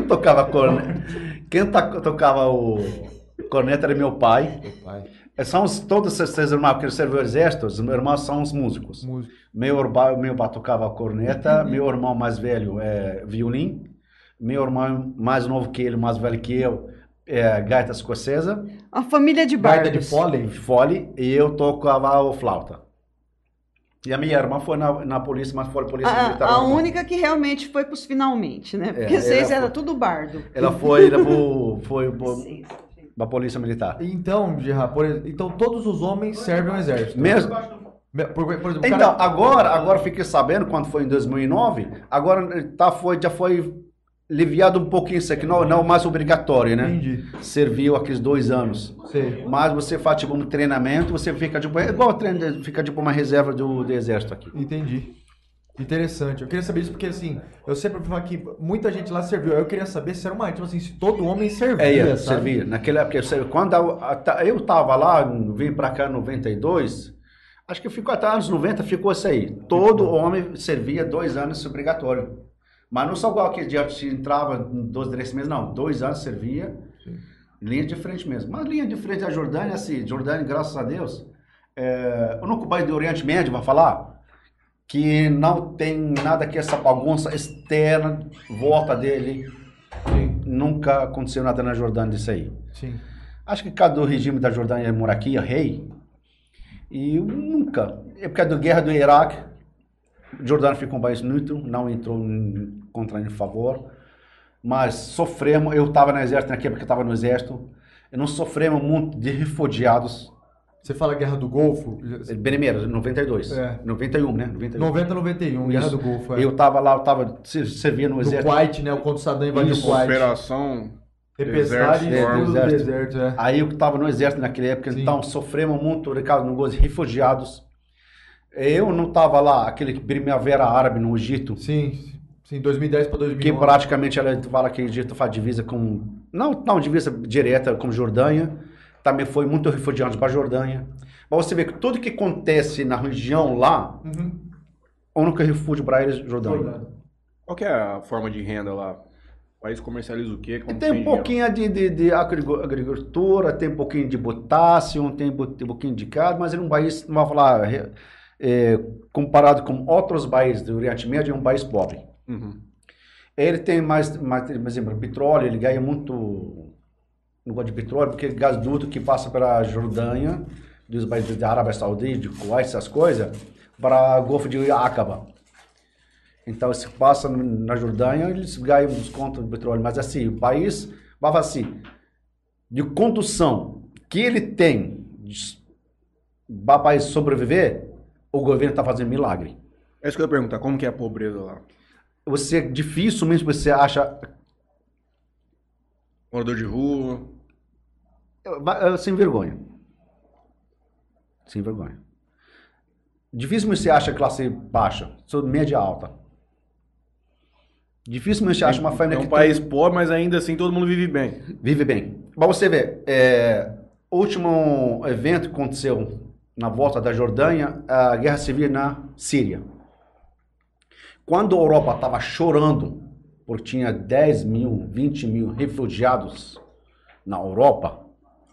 tocava o corneta era meu pai. Meu pai. Todos esses irmãos que servem o exército, os meus irmãos são os músicos. Músico. Meu pai tocava corneta, meu irmão mais velho é violino, meu irmão mais novo que ele, mais velho que eu, é gaita escocesa, Uma família de Gaita bardos. de fole? fole, e eu tocava o flauta. E a minha irmã foi na polícia, mas foi polícia militar. A normal. única que realmente foi pros finalmente, né? Porque ela vocês foi. eram tudo bardo. Ela foi para a polícia militar. Então, Gerard, então todos os homens servem o exército. Mesmo. Por exemplo, o Então, cara... agora fiquei sabendo, quando foi em 2009, agora já foi aliviado um pouquinho isso aqui, não mais obrigatório, né? Entendi. Serviu aqueles 2 anos. Sei. Mas você faz tipo um treinamento, você fica tipo, é igual fica tipo uma reserva do exército aqui. Entendi. Interessante. Eu queria saber isso porque, assim, eu sempre falo que muita gente lá serviu. Eu queria saber se era uma, tipo assim, se todo homem servia, sabe? servia. Naquela época, quando eu tava lá, vim pra cá em 92, acho que ficou até anos 90, ficou isso aí. Todo homem servia 2 anos obrigatório. Mas não só igual que já entrava 2, 3 meses, não. 2 anos servia, linha de frente mesmo. Mas linha de frente da Jordânia, assim, Jordânia, graças a Deus, o único país do Oriente Médio, vai falar, que não tem nada que essa bagunça externa, volta dele. Nunca aconteceu nada na Jordânia disso aí. Sim. Acho que cada regime da Jordânia é monarquia, rei, e nunca. É por causa da guerra do Iraque, Jordânia ficou um país neutro, não entrou em favor, mas sofremos, eu estava no exército naquela época, eu estava no exército, e nós sofremos muito de refugiados. Você fala Guerra do Golfo? Primeiro, 92, 91, né? 90, 91, Guerra do Golfo. Eu estava lá, servindo no Do exército. Kuwait, né? Quando Saddam invadiu o Kuwait. Operação Tempestade Deserto, do deserto, Aí eu estava no exército naquela época, então sofremos muito por causa de refugiados. Eu não estava lá, aquele primavera árabe no Egito. Sim, 2010 para 2011. Que praticamente ela fala que o Egito faz divisa com... Não divisa direta com Jordânia. Também foi muito refugiados para a Jordânia. Mas você vê que tudo que acontece na região lá, o único refúgio para eles é Jordânia. Qual que é a forma de renda lá? O país comercializa o quê? Como Tem um pouquinho de agricultura, tem um pouquinho de potássio, tem um pouquinho de gado, mas ele é um país, não vai falar, comparado com outros países do Oriente Médio, é um país pobre. Ele tem mais, por exemplo, petróleo, ele ganha muito negócio de petróleo, porque gasoduto que passa pela Jordânia, dos países da Arábia Saudita, de Kuwait, essas coisas, para o Golfo de Aqaba. Então, se passa na Jordânia, eles ganham desconto do petróleo. Mas assim, o país, vai assim, de condução que ele tem para o país sobreviver, o governo está fazendo milagre. É isso que eu ia perguntar, como que é a pobreza lá? Dificilmente você acha Morador de rua? sem vergonha. Sem vergonha. Dificilmente você acha classe baixa, sou média alta. Dificilmente você acha uma família É um país pobre, mas ainda assim todo mundo vive bem. vive bem. Para você ver, o último evento que aconteceu na volta da Jordânia, a guerra civil na Síria. Quando a Europa estava chorando, porque tinha 10 mil, 20 mil refugiados na Europa,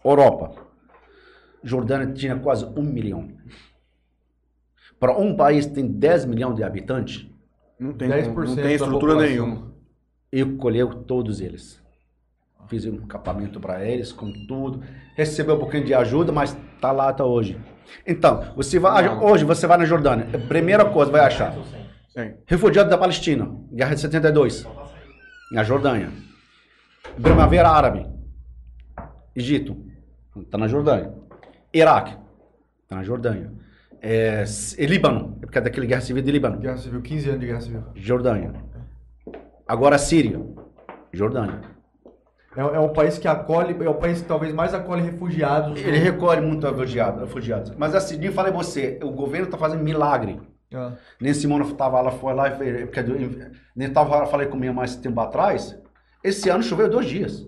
Jordânia tinha quase 1 milhão. Para um país que tem 10 milhões de habitantes, Não tem, 10% não da tem estrutura população. nenhuma. eu colheu todos eles. Fiz um acampamento para eles, com tudo. Recebeu um pouquinho de ajuda, mas tá lá até hoje. Então, hoje você vai na Jordânia, a primeira coisa vai achar. Sim. Refugiado da Palestina, Guerra de 72, na Jordânia. Primavera Árabe, Egito, está na Jordânia. Iraque, está na Jordânia. Líbano, é por causa daquele Guerra Civil de Líbano. Guerra Civil, 15 anos de Guerra Civil. Jordânia. Agora Síria, Jordânia. É o país que acolhe, é o país que talvez mais acolhe refugiados. Ele recolhe muito refugiados. Mas assim, eu falei você, o governo está fazendo milagre. Ah. Nem Simona ela foi lá e fez, nem tava, falei com minha mãe esse tempo atrás. Esse ano choveu 2 dias.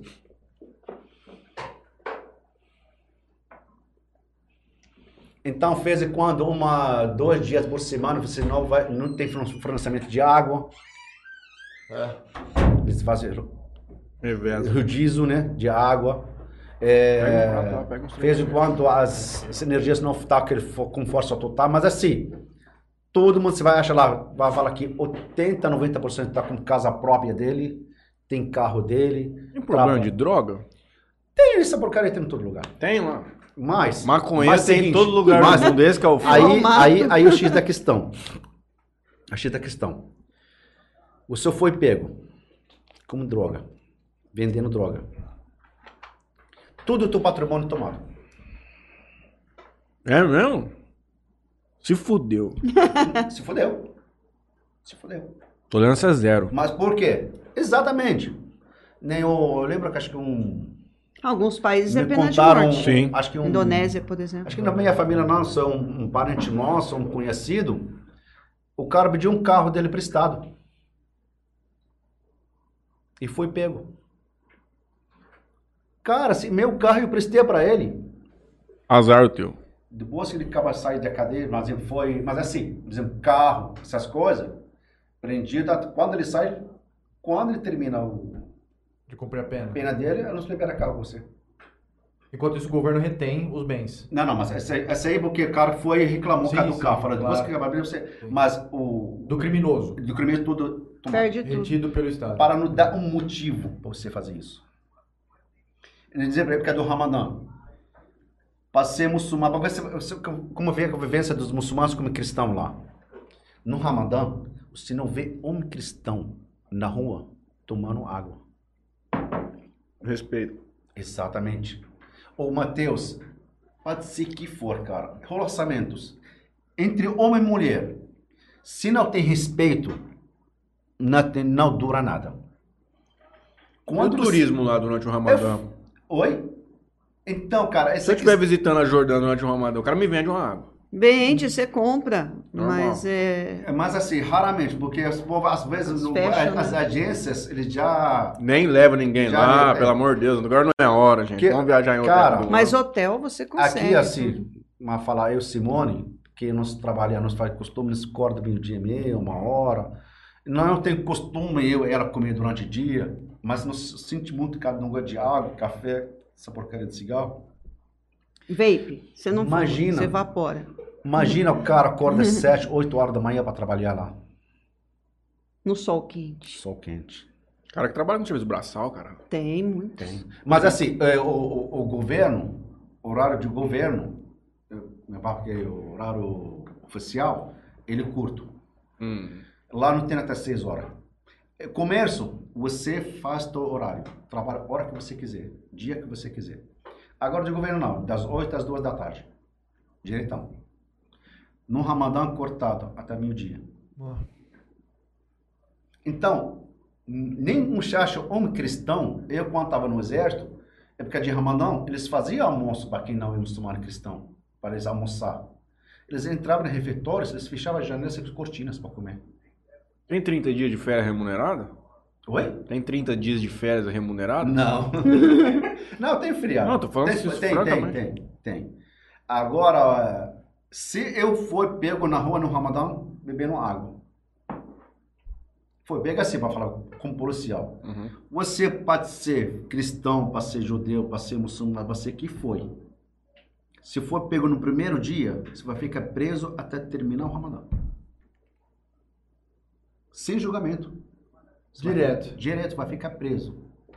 Então fez quando 2 dias por semana você não tem fornecimento de água. Eles fazem rodízio, né, de água. Fez enquanto as energias não estão com força total, mas assim, todo mundo você vai achar lá, vai falar que 80, 90% está com casa própria dele, tem carro dele. Tem problema de droga? Tem essa porcaria tem em todo lugar. Tem lá. Mas Maconheiro mas tem seguinte, em todo lugar mas- do mundo, esse que é o foda. Aí o X da questão. O X da questão. O senhor foi pego como droga, vendendo droga. Tudo o teu patrimônio tomado. É mesmo? Se fudeu. Se fodeu. Se fodeu. Tolerância é zero. Mas por quê? Exatamente. Eu lembro que acho que Alguns países é me pena de contaram, morte. Sim. acho que Indonésia, por exemplo. Acho que na minha família nossa, um parente nosso, um conhecido, o cara pediu um carro dele emprestado. E foi pego. Cara, assim, meu carro eu prestei para ele. Azar o teu. Depois que ele acaba de sair da cadeia, mas assim, por exemplo, carro, essas coisas, prendido, quando ele sai, quando ele termina a De cumprir a pena. pena dele, eu não se libera carro pra você. Enquanto isso, o governo retém os bens. Não, mas essa aí porque o cara foi e reclamou Sim, do sim, carro. Falou, depois claro. que acaba você. Sim. Mas Do criminoso. do crime tudo tomado. Perde tudo. Retido pelo Estado. Para não dar um motivo para você fazer isso. Ele dizia para ele, porque é do Ramadã. Para ser muçulmano, para ver como vê a convivência dos muçulmanos como cristãos lá. No Ramadã, você não vê um cristão na rua tomando água. Respeito. Exatamente. Ô Mateus, pode ser que for, cara. Relacionamentos entre homem e mulher, se não tem respeito, não dura nada. O turismo lá durante o Ramadã. Oi? Então, cara, Se eu estiver visitando a Jordânia durante o Ramadã, o cara me vende uma água. Vende, você compra, Normal. mas é... Mas assim, raramente, porque às vezes Fecham, as né? agências, eles já... Nem leva ninguém Já, lá, é. pelo amor de Deus. Agora não é hora, gente. Que- Vamos viajar em outro cara, lugar. Mas hotel você consegue. Aqui, assim, mas falar eu, Simone, que nós trabalhamos, faz costume, nós acorda meio-dia e meia, 1 hora. Não tenho costume ela comer durante o dia, mas nós sentimos muito cada um gosta de água, café, essa porcaria de cigarro. Vape, você não fuma, Imagina. você evapora. Imagina o cara acorda às 7, 8 horas da manhã para trabalhar lá. No sol quente. Sol quente. Cara que trabalha com serviço braçal, cara. Tem muito. Tem. Mas assim, o governo, horário de governo, porque o horário oficial, ele é curto. Lá não tem até 6 horas. Comércio, você faz seu horário. Trabalha a hora que você quiser, dia que você quiser. Agora de governo não, das 8 às 2 da tarde. Direitão. No Ramadã cortado até meio-dia. Então, nem muchacho homem cristão, eu quando estava no exército, época de Ramadã, eles faziam almoço para quem não é muçulmano cristão, para eles almoçar. Eles entravam no refeitório, eles fechavam as janelas e cortinas para comer. Tem 30 dias de férias remunerada? Oi? Tem 30 dias de férias remuneradas? Não. Não, tem feriado. Não, tô falando isso francamente. Tem. Agora, se eu for pego na rua no Ramadã, bebendo água. Foi pego assim, para falar como policial. Uhum. Você pode ser cristão, pode ser judeu, pode ser muçulmano, pode ser que foi. Se for pego no primeiro dia, você vai ficar preso até terminar o Ramadã. Sem julgamento. Direto, vai ficar preso.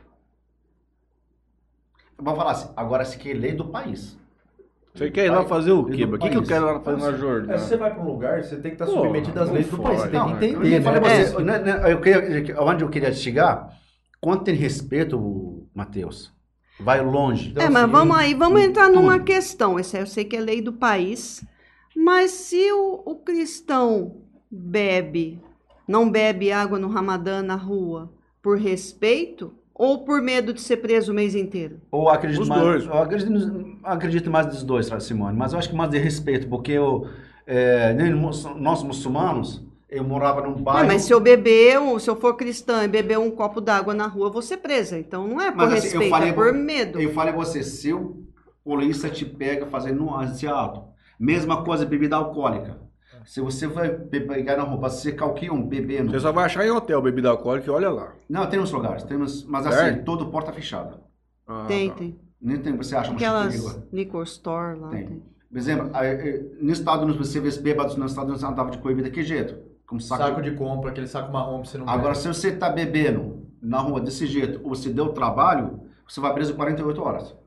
Vamos falar assim, agora se quer lei do país. Você quer ir lá fazer o quê? O que eu quero lá fazer na Jordânia? Se você vai para um lugar, você tem que estar submetido às leis do país. Você tem que entender, Onde eu queria chegar, quanto tem respeito, Mateus, vai longe. Então, mas vamos entrar numa questão. Esse aí eu sei que é lei do país, mas se o cristão não bebe água no Ramadã na rua por respeito ou por medo de ser preso o mês inteiro? Ou acredito Os mais, dois. eu acredito mais dos dois, Simone, mas eu acho que mais de respeito, porque nós muçulmanos, eu morava num bairro... Mas se eu for cristã e beber um copo d'água na rua, eu vou ser presa. Então não é por respeito, é por medo. Eu falei a você, se o polícia te pega fazendo esse ato, mesma coisa, bebida alcoólica. Se você vai pegar na roupa, você qualquer bebendo... Você só vai achar em hotel bebida alcoólica e olha lá. Não, tem uns lugares, mas assim, todo porta fechada. Tem. Nem tem, você acha aquelas liquor store lá. Tem. Por exemplo, nos Estados Unidos, você vê os bêbados nos Estados Unidos andavam de bebida de que jeito? Com saco de compra, aquele saco marrom pra você não Agora, se você tá bebendo na rua desse jeito, ou você deu trabalho, você vai preso 48 horas.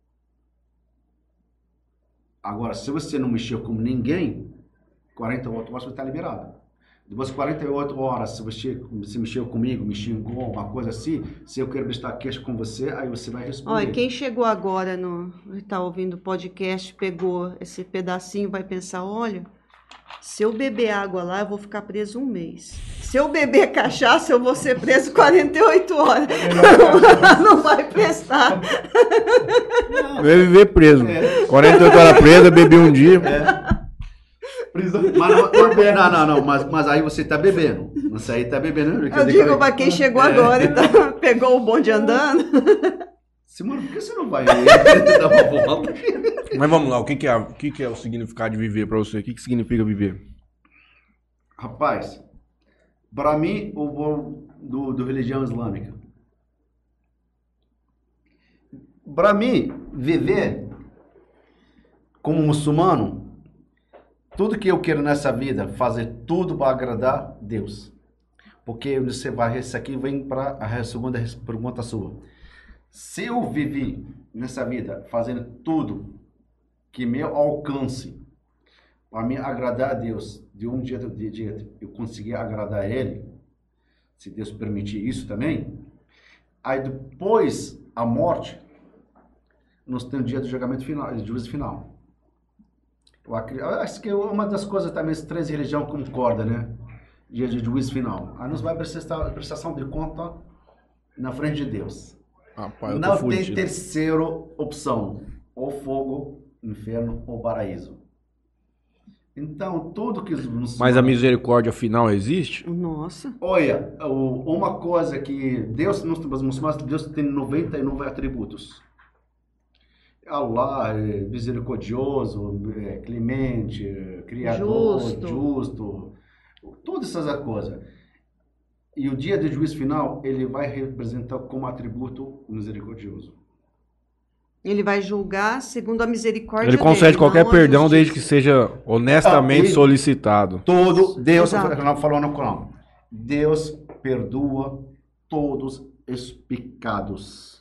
Agora, se você não mexeu com ninguém, 48 horas você está liberado. Depois de 48 horas, se você mexeu comigo, me xingou, uma coisa assim, se eu quero prestar queixa com você, aí você vai responder. Olha, quem chegou agora, está ouvindo o podcast, pegou esse pedacinho, vai pensar, olha, se eu beber água lá, eu vou ficar preso um mês. Se eu beber cachaça, eu vou ser preso 48 horas. Não vai prestar. Vai viver preso. 48 horas preso, bebi um dia. Mas aí você tá bebendo. Você aí tá bebendo. Eu digo para quem chegou agora e pegou o bonde andando. Simone, por que você não vai dar uma volta? Mas vamos lá, o que é o significado de viver para você? O que significa viver? Rapaz, para mim, o bom do religião islâmica. Para mim, viver como muçulmano, tudo que eu quero nessa vida, fazer tudo para agradar Deus. Porque você vai, isso aqui vem para a segunda pergunta sua. Se eu vivi nessa vida fazendo tudo que meu alcance para me agradar a Deus, de um dia eu conseguir agradar a Ele, se Deus permitir isso também, aí depois a morte, nós temos o dia do julgamento final, do juízo final. Eu acho que uma das coisas também, as três religiões concordam, né? Dia de juízo final. Aí nós vamos prestação de conta na frente de Deus. Rapaz, não tem terceira opção. Ou fogo, inferno ou paraíso. Então, tudo que os muçulmanos... Mas a misericórdia final existe? Nossa. Olha, uma coisa que Deus, nós muçulmanos, Deus tem 99 atributos. Allah é misericordioso, clemente, criador, justo, todas essas coisas. E o dia do juízo final, ele vai representar como atributo misericordioso. Ele vai julgar segundo a misericórdia dele. Ele concede qualquer perdão desde que seja honestamente solicitado. Todo, Deus falou no Corão, Deus perdoa todos os pecados.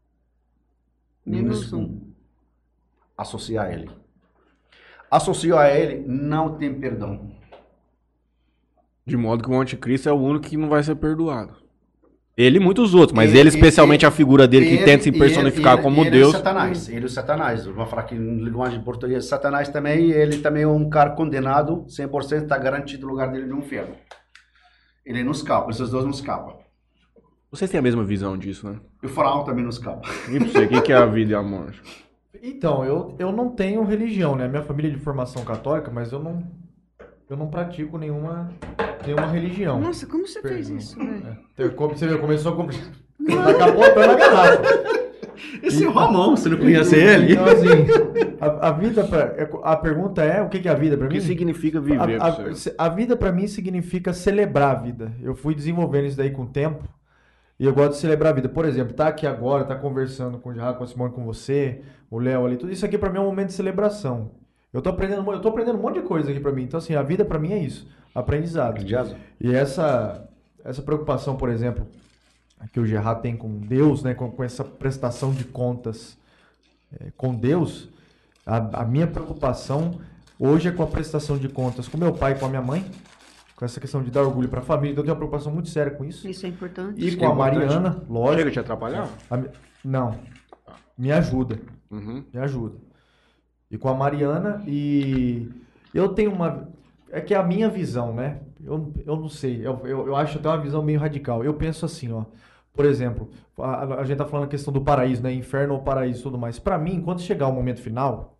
Menos um. Associar a Ele. Associar a Ele não tem perdão. De modo que o anticristo é o único que não vai ser perdoado. Ele e muitos outros, mas ele especialmente a figura dele que tenta se personificar como Deus. Ele é Satanás. Eu vou falar aqui em linguagem portuguesa. Satanás também, ele também é um cara condenado, 100% está garantido o lugar dele no inferno. Ele não escapa, esses dois não escapam. Vocês têm a mesma visão disso, né? E o faraó também não escapa. E pra você, o que é a vida e a morte? Então, eu não tenho religião, né? Minha família é de formação católica, mas eu não pratico nenhuma religião. Nossa, como você fez isso, velho? Você viu, começou a capotando a garrafa. Esse é o Ramon, você não conhece ele? Então, assim, a vida, a pergunta é, o que é a vida pra O mim? que significa viver pra você? A vida pra mim significa celebrar a vida. Eu fui desenvolvendo isso daí com o tempo. E eu gosto de celebrar a vida. Por exemplo, tá aqui agora, tá conversando com o Gerardo, com a Simone, com você, o Léo ali, tudo isso aqui pra mim é um momento de celebração. Eu tô aprendendo um monte de coisa aqui pra mim. Então, assim, a vida pra mim é isso, aprendizado. E essa preocupação, por exemplo, que o Gerard tem com Deus, né, com essa prestação de contas com Deus, a minha preocupação hoje é com a prestação de contas com meu pai e com a minha mãe, com essa questão de dar orgulho para a família. Então eu tenho uma preocupação muito séria com isso. Isso é importante. E com a Mariana, lógico. Chega te atrapalhar? Não. Me ajuda. Me ajuda. E com a Mariana, e eu tenho uma... É que é a minha visão, né? Eu não sei. Eu acho até uma visão meio radical. Eu penso assim, ó. Por exemplo, a gente tá falando a questão do paraíso, né? Inferno ou paraíso e tudo mais. Para mim, quando chegar o momento final,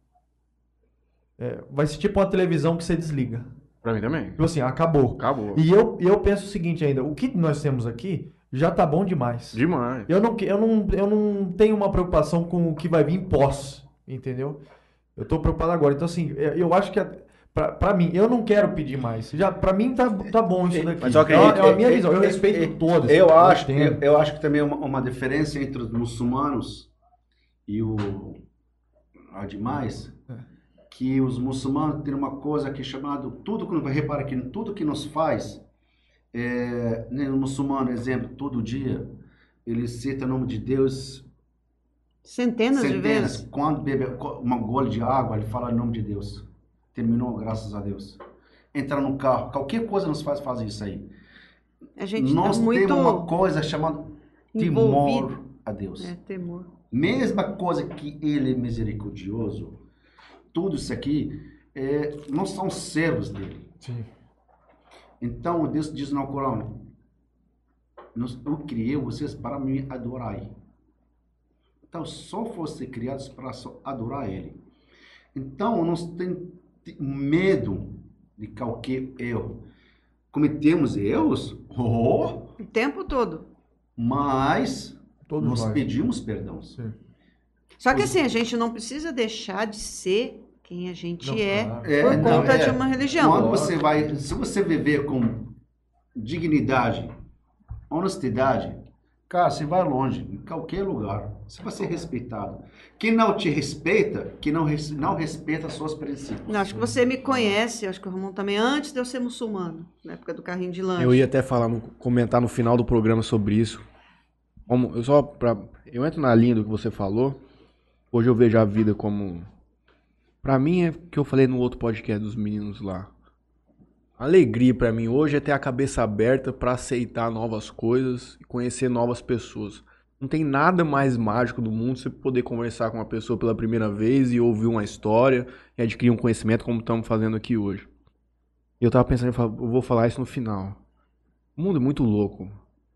vai ser tipo uma televisão que você desliga. Pra mim também. Tipo assim, acabou. Acabou. E eu penso o seguinte ainda, o que nós temos aqui já tá bom demais. Demais. Eu não tenho uma preocupação com o que vai vir pós, entendeu? Eu tô preocupado agora. Então assim, eu acho que pra mim, eu não quero pedir mais. Já, pra mim tá bom isso daqui. Mas, okay, é a minha visão, eu respeito todos. Eu acho que também uma diferença entre os muçulmanos e a demais, que os muçulmanos têm uma coisa que é chamada, repara que tudo que nos faz, o muçulmano, exemplo, todo dia, ele cita o nome de Deus centenas de vezes. Quando bebe uma gole de água, ele fala o nome de Deus. Terminou, graças a Deus. Entra no carro, qualquer coisa nos faz fazer isso aí. Nós temos uma coisa chamada temor a Deus. Temor. Mesma coisa que ele é misericordioso, tudo isso aqui, nós somos servos dele. Sim. Então, Deus diz no Corão, eu criei vocês para me adorar. Então, só fossem criados para adorar ele. Então, nós temos medo de qualquer erro. Cometemos erros? O tempo todo. Mas Todos nós nós pedimos perdão. Sim. Só que assim, a gente não precisa deixar de ser quem a gente claro. por conta de uma religião. Quando se você viver com dignidade, honestidade, cara, você vai longe, em qualquer lugar. Você vai ser respeitado. Quem não te respeita, que não respeita suas princípios. Não, acho que você me conhece, acho que o Ramon também, antes de eu ser muçulmano, na época do carrinho de lanche. Eu ia até comentar no final do programa sobre isso. Eu entro na linha do que você falou. Hoje eu vejo a vida como... Pra mim é o que eu falei no outro podcast dos meninos lá. A alegria pra mim hoje é ter a cabeça aberta pra aceitar novas coisas e conhecer novas pessoas. Não tem nada mais mágico do mundo você poder conversar com uma pessoa pela primeira vez e ouvir uma história e adquirir um conhecimento como estamos fazendo aqui hoje. E eu tava pensando, eu vou falar isso no final. O mundo é muito louco.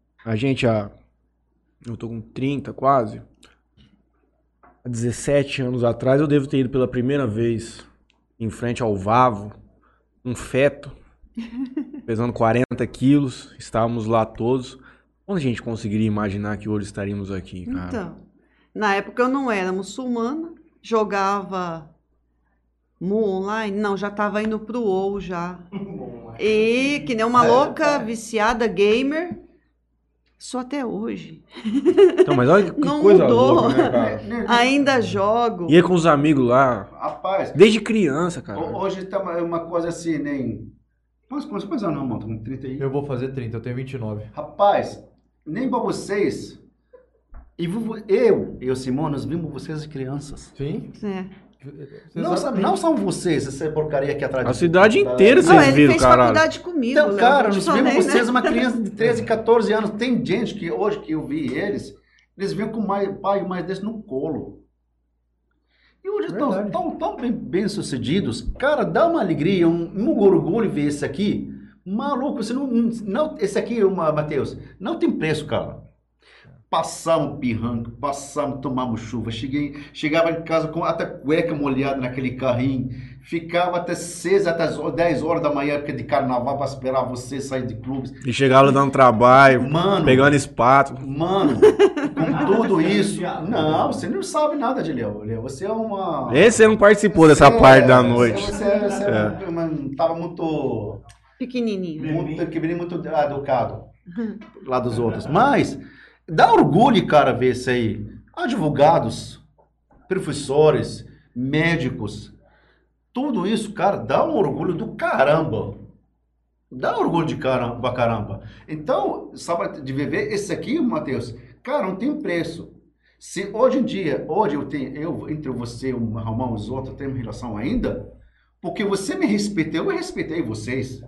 Eu tô com 30 quase. Há 17 anos atrás eu devo ter ido pela primeira vez em frente ao Vavo, um feto, pesando 40 quilos, estávamos lá todos. Onde a gente conseguiria imaginar que hoje estaríamos aqui, cara? Então, na época eu não era muçulmana, jogava Mu online, não, já estava indo pro WoW já. E que nem uma louca, viciada gamer, só até hoje. Então, mas olha que Não coisa mudou. louca, né, cara? Ainda jogo. Ia com os amigos lá, Rapaz, desde criança, cara. hoje tá uma coisa assim, nem... Quantos anos não, mano? Com 30 aí? Eu vou fazer 30, eu tenho 29. Rapaz, nem pra vocês... E eu e o Simão, nós vimos vocês crianças. Sim? Não são vocês, essa porcaria aqui atrás. A cidade inteira Não, vocês ele viram, fez caralho. faculdade comigo. Então, Léo, cara, eu te nós falei, vimos né? vocês, uma criança de 13, 14 anos. Tem gente que hoje que eu vi eles vinham com o pai e mais desse no colo. E hoje estão tão bem sucedidos. Cara, dá uma alegria, um orgulho ver esse aqui. Maluco, você não esse aqui, Matheus, não tem preço, cara. Passamos pirrando, tomamos chuva. Chegava em casa com até cueca molhada naquele carrinho. Ficava até 6, até 10 horas da manhã, época de carnaval, para esperar você sair de clubes. E chegava dando trabalho, Mano, pegando espátula. Mano, com tudo isso. Não, você não sabe nada de Léo. Você é uma. Esse você não participou dessa parte da noite. Você tava muito. Pequenininho. Muito educado lá dos outros. Mas. Dá orgulho, cara, ver isso aí. Advogados, professores, médicos, tudo isso, cara, dá um orgulho do caramba. Dá orgulho de caramba. Então, sabe, de viver esse aqui, Matheus, cara, não tem preço. Se hoje em dia, eu entre você, o Ramon e os outros, temos relação ainda, porque você me respeitou, eu respeitei vocês.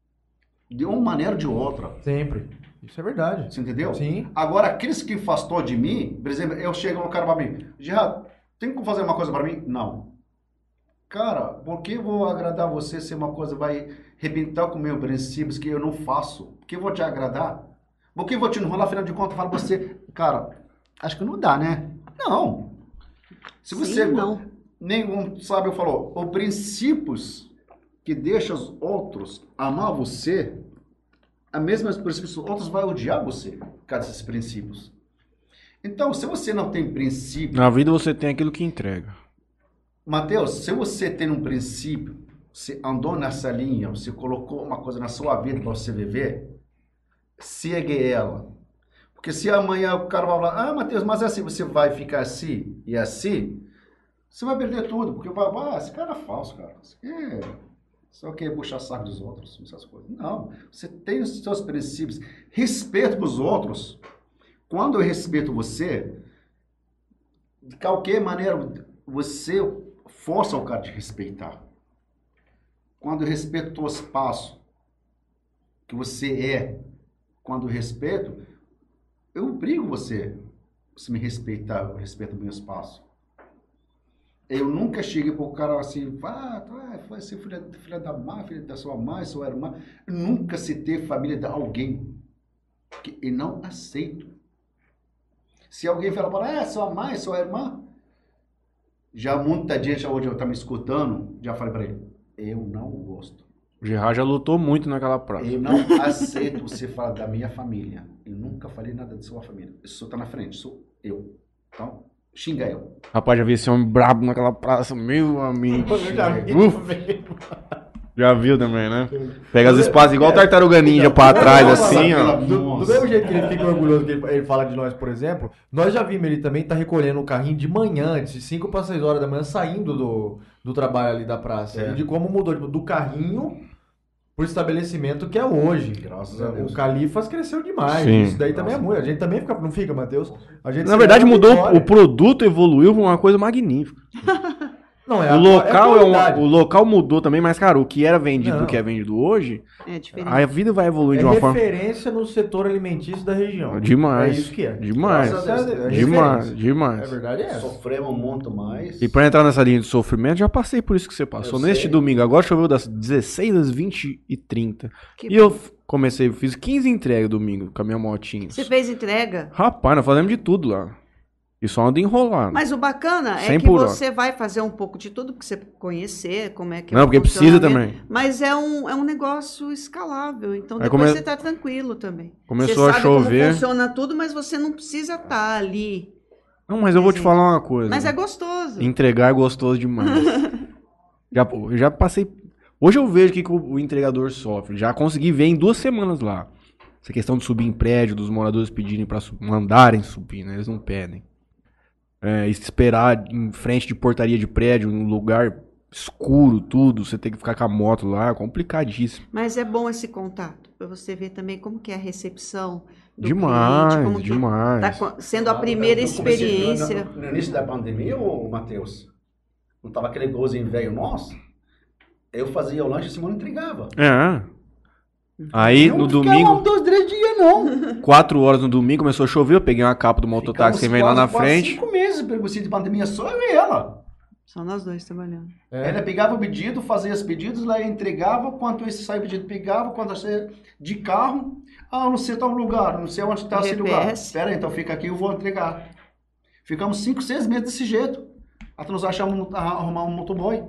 De uma maneira ou de outra. Sempre. Isso é verdade. Você entendeu? Sim. Agora, aqueles que afastou de mim, por exemplo, eu chego no cara para mim, Gerardo, tem como fazer uma coisa para mim? Não. Cara, por que eu vou agradar você se uma coisa vai arrebentar com meus princípios que eu não faço? Por que eu vou te agradar? Por que eu vou te enrolar, afinal de contas, eu falo pra você, cara, acho que não dá, né? Não. Se você nenhum sabe, eu falo, os princípios que deixam os outros amar você, a mesma princípios, os outros vão odiar você, por causa desses princípios. Então, se você não tem princípio... Na vida você tem aquilo que entrega. Mateus, se você tem um princípio, você andou nessa linha, você colocou uma coisa na sua vida para você viver, segue ela. Porque se amanhã o cara vai falar, Mateus, mas assim, você vai ficar assim e assim, você vai perder tudo. Porque vai, esse cara é falso, cara. Só quer puxar saco dos outros, essas coisas. Não, você tem os seus princípios. Respeito para os outros. Quando eu respeito você, de qualquer maneira, você força o cara de respeitar. Quando eu respeito o teu espaço, que você é, quando eu respeito, eu obrigo você me respeitar, eu respeito o meu espaço. Eu nunca cheguei para o cara assim, vai ser filha da mãe, filha da sua mãe, sua irmã. Eu nunca citei família de alguém que eu não aceito. Se alguém fala para sua mãe, sua irmã, já muita gente hoje está me escutando, já falei para ele, eu não gosto. O Gerard já lutou muito naquela praça. Eu não aceito você falar da minha família. Eu nunca falei nada da sua família. Isso está na frente, sou eu. Então, xinga eu. Rapaz, já vi esse homem brabo naquela praça, meu amigo. Já viu também, né? Pega as espadas igual Tartaruga Ninja pra trás, assim, ó. Do mesmo jeito que ele fica orgulhoso que ele fala de nós, por exemplo, nós já vimos ele também tá recolhendo o carrinho de manhã, de 5 para 6 horas da manhã, saindo do trabalho ali da praça. E de como mudou do carrinho pro estabelecimento que é hoje. Graças a Deus. O Califas cresceu demais. Sim. Isso daí também é muito. A gente também fica, não fica, Matheus? A gente Na verdade, mudou, o produto evoluiu pra uma coisa magnífica. Não, O local mudou também, mas, cara, o que era vendido do que é vendido hoje, é diferente. a vida vai evoluir de uma forma... referência no setor alimentício da região. Demais. É isso que é. Demais. Demais. Demais. É verdade, é. Sofremos muito mais. E pra entrar nessa linha de sofrimento, já passei por isso que você passou. Neste domingo, agora choveu das 16 às 20h30. Eu fiz 15 entregas domingo com a minha motinha. Você fez entrega? Rapaz, nós fazemos de tudo lá. E só anda enrolado. Mas o bacana é 100 que por hora. você vai fazer um pouco de tudo, porque você conhecer como é que Não, é o porque precisa também. Mas é um negócio escalável, então Aí depois você tá tranquilo também. Começou você a sabe chover. como funciona tudo, mas você não precisa estar ali. Não, mas eu vou te falar uma coisa. Mas é gostoso. Entregar é gostoso demais. já passei... Hoje eu vejo o que o entregador sofre. Já consegui ver em 2 semanas lá. Essa questão de subir em prédio, dos moradores pedirem para mandarem subir, né? Eles não pedem. Esperar em frente de portaria de prédio, num lugar escuro, tudo, você tem que ficar com a moto lá, complicadíssimo. Mas é bom esse contato, para você ver também como que é a recepção do demais, cliente, como demais. Tá sendo a primeira experiência. No início da pandemia, Matheus, não tava aquele golzinho velho nosso, eu fazia o lanche e Simone entregava. Aí, no domingo, 2, 3 dias, não. 4 horas no domingo, começou a chover, eu peguei uma capa do mototáxi que vem lá na frente. 5 meses, perguntinha de pandemia, só eu e ela. Só nós dois trabalhando. Ela pegava o pedido, fazia os pedidos, lá entregava, quanto esse sai o pedido, pegava, quando você de carro, não sei tal lugar, não sei onde está esse lugar. Espera aí, então fica aqui, eu vou entregar. Ficamos 5, 6 meses desse jeito, até nós achamos arrumar um motoboy.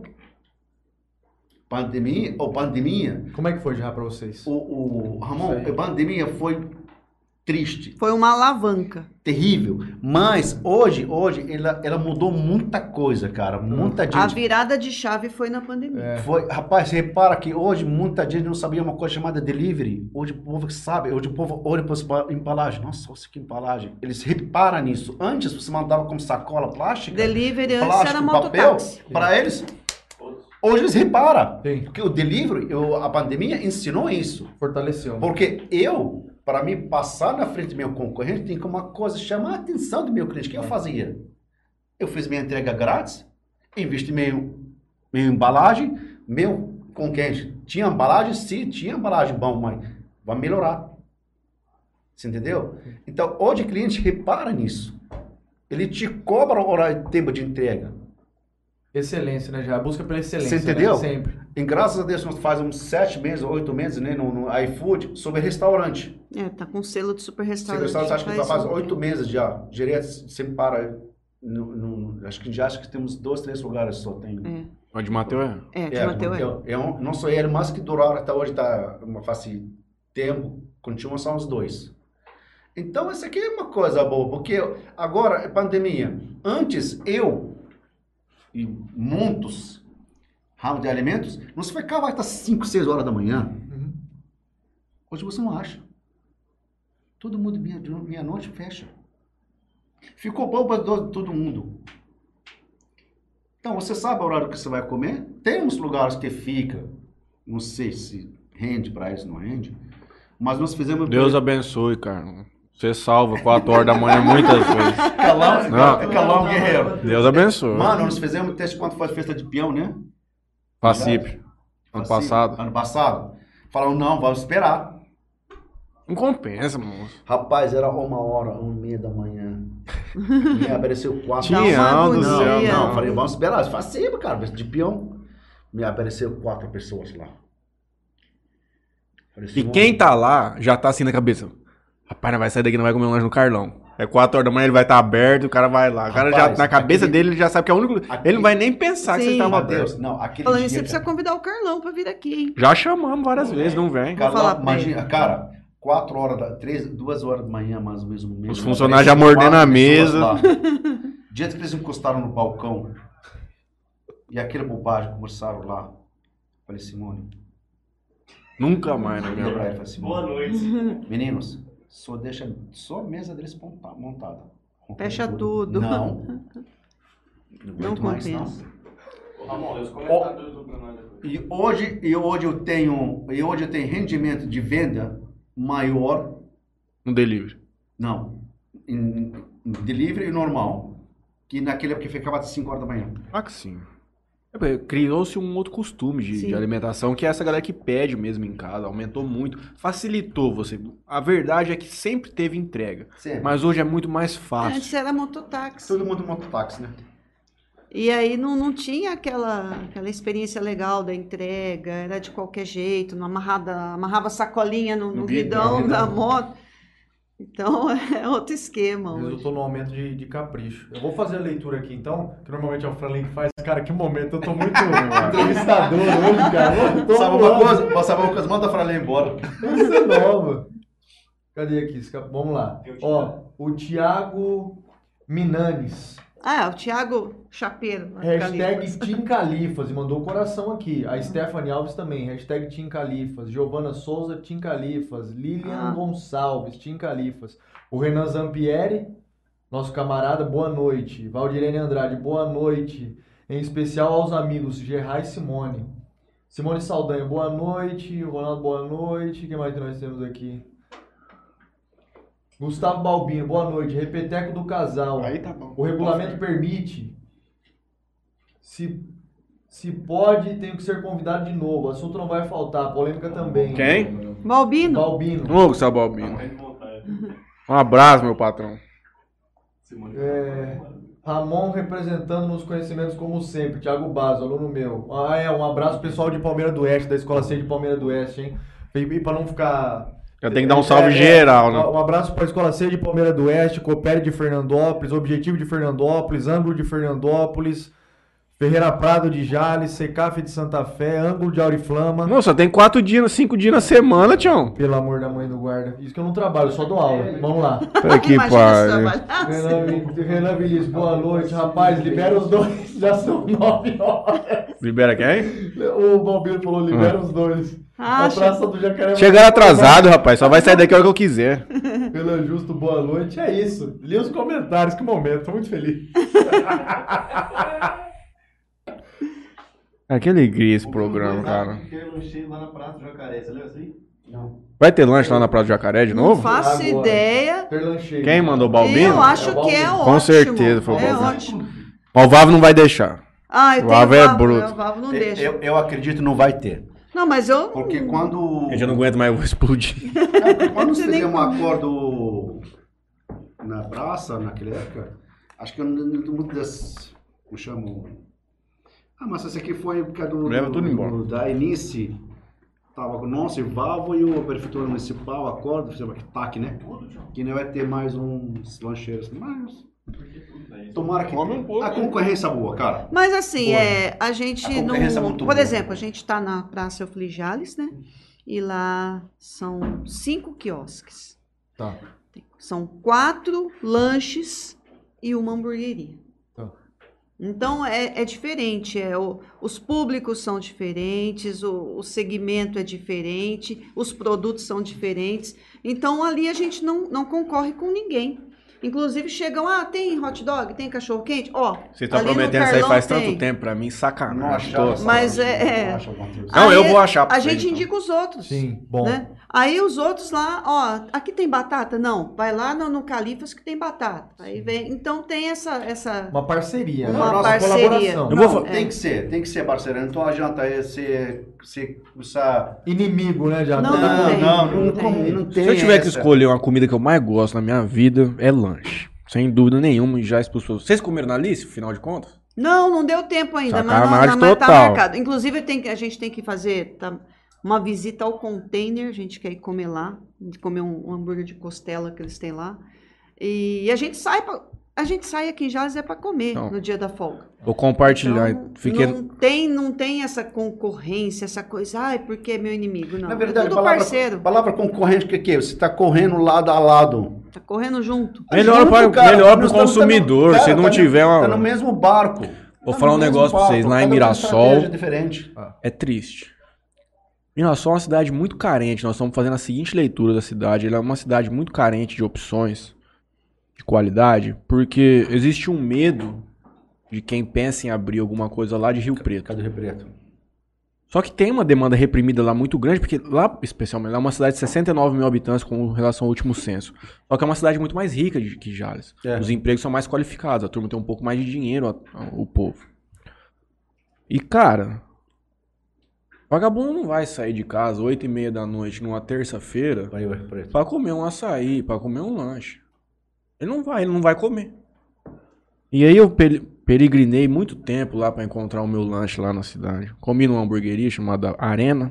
Pandemia. Como é que foi já para vocês? Ramon, a pandemia foi triste. Foi uma alavanca. Terrível. Mas hoje ela mudou muita coisa, cara. Muita gente. A virada de chave foi na pandemia. Rapaz, repara que hoje muita gente não sabia uma coisa chamada delivery. Hoje o povo sabe, hoje o povo olha para embalagem. Nossa, olha que embalagem. Eles reparam nisso. Antes você mandava como sacola plástica. Delivery antes era mototáxi. Para eles. Hoje eles reparam. Sim. Porque o delivery, a pandemia ensinou isso. Fortaleceu. Porque para mim passar na frente do meu concorrente, tem que uma coisa chamar a atenção do meu cliente. O que eu fazia? Eu fiz minha entrega grátis, investi minha embalagem, meu concorrente tinha embalagem, sim, tinha embalagem bom, mas vai melhorar. Você entendeu? Então, hoje o cliente repara nisso. Ele te cobra o horário de tempo de entrega. Excelência, né? Já a busca pela excelência. Você entendeu? Né? Sempre. E graças a Deus, nós faz uns 7 meses, 8 meses, né, no iFood, sobre restaurante. Tá com selo de super restaurante. Acho que faz 8 meses já. Direto, sempre para. Acho que temos 2, 3 lugares só. Tem. O de Mateus de Mateus não sou ele, mas que duraram até hoje, tá faz tempo, continua só os 2. Então, isso aqui é uma coisa boa, porque agora é pandemia. Antes, e muitos ramos de alimentos, não se ficava até 5, 6 horas da manhã. Hoje você não acha. Todo mundo meia-noite fecha. Ficou bom para todo mundo. Então, você sabe o horário que você vai comer? Tem uns lugares que fica, não sei se rende para isso, não rende, mas nós fizemos... Deus abençoe, cara. Você salva 4 horas da manhã muitas vezes. Calão, guerreiro. Deus abençoe. Mano, nós fizemos teste quando foi a festa de peão, né? Pacipe. Ano passado. Ano passado. Falaram, não, vamos esperar. Não compensa, moço. Rapaz, era 1h, 1h30 da manhã. Me apareceu 4. Tião do céu. Não, falei, vamos esperar. Faz sempre, cara, festa de peão. Me apareceu 4 pessoas lá. Falei, e quem tá lá já tá assim na cabeça. Rapaz, não vai sair daqui, não vai comer um lanche no Carlão. É 4 horas da manhã, ele vai estar aberto, o cara vai lá. O cara já, na cabeça dele, ele já sabe que é o único... Ele não vai nem pensar que você estava aberto. Não, aquele falando isso, você precisa convidar o Carlão pra vir aqui, hein? Já chamamos várias vezes, não vem. Carlão, imagina, cara, 4 horas, 2 horas da manhã, mais ou menos. Os funcionários já mordendo a mesa. Dia que eles encostaram no balcão, e aquela bobagem conversaram lá. Falei, Simone... Nunca mais, né, minha velho? Boa noite. Meninos... Deixa só a mesa deles montada. Fecha tudo. Não. Não compensa. E hoje eu tenho rendimento de venda maior no delivery. Não. Em delivery normal. Que naquele que ficava às 5 horas da manhã. Ah, que sim. Criou-se um outro costume de alimentação, que é essa galera que pede mesmo em casa, aumentou muito, facilitou você. A verdade é que sempre teve entrega, mas hoje é muito mais fácil. Antes era mototáxi. Todo mundo mototáxi, né? E aí não tinha aquela experiência legal da entrega, era de qualquer jeito, não amarrava sacolinha no guidão da moto. Então, é outro esquema. Resultou no aumento de capricho. Eu vou fazer a leitura aqui, então, que normalmente é o Franlin que faz. Cara, que momento, eu tô muito entrevistador hoje, cara. Sabe uma coisa? Passava uma coisa, manda a Franlin embora. Essa é nova. Cadê aqui? Vamos lá. Ó, o Thiago Minanes. Ah, o Thiago Chapeiro. Hashtag Tim Califas, e mandou o coração aqui. A Stephanie Alves também, hashtag Tim Califas. Giovana Souza, Tim Califas. Lilian Gonçalves, Tim Califas. O Renan Zampieri, nosso camarada, boa noite. Valdirene Andrade, boa noite. Em especial aos amigos Gerard e Simone. Simone Saldanha, boa noite. Ronaldo, boa noite. Quem mais que nós temos aqui? Gustavo Balbino, boa noite. Repeteco do casal. Aí tá bom. O regulamento permite. Se pode, tenho que ser convidado de novo. O assunto não vai faltar, polêmica também. Quem? Balbino. Balbino. Ô, Gustavo Balbino. Um abraço, meu patrão. Ramon representando nos conhecimentos como sempre. Thiago Basso, aluno meu. Um abraço pessoal de Palmeira do Oeste, da Escola C de Palmeira do Oeste, hein? E pra não ficar... Já tem que dar um salve geral, né? Um abraço para a Escola C de Palmeira do Oeste, Coopere de Fernandópolis, Objetivo de Fernandópolis, Ângulo de Fernandópolis, Ferreira Prado de Jales, Secaf de Santa Fé, Ângulo de Auriflama. Nossa, tem 5 dias na semana, Tião. Pelo amor da mãe do guarda. Isso que eu não trabalho, eu só dou aula. Vamos lá. Que Imagina pai. Renan Vinícius, boa noite. Rapaz, libera os dois. Já são 9 horas. Libera quem? O Balbino falou, libera os dois. Ah, A Praça do Jacaré. Chegaram atrasado, rapaz. Só vai sair daqui a hora que eu quiser. Renan Justo, boa noite. É isso. Li os comentários, que momento. Tô muito feliz. Que alegria esse programa, cara. Aquele lancheiro lá na Praça do Jacaré, você lembra assim? Não. Vai ter lanche lá na Praça do Jacaré de Não novo? faço Agora. ideia. Perlancheiro. Quem mandou o Balbino? Eu acho É o que é Balbino. ótimo. Com certeza foi o É Balbino. ótimo. Mas o Vavo não vai deixar. Ah, eu O tenho Vavo é Vavo, bruto. O Vavo não deixa. Eu acredito que não vai ter. Não, mas eu... Porque quando... Eu já não aguento mais, eu vou explodir. Quando Você você nem tem um come. acordo na praça, naquela época, acho que muito das... Como chamo? Mas esse aqui foi por causa Leva tudo embora. da Inice. Tava com o nosso Vavo e o Prefeitura Municipal, acordo, fizemos aqui TAC, né? Que não vai ter mais uns lancheiros. Mas... Tomara que Come um pouco, a né? concorrência é boa, cara. Mas assim, Boa. a gente A concorrência é não... muito Por boa. exemplo, a gente está na Praça Eufli Jales, né? E lá são 5 quiosques. Tá. São 4 lanches e uma hamburgueria. Tá. Então é diferente, os públicos são diferentes, o segmento é diferente, os produtos são diferentes. Então ali a gente não concorre com ninguém. Inclusive chegam, tem hot dog, tem cachorro quente? Você tá ali no prometendo isso aí Carlão faz tem. tanto tempo pra mim, sacanagem. Não achava. Mas não é- acha alguma coisa. Não, Aí eu vou achar pra A vocês, gente então. indica os outros. Sim, bom. Né? Aí os outros lá, aqui tem batata? Não, vai lá no Califas que tem batata. Aí vem, então tem essa Uma parceria, Uma né? parceria. Colaboração. Eu Não, vou tem que ser parceiro. Não adianta você começar. Inimigo, né? Já Não, Não tem. Se eu tiver que essa. escolher uma comida que eu mais gosto na minha vida, é lanche. Sem dúvida nenhuma, e já expulsou. Vocês comeram na Alice, afinal de contas? Não deu tempo ainda, Sacanagem mas tá total. marcado. Inclusive, a gente tem que fazer uma visita ao container, a gente quer ir comer lá, comer um hambúrguer de costela que eles têm lá. E a gente sai aqui em Jales para comer Não. no dia da folga. Vou compartilhar. Então, Fiquei... não tem essa concorrência, essa coisa, porque é meu inimigo, não. Na verdade, é tudo parceiro, palavra concorrente, o que é? Você está correndo lado a lado. tá correndo junto. Melhor Junto, para cara, melhor pro nós estamos consumidor, cara, se não tá tiver uma... Tá no mesmo barco. Vou Tá falar no um mesmo negócio pra vocês, lá em cada um tem Mirassol- estratégia diferente. É triste. Mirassol é uma cidade muito carente. Nós estamos fazendo a seguinte leitura da cidade. Ela é uma cidade muito carente de opções, de qualidade, porque existe um medo de quem pensa em abrir alguma coisa lá de Rio Preto. Cadê o Rio Preto? Só que tem uma demanda reprimida lá muito grande, porque lá, especialmente, lá é uma cidade de 69 mil habitantes com relação ao último censo. Só que é uma cidade muito mais rica que Jales. É. Os empregos são mais qualificados, a turma tem um pouco mais de dinheiro, o povo. E, cara, vagabundo não vai sair de casa 8h30 da noite numa terça-feira Vai o Rio Preto. pra comer um açaí, pra comer um lanche. Ele não vai comer. E aí eu peregrinei muito tempo lá pra encontrar o meu lanche lá na cidade. Comi numa hamburgueria chamada Arena.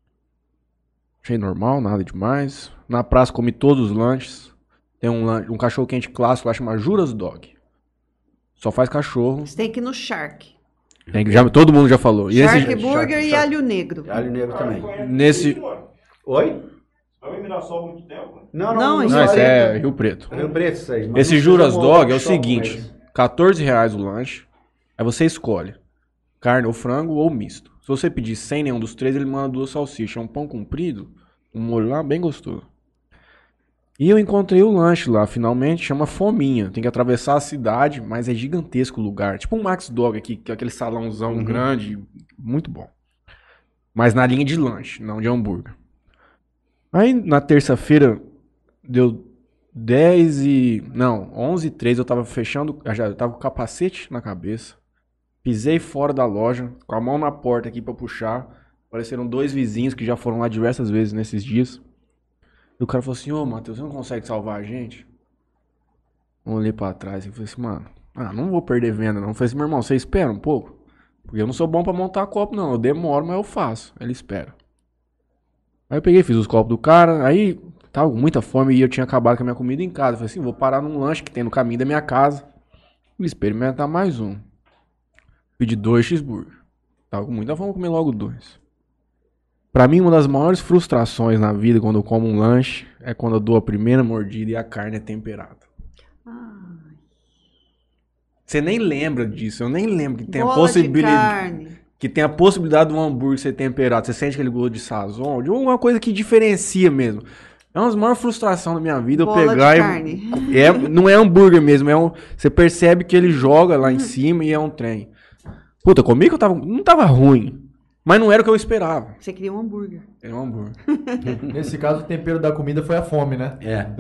Achei normal, nada demais. Na praça comi todos os lanches. Tem um cachorro quente clássico lá chamado Juras Dog. Só faz cachorro. Você tem que ir no Shark. Todo mundo já falou. E Shark Burger e alho negro. Alho negro também. nesse... Oi? Vai em Mirassol há muito tempo? Não, isso Não, esse é aí. Rio Preto. Rio Preto, isso aí. Mas Esse não Juras seja um Dog é o workshop, seguinte: mas- R$14 o lanche. Aí você escolhe carne ou frango ou misto. Se você pedir sem nenhum dos três, ele manda 2 salsichas. É um pão comprido, um molho lá bem gostoso. E eu encontrei o lanche lá, finalmente, chama Fominha. Tem que atravessar a cidade, mas é gigantesco o lugar. Tipo um Max Dog aqui, que é aquele salãozão grande, muito bom. Mas na linha de lanche, não de hambúrguer. Aí na terça-feira deu 11h03, eu tava fechando, eu tava com o capacete na cabeça. Pisei fora da loja, com a mão na porta aqui pra puxar. Apareceram 2 vizinhos que já foram lá diversas vezes nesses dias. E o cara falou assim, ô Matheus, você não consegue salvar a gente? Eu olhei pra trás e falei assim, mano, não vou perder venda não. Eu falei assim, meu irmão, você espera um pouco? Porque eu não sou bom pra montar copo não, eu demoro, mas eu faço. Ele espera. Aí eu peguei, fiz os copos do cara, aí tava com muita fome e eu tinha acabado com a minha comida em casa. Eu falei assim, vou parar num lanche que tem no caminho da minha casa e experimentar mais um. Pedi 2 cheeseburger. Tava com muita fome, vou comer logo 2. Pra mim, uma das maiores frustrações na vida quando eu como um lanche é quando eu dou a primeira mordida e a carne é temperada. Você nem lembra disso, eu nem lembro que tem a possibilidade de um hambúrguer ser temperado. Você sente aquele gosto de sazon, de alguma coisa que diferencia mesmo. É uma das maiores frustrações da minha vida eu pegar não é hambúrguer mesmo, você percebe que ele joga lá em cima e é um trem. Puta, comi que não tava ruim, mas não era o que eu esperava. Você queria um hambúrguer. Era um hambúrguer. Nesse caso, o tempero da comida foi a fome, né?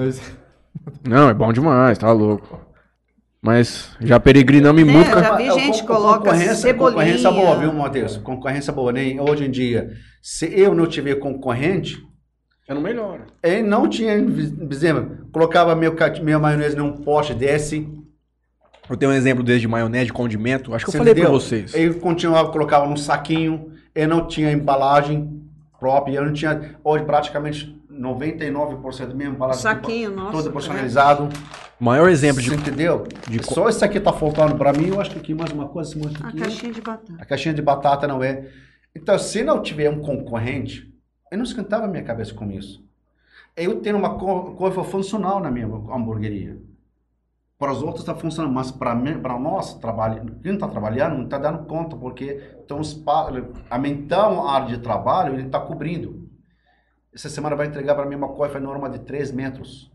Não, é bom demais, tá louco. Mas já peregrinamos muito. Já vi gente que coloca cebolinha. Concorrência boa, viu, Matheus? Concorrência boa. Nem hoje em dia, se eu não tiver concorrente, eu não melhoro. Eu não tinha, por exemplo, colocava minha maionese num pote desse. Eu tenho um exemplo desse de maionese, de condimento. Acho que eu falei pra vocês. Eu continuava, colocava num saquinho. Eu não tinha embalagem própria. Eu não tinha... Hoje, praticamente, 99% da minha embalagem... Saquinho, nossa. Todo personalizado. O maior exemplo Você entendeu? Só isso aqui tá faltando pra mim. Eu acho que aqui mais uma coisa. A caixinha de batata. A caixinha de batata não é. Então, se não tiver um concorrente, eu não esquentava a minha cabeça com isso. Eu tenho uma coisa funcional na minha hamburgueria. Para os outros está funcionando, mas para nós, quem está trabalhando, não está dando conta, porque aumentando a área de trabalho, ele está cobrindo. Essa semana vai entregar para mim uma coifa norma de 3 metros.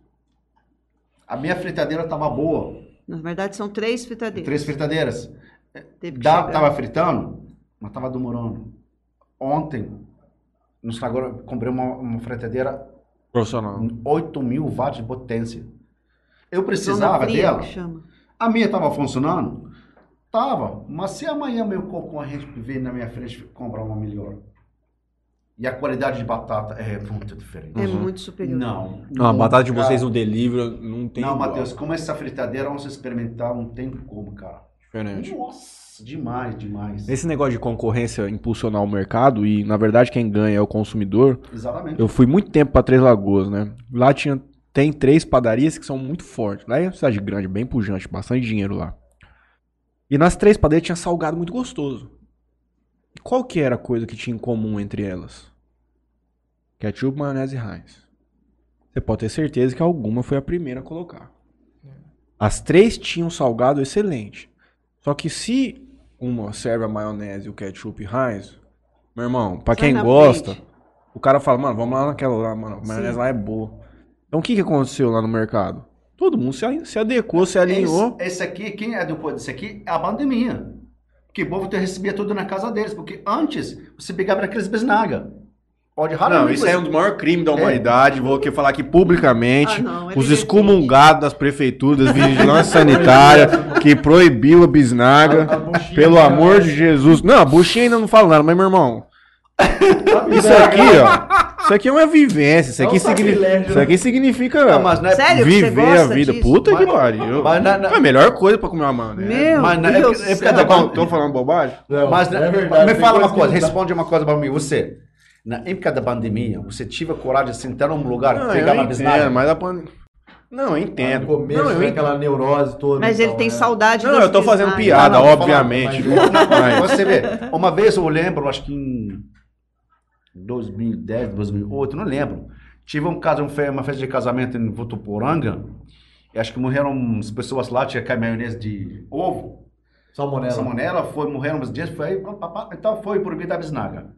A minha fritadeira estava boa. Na verdade, são 3 fritadeiras. 3 fritadeiras. Estava fritando, mas estava demorando. Ontem, agora comprei uma fritadeira profissional. 8.000 watts de potência. Eu precisava dela. A minha estava funcionando? Tava. Mas se amanhã meu concorrente vir na minha frente comprar uma melhor. E a qualidade de batata é muito diferente. É muito superior. Não, a batata de vocês no delivery não tem. Não, Matheus, como essa fritadeira, vamos experimentar, não tem como, cara. Diferente. Nossa, demais. Esse negócio de concorrência impulsionar o mercado e, na verdade, quem ganha é o consumidor. Exatamente. Eu fui muito tempo para Três Lagoas, né? Lá tem 3 padarias que são muito fortes. Lá é uma cidade grande, bem pujante, bastante dinheiro lá. E nas 3 padarias tinha salgado muito gostoso. E qual que era a coisa que tinha em comum entre elas? Ketchup, maionese e Heinz. Você pode ter certeza que alguma foi a primeira a colocar. As 3 tinham salgado excelente. Só que se uma serve a maionese, o ketchup e Heinz, meu irmão, pra quem gosta, o cara fala, mano, vamos lá naquela lá, mano, a maionese lá é boa. Então o que aconteceu lá no mercado? Todo mundo se adequou, se alinhou. Esse aqui, quem é depois desse aqui, é a pandemia. Que o povo recebia tudo na casa deles. Porque antes, você pegava naqueles bisnaga. Não, isso é um dos maiores crimes da humanidade. Vou aqui falar aqui publicamente. Os excomungados das prefeituras, das vigilância sanitária, que proibiu a bisnaga. Pelo amor de Jesus. Não, a buchinha ainda não fala nada, mas meu irmão... Isso aqui, ó. Isso aqui é uma vivência. Isso aqui significa viver a vida. Disso? Puta que pariu. É a melhor coisa pra comer uma maionese. Meu Deus. Tô falando bobagem? Não, mas verdade, me fala uma coisa, responde uma coisa pra mim. Você, na época da pandemia, você tive a coragem de sentar num lugar, pegar uma bisnaga? Mas a pandemia... Não, eu entendo. No começo, aquela neurose toda. Mas ele tem saudade Não, eu tô fazendo piada, obviamente. Você vê, uma vez eu lembro, acho que em 2010, 2008, não lembro. Tive uma festa de casamento em Votuporanga. E acho que morreram umas pessoas lá, tinha maionese de ovo. Salmonela, morreram uns dias, então foi proibida a bisnaga.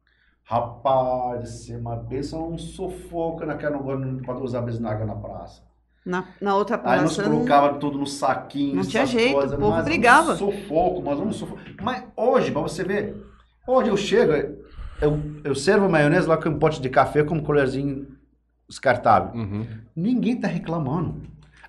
Rapaz, uma benção, um sufoco naquela para usar bisnaga na praça. Na outra praça. Aí nós colocava tudo no saquinho. Não tinha jeito, o povo brigava. Um sufoco. Mas hoje, pra você ver, hoje eu chego, eu servo maionese lá com um pote de café com um colherzinho descartável. Uhum. Ninguém tá reclamando.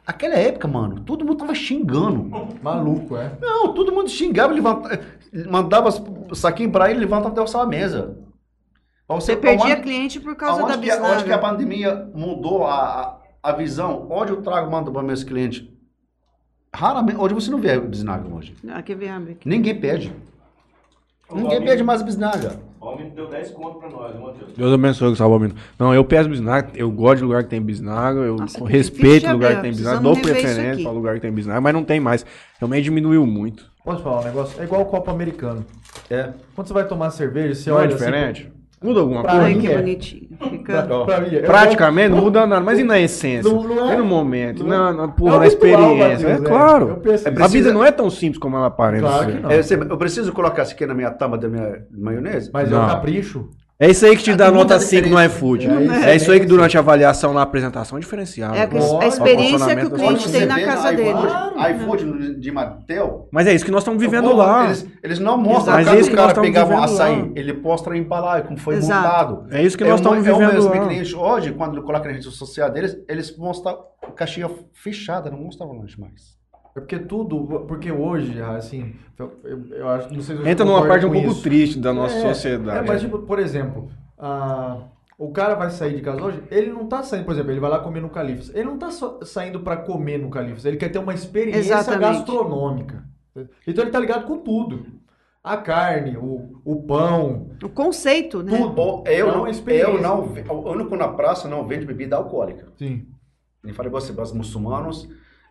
Aquela época, mano, todo mundo tava xingando. Maluco, é. Não, todo mundo xingava, mandava saquinho pra ele, levantava e derrubava a mesa. Você perdia cliente por causa da bisnaga. Onde que a pandemia mudou a visão? Onde eu trago, mando para meus clientes? Raramente, hoje você não vê bisnaga hoje. Quer ver, abre aqui. Ninguém pede. Ninguém pede mais bisnaga. O homem deu 10 conto pra nós, Matheus. Deus abençoe, Gustavo Albino. Não, eu peço bisnaga, eu gosto de lugar que tem bisnaga, eu Nossa, que respeito difícil o lugar de que tem abrir, bisnaga, precisamos dou rever isso preferência aqui. para lugar que tem bisnaga, mas não tem mais. Realmente diminuiu muito. Posso falar um negócio? É igual o copo americano. É. Quando você vai tomar cerveja, você Não é olha diferente? Muda alguma Pra coisa? Ai, mim que é. bonitinho. Fica... Assim, pra mim, eu Praticamente não muda nada, mas e na essência? Não é? E no momento? Não é? Na É porra, o na ritual, experiência. Matheus, É claro. Eu penso A vida não é tão simples como ela parece. Claro que não. Eu preciso colocar isso aqui na minha tampa da minha maionese? Mas é Não. um capricho. É isso aí que te dá Muita nota 5 no diferença. iFood. É É isso aí que isso. durante a avaliação na apresentação é diferencial. É a, Lógico. a experiência que o Funcionamento cliente Você tem na vê casa no dele. iFood de Matel. Mas é isso que nós estamos vivendo Pô, lá. Eles não mostram Mas a casa é isso do que nós cara estamos pegava um vivendo açaí. lá. Ele mostra a embalagem, como foi Exato. montado. É isso que nós estamos vivendo meus lá. clientes hoje, quando ele coloca na rede social deles, eles mostram a caixinha fechada, não mostram o lanche mais. É porque porque hoje, assim, eu acho, não sei se você Entra numa concorda parte um com pouco isso. triste da nossa sociedade. Mas, tipo, por exemplo, o cara vai sair de casa hoje, ele não tá saindo, por exemplo, ele vai lá comer no Califas. Ele não tá só saindo pra comer no Califas, ele quer ter uma experiência Exatamente. gastronômica. Então ele tá ligado com tudo. A carne, o pão, O conceito, né? tudo. Eu É uma experiência. o único na praça não vende bebida alcoólica. Sim. Ele fala para você, para os muçulmanos,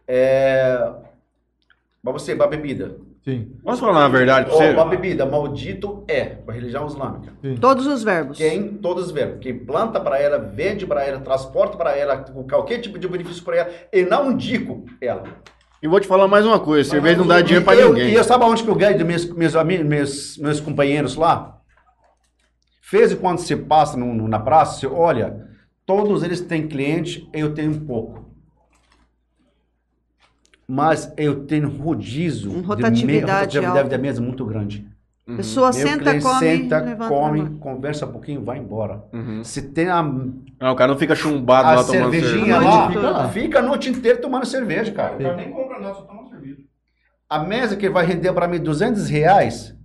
para você, para bebida. Sim. Posso falar a verdade pra você? Para bebida, maldito é, para a religião islâmica. Sim. Todos os verbos. Quem todos verbos. Quem planta para ela, vende para ela, transporta para ela, qualquer tipo de benefício para ela, e não indico ela. E vou te falar mais uma coisa: cerveja não dá dinheiro pra ninguém. E eu sabe aonde que eu ganho dos meus companheiros lá? Fez e quando você passa na praça, você olha, todos eles têm cliente, eu tenho um pouco. Mas eu tenho rodízio Rotatividade alta. da mesa muito grande. A pessoa Meu senta, cliente come, senta, levanta, come, vai embora. conversa um pouquinho, vai embora. Uhum. Se tem Não, o cara não fica chumbado a lá tomando cervejinha cerveja. lá, Fica lá. fica a noite inteira tomando cerveja, cara. O cara nem compra nada, só toma cerveja. A mesa que vai render para mim R$200,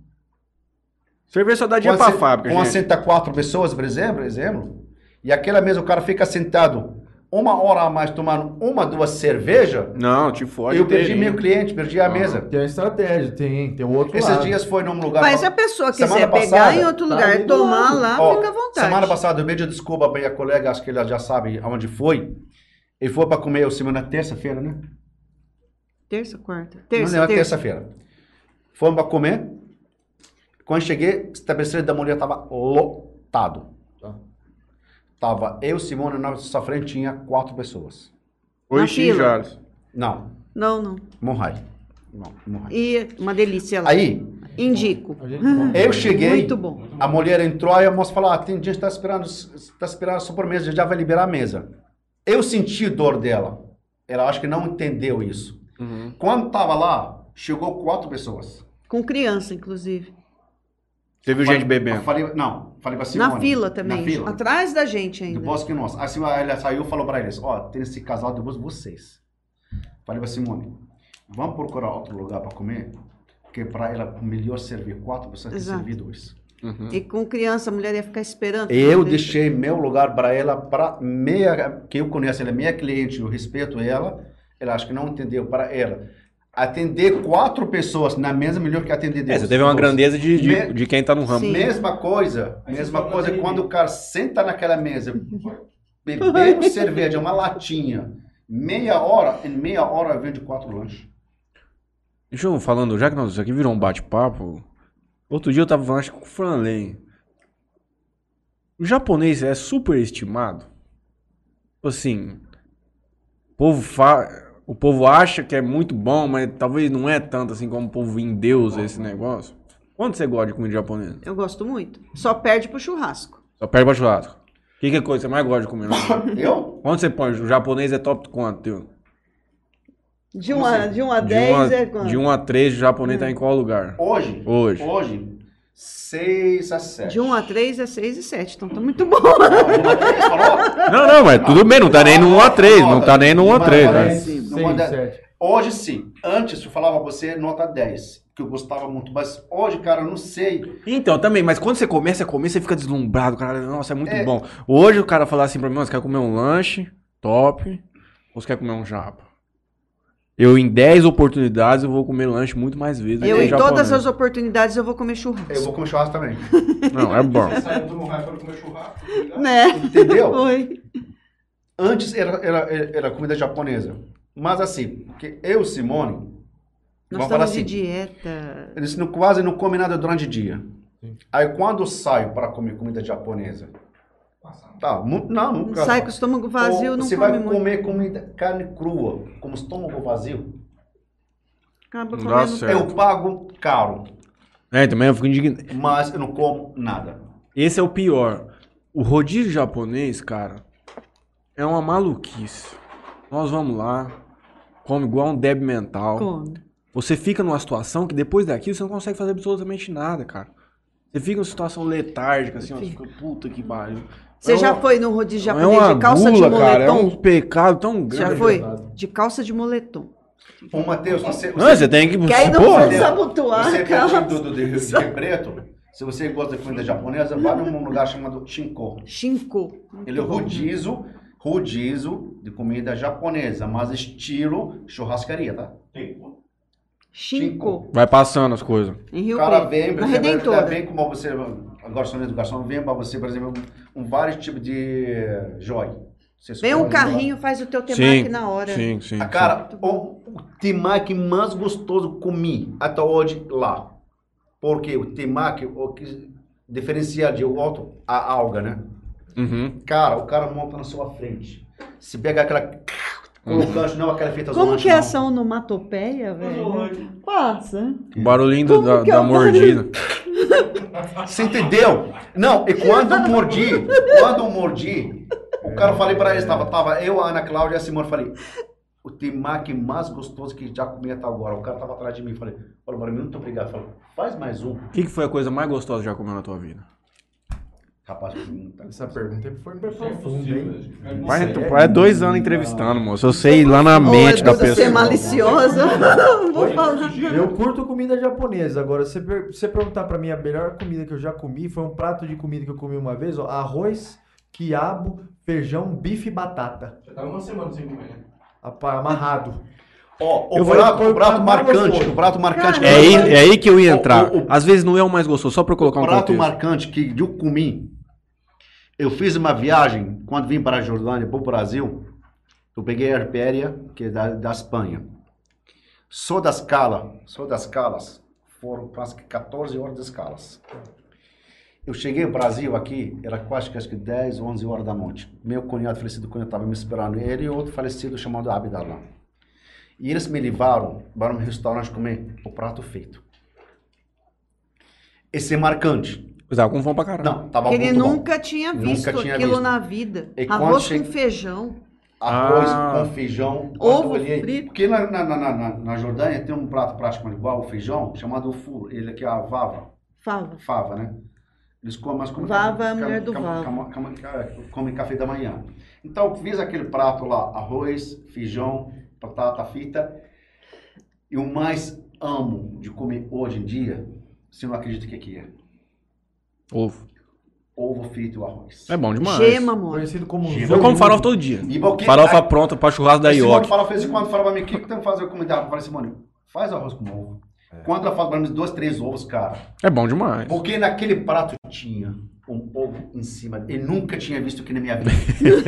Cerveja só dá dinheiro pra fábrica, com gente. 64 pessoas, por exemplo, e aquela mesa o cara fica sentado 1 hora a mais tomando 2 cervejas, Não, te fode. eu perdi inteirinho. meu cliente, perdi a mesa. Tem a estratégia, tem o outro Esses lado. dias foi num lugar... Mas se a pessoa quiser Semana pegar passada, em outro tá lugar ali e do tomar lado. lá, Ó, fica à vontade. Semana passada eu pedi desculpa pra minha colega, acho que ela já sabe aonde foi. Ele foi pra comer o semana terça-feira, né? Terça, quarta. Não, Terça, não, terça. terça-feira. Fomos pra comer. Quando cheguei, o estabelecimento da mulher tava lotado. Tá. Tava eu, Simone, na nossa frente tinha 4 pessoas. Oi, Na fila. Charles. Não, Não. Monrai. Não, Monrai. E uma delícia lá. Aí, Indico. A gente come. eu cheguei, Muito bom. a mulher entrou, aí a moça falou, tem gente que tá esperando a sobremesa, já vai liberar a mesa. Eu senti dor dela. Ela acho que não entendeu isso. Uhum. Quando tava lá, chegou 4 pessoas. Com criança, inclusive. Você viu gente bebendo? Falei pra Simone. Na fila também. Na fila. Atrás da gente ainda. Do Bosque Nosso. Assim, ela saiu e falou pra eles, tem esse casal de vocês. Falei pra Simone, vamos procurar outro lugar pra comer? Porque pra ela, melhor servir 4 pessoas que Exato. servir 2. Uhum. E com criança, a mulher ia ficar esperando. Eu deixei meu lugar pra ela, que eu conheço, ela é minha cliente, eu respeito ela, ela acho que não entendeu para ela. Atender 4 pessoas na mesa é melhor que atender 2. Você teve uma grandeza de quem tá no ramo. Sim. Mesma coisa quando o cara senta naquela mesa, bebendo cerveja, uma latinha, em meia hora vende 4 lanches. Deixa eu falando, já que isso aqui virou um bate-papo, outro dia eu tava falando, acho que com o Franlen. O japonês é superestimado. Assim, o povo acha que é muito bom, mas talvez não é tanto assim como o povo endeusa esse negócio. Quanto você gosta de comida japonesa? Eu gosto muito. Só perde pro churrasco. Só perde pra churrasco. O que é coisa que você mais gosta de comer? Eu? Quanto você põe? O japonês é top quanto, teu? De 1 a 10 é quanto? De 1 a 3, o japonês tá em qual lugar? Hoje, 6 a 7. De 1 a 3 é 6 e 7. Então tá muito bom. Falou? Não, mas tudo bem, não tá nem no 1 a 3, não tá nem no 1 a 3, Mas, né? sim. Numa 6, de- 7. Hoje sim. Antes eu falava pra você nota 10, que eu gostava muito. Mas hoje, cara, eu não sei. Então, também, mas quando você começa a comer, você fica deslumbrado, cara. Nossa, é muito bom. Hoje o cara falar assim pra mim, você quer comer um lanche top ou você quer comer um japa? Eu, em 10 oportunidades, eu vou comer lanche muito mais vezes. Eu, que em japonês. todas as oportunidades, eu vou comer churrasco. Eu vou comer churrasco também. Não, é bom. Você saiu do raio para comer churrasco. tá ligado? Né? Entendeu? Foi. Antes era comida japonesa. Mas assim, porque eu e Simone, Nós vamos falar estamos de assim, dieta. eles quase não comem nada durante o dia. Aí quando eu saio para comer comida japonesa, tá, não, nunca. Sai com o estômago vazio, Ou não você come vai muito. comer comida, carne crua, com o estômago vazio, Acaba Não dá comendo. certo. eu pago caro, É, também eu fico indignado. mas eu não como nada. Esse é o pior. O rodízio japonês, cara, é uma maluquice. Nós vamos lá, come igual um débil mental. Come. Você fica numa situação que depois daquilo você não consegue fazer absolutamente nada, cara. Você fica numa situação letárgica, assim, ó, você fica, puta que pariu. Você É já uma- foi no rodízio É japonês uma de calça gula, de cara, é moletom? um pecado tão grande. Já foi? De calça de moletom. Ô, Matheus, você Não, você tem que... Que aí não Pô, pode desabotoar você a é calça. do Rio Preto, se você gosta de comida japonesa, vá num lugar chamado Shinko. Shinko. Ele é rodízio de comida japonesa, mas estilo churrascaria, tá? Shinko. vai passando as coisas. Em O Rio cara Preto. vem, por Na exemplo, Redentora. vem como você, a garçonete do garçom, vem para você, por exemplo, vários tipos de joia. Você Vem um escolhe carrinho, faz o teu temaki na hora. Sim, sim. lá. Cara, o temaki mais gostoso comi até hoje lá. Porque o temaki, o que diferencia de outro, a alga, né? Uhum. Cara, o cara monta na sua frente. Se pega aquela... Colocante, não aquela feita Como zonante, que é não. essa onomatopeia, velho? Passa. O barulhinho Como que é da o mordida. Você entendeu? Não, e quando eu mordi, o cara falei pra eles, tava eu, a Ana Cláudia e a Simone, falei, o temaki mais gostoso que já comi até agora. O cara tava atrás de mim, falei, muito obrigado. Falei, faz mais um. O que foi a coisa mais gostosa que já comeu na tua vida? Rapaz, eu comi muita Essa coisa. pergunta foi bem profunda, hein? Vai 2 anos entrevistando, moço. Eu sei ir lá na mente da Ou é pessoa. ser maliciosa. Vou falar. Eu curto comida japonesa. Agora, se você perguntar pra mim a melhor comida que eu já comi, foi um prato de comida que eu comi uma vez, ó, arroz, quiabo, feijão, bife e batata. Já tava uma semana sem comer, né? Amarrado. Ó, Eu o vou- prato marcante. É aí que eu ia entrar. O- Às vezes não é o mais gostoso, só pra eu colocar um prato contexto. marcante que eu comi. Eu fiz uma viagem, quando vim para a Jordânia, para o Brasil, eu peguei a Arpéria, que é da Espanha. Só das calas, foram quase que 14 horas de escalas. Eu cheguei no Brasil aqui, era quase que acho que 10, 11 horas da noite. Meu cunhado, falecido cunhado, estava me esperando. Ele e outro falecido chamado Abdallah. E eles me levaram para um restaurante comer o prato feito. Esse é marcante. Eu tava com fome pra caramba. Não, tava Ele muito bom. nunca tinha Nunca visto tinha aquilo visto. na vida. E quando Arroz chega- com feijão. Arroz Ah. com feijão. Ovo Quando eu olhei- frito. Porque na Jordânia tem um prato prático igual ao feijão, chamado furo. Ele aqui é a Fava. fava, né? Eles comem, mas comem Vava é a mulher do Vava. comem café da manhã. Então, eu fiz aquele prato lá, arroz, feijão, batata frita. E o mais amo de comer hoje em dia, você não acredita o que é? Ovo. Ovo frito e o arroz. É bom demais. Gema, amor. Conhecido como Gema. Eu como farofa todo dia. E porque- Farofa pronta pra churrasco da Simone Ioki. fala, fez quando fala pra mim, o que tem que fazer com comida? Eu falei, Simone, faz arroz com ovo. Quando ela faz pra mim 2, 3 ovos, cara. É bom demais. Porque naquele prato tinha um ovo em cima. Eu nunca tinha visto aqui na minha vida.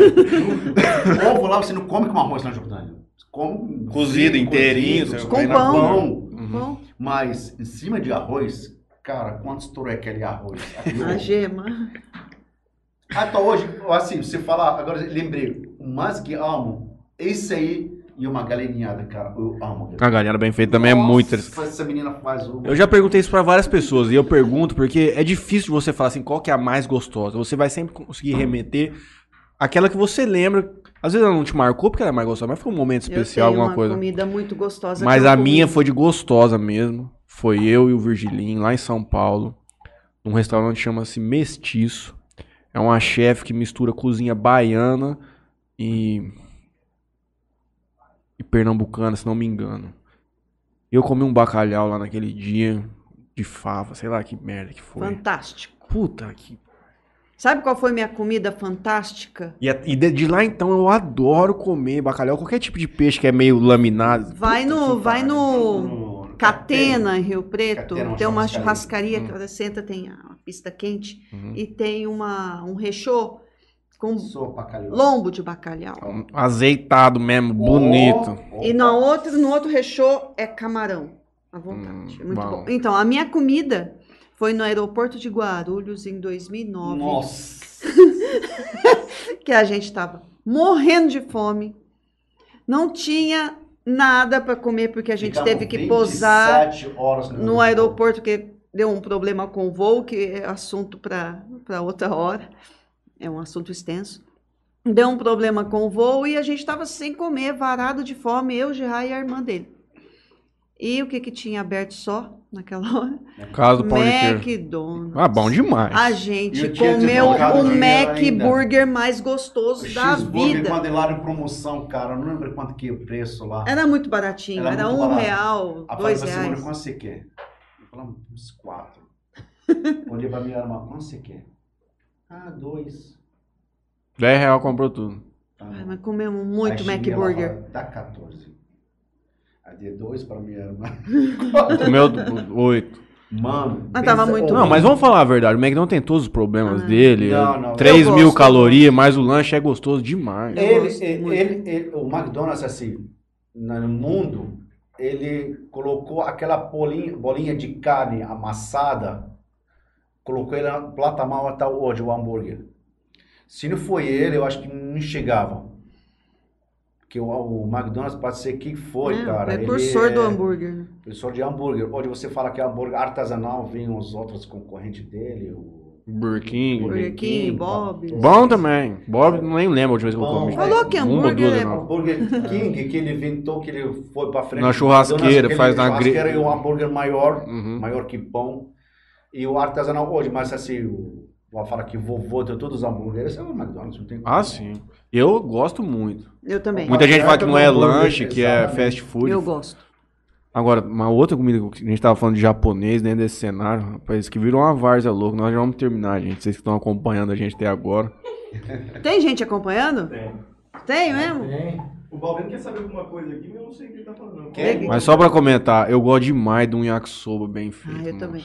Ovo lá você não come com arroz na Jordânia. Você come Cozido inteirinho, você Com vai na pão. pão. Bom, Mas em cima de arroz, cara, quanto estourou aquele arroz? Aquele a ovo. gema. Até hoje, assim, você falar, agora eu lembrei, o mais que amo, esse aí e uma galinhada, cara, eu amo. A galinhada bem feita também é Nossa, muito interessante. essa menina faz uma. Eu já perguntei isso pra várias pessoas e eu pergunto porque é difícil de você falar assim, qual que é a mais gostosa. Você vai sempre conseguir remeter aquela que você lembra. Às vezes ela não te marcou porque ela é mais gostosa, mas foi um momento especial, Eu tenho alguma uma coisa. comida muito gostosa. Mas que eu a comi. minha foi de gostosa mesmo. Foi eu e o Virgilinho lá em São Paulo, num restaurante que chama-se Mestiço. É uma chefe que mistura cozinha baiana e e pernambucana, se não me engano. Eu comi um bacalhau lá naquele dia de fava, sei lá que merda que foi. Fantástico. Puta que... Sabe qual foi minha comida fantástica? E de lá então eu adoro comer bacalhau, qualquer tipo de peixe que é meio laminado. Vai no Catena, em Rio Preto, Catena, uma tem uma churrascaria. churrascaria que você senta, tem a pista quente e tem um rechô com Sopa, calhau. lombo de bacalhau. Azeitado mesmo, bonito. E no outro rechô é camarão, à vontade. Muito bom. bom. Então, a minha comida foi no aeroporto de Guarulhos em 2009. Nossa. Que a gente estava morrendo de fome. Não tinha nada para comer, porque a gente teve que pousar 27 horas no aeroporto, porque deu um problema com o voo, que é assunto para outra hora. É um assunto extenso. Deu um problema com o voo e a gente estava sem comer, varado de fome, eu, Gerard e a irmã dele. E o que tinha aberto só naquela hora? Casa do pão de queijo. McDonald's. Ah, bom demais. A E gente eu tinha comeu colocado o dinheiro Mac ainda. Burger mais gostoso O da cheeseburger, vida. quando ele era em promoção, cara, eu não lembro quanto que é o preço lá. Era muito baratinho, Era era muito R$1, barato. R$2. Simone, quanto você quer? Eu falei, uns 4. Olhei pra minha irmã, quanto você quer? Ah, 2. R$10 comprou tudo. Tá Ai, bom. mas comemos muito Aí Mac cheguei lá, Burger. falei, dá 14. Aí dei 2 pra minha irmã. Comeu 8. Mano. Mas tava muito Não, bom. mas vamos falar a verdade. O McDonald's tem todos os problemas Ah, dele. não. 3 Eu mil gosto, calorias, mas o lanche é gostoso demais. Eu gosto muito. O McDonald's, assim, no mundo, ele colocou aquela bolinha de carne amassada, colocou ele no patamar até hoje, o hambúrguer. Se não foi ele, eu acho que não chegava. Porque o McDonald's pode ser que foi, cara. É Ele precursor do hambúrguer. né? Precursor de hambúrguer. Hoje você fala que é hambúrguer artesanal, vem os outros concorrentes dele, Burger King. Burger King, Bob's. Bom também. Bob, nem lembro a última vez que eu Bom. comi. Falou que Uma ou hambúrguer duas, é não. O Burger King, que ele inventou, que ele foi pra frente. Na churrasqueira, Aquele faz na churrasqueira grelha. e um hambúrguer maior, Uhum. maior que pão. E o artesanal hoje, mas assim, vou falar que vovô de todos os hambúrgueres é o McDonald's, não tem como. Ah, sim. Eu gosto muito. Eu também. Muita gente fala que não é hambúrguer, lanche, que é exatamente. fast food. Eu gosto. Agora, uma outra comida que a gente tava falando de japonês dentro desse cenário, rapaz, que virou uma várzea louca. Nós já vamos terminar, gente. Vocês que estão acompanhando a gente até agora. Tem gente acompanhando? Tem. Tem mesmo? Tem. O Balvino quer saber alguma coisa aqui, mas eu não sei o que ele tá falando. não. Quem? Mas só pra comentar, eu gosto demais de um yakisoba bem feito. Ah, eu moço. também.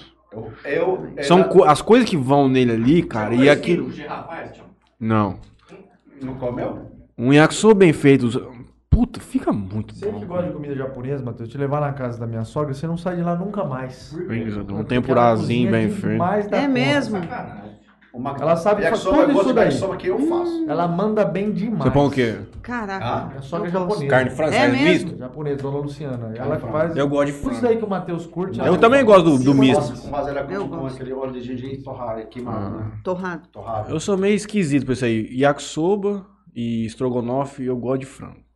São as coisas que vão nele ali, cara, e aquilo... O Gerard faz, Tião? Não. Não comeu? Um yakisoba bem feito, puta, fica muito Você que bom. gosta de comida japonesa, Matheus, te levar na casa da minha sogra, você não sai de lá nunca mais. Um tempurazinho bem feito. É mesmo? Sacanagem. Ela sabe yakisoba, tudo eu gosto isso de daí. yakisoba que eu faço. Ela manda bem demais. Você põe o quê? Caraca. Ah, Minha sogra é Eu gosto. japonesa. Carne francesa, É mesmo? misto? Japonesa, dona Luciana. Ela que frango. faz. Eu gosto de Tudo isso frango. daí que o Matheus curte. Eu ela também faz. gosto do misto. Mas ela Eu com gosto. aquele óleo de gengibre torrado, queimado, né? Torrado. Torrado. Eu sou meio esquisito pra isso aí. Yakisoba e estrogonofe, eu gosto de frango.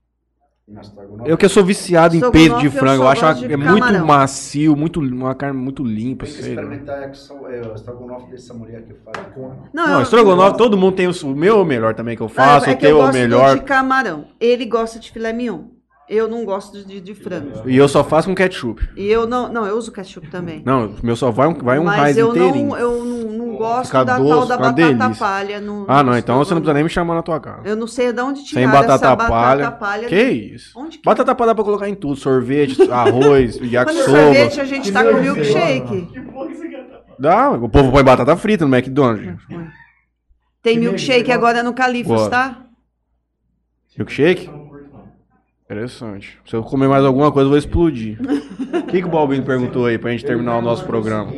Eu que sou viciado em Estrogonofe peito de eu frango. só Eu acho gosto de é muito camarão. macio, uma carne muito limpa. Tem que Sei lá. experimentar o estrogonofe dessa mulher que faz. Não, estrogonofe, todo mundo tem o meu é o melhor também que eu faço, é o que eu teu é o gosto melhor. de camarão. Ele gosta de filé mignon. Eu não gosto de frango. E eu só faço com ketchup. E eu não, eu uso ketchup também. Não, o meu só vai um Mas raiz eu inteirinho. não gosto Fica da doce, tal da fica uma batata delícia. palha. Ah, não, então você não precisa nem me chamar na tua casa. Eu não sei de onde Sem tirar batata essa palha. batata palha. Que isso? Onde que... Batata palha dá pra colocar em tudo. Sorvete, arroz, Mas no yakisoba. sorvete a gente tá com Que milkshake. Que porra que você quer? Dá, o povo põe batata frita no McDonald's. gente. Tem Que milkshake negócio. agora no Califas, Gosto. tá? Milkshake? Eu não curto, não. Interessante. Se eu comer mais alguma coisa, eu vou explodir. O que o Balbino perguntou aí pra gente terminar o nosso programa?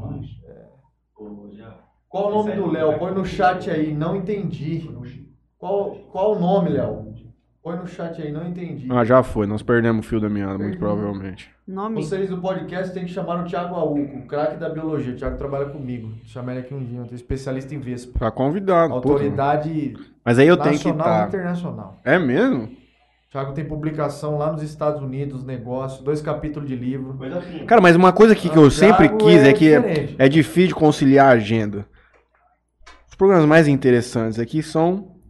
Qual o nome do Léo? Põe no chat aí, não entendi. Qual o nome, Léo? Põe no chat aí, não entendi. Ah, já foi. Nós perdemos o fio da meada, muito provavelmente. Nome. Vocês do podcast têm que chamar o Thiago Auco, o craque da biologia. O Thiago trabalha comigo. Chama ele aqui um dia, um especialista em vespa. Tá convidado. puta. Autoridade Mas aí eu tenho que nacional e estar. internacional. É mesmo? O Thiago tem publicação lá nos Estados Unidos, negócio, 2 capítulos de livro. Coisa fina. Cara, mas uma coisa aqui que eu sempre Thiago quis é é que diferente. é difícil de conciliar a agenda. Os programas mais interessantes aqui são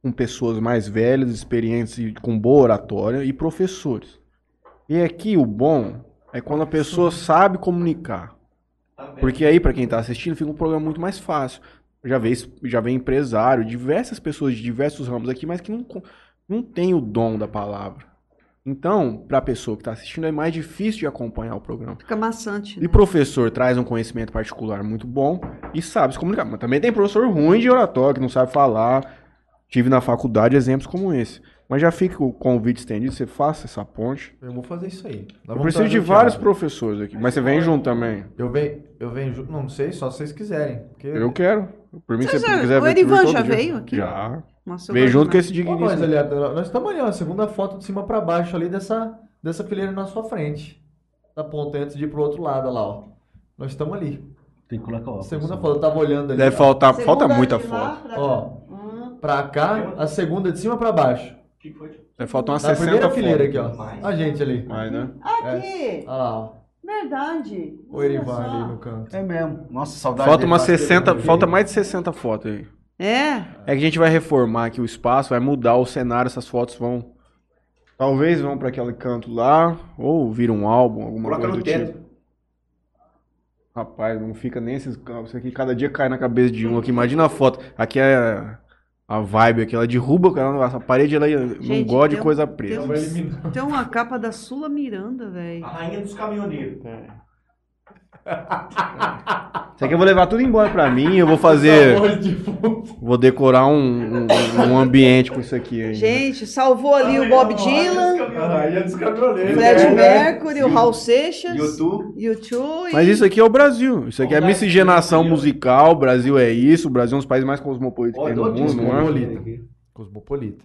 com pessoas mais velhas, experientes e com boa oratória e professores. E aqui o bom é quando a pessoa sabe comunicar. Porque aí, para quem tá assistindo, fica um programa muito mais fácil. Já vem empresário, diversas pessoas de diversos ramos aqui, mas que não tem o dom da palavra. Então, para a pessoa que está assistindo, é mais difícil de acompanhar o programa. Fica maçante, E né? professor traz um conhecimento particular muito bom e sabe se comunicar. Mas também tem professor ruim de oratória, que não sabe falar. Tive na faculdade exemplos como esse. Mas já fica o convite estendido, você faça essa ponte. Eu vou fazer isso aí. Eu preciso de vários professores aqui, mas você vem junto também. Eu venho junto, não sei, só se vocês quiserem. Porque... Eu quero. Por mim, se você já- quiser o vir Erivan todo já dia. veio aqui? Já. Nossa, eu Veio gosto junto com demais. esse Ô, nós, digníssimo. aliás, nós estamos ali, ó, a segunda foto de cima pra baixo ali dessa fileira na sua frente. Da ponta antes de ir pro outro lado, olha lá, ó. Nós estamos ali. Tem que colocar óculos. Segunda foto, eu tava olhando ali. Deve ó. falta Segunda muita de lá foto. pra cá. Ó, pra cá, a segunda de cima pra baixo. O que foi? Deve faltar umas Na 60 primeira fotos. fileira aqui, ó. Mais. A gente ali. Mais, né? Aqui! Olha lá, ó. Verdade. O Erivan Olha só. ali no canto. É mesmo. Nossa, saudade Falta dele, umas faz tempo 60, que eu não vi. falta mais de 60 fotos aí. É? É que a gente vai reformar aqui o espaço, vai mudar o cenário, essas fotos vão... Talvez vão para aquele canto lá, ou vira um álbum, alguma Coloca coisa no do teto. tipo. Rapaz, não fica nem esses campos. Isso aqui cada dia cai na cabeça de um aqui. Imagina a foto. Aqui é a vibe aqui, ela derruba, essa parede ela não Gente, gosta de tem um- coisa tem preta. um- Vai eliminar. Tem uma capa da Sula Miranda, velho. A rainha dos caminhoneiros. Isso aqui eu vou levar tudo embora pra mim, eu vou fazer... Sabor de fundo. Vou decorar um ambiente com isso aqui ainda. Gente, salvou ali o Bob Dylan, A rainha dos caminhoneiros. Fred É, né? Mercury, o Raul Seixas, YouTube. U2 Mas isso aqui é o Brasil. Isso aqui é miscigenação musical. O Brasil é isso. O Brasil é um dos países mais cosmopolitas que tem no mundo, não é? Cosmopolita. Cosmopolita.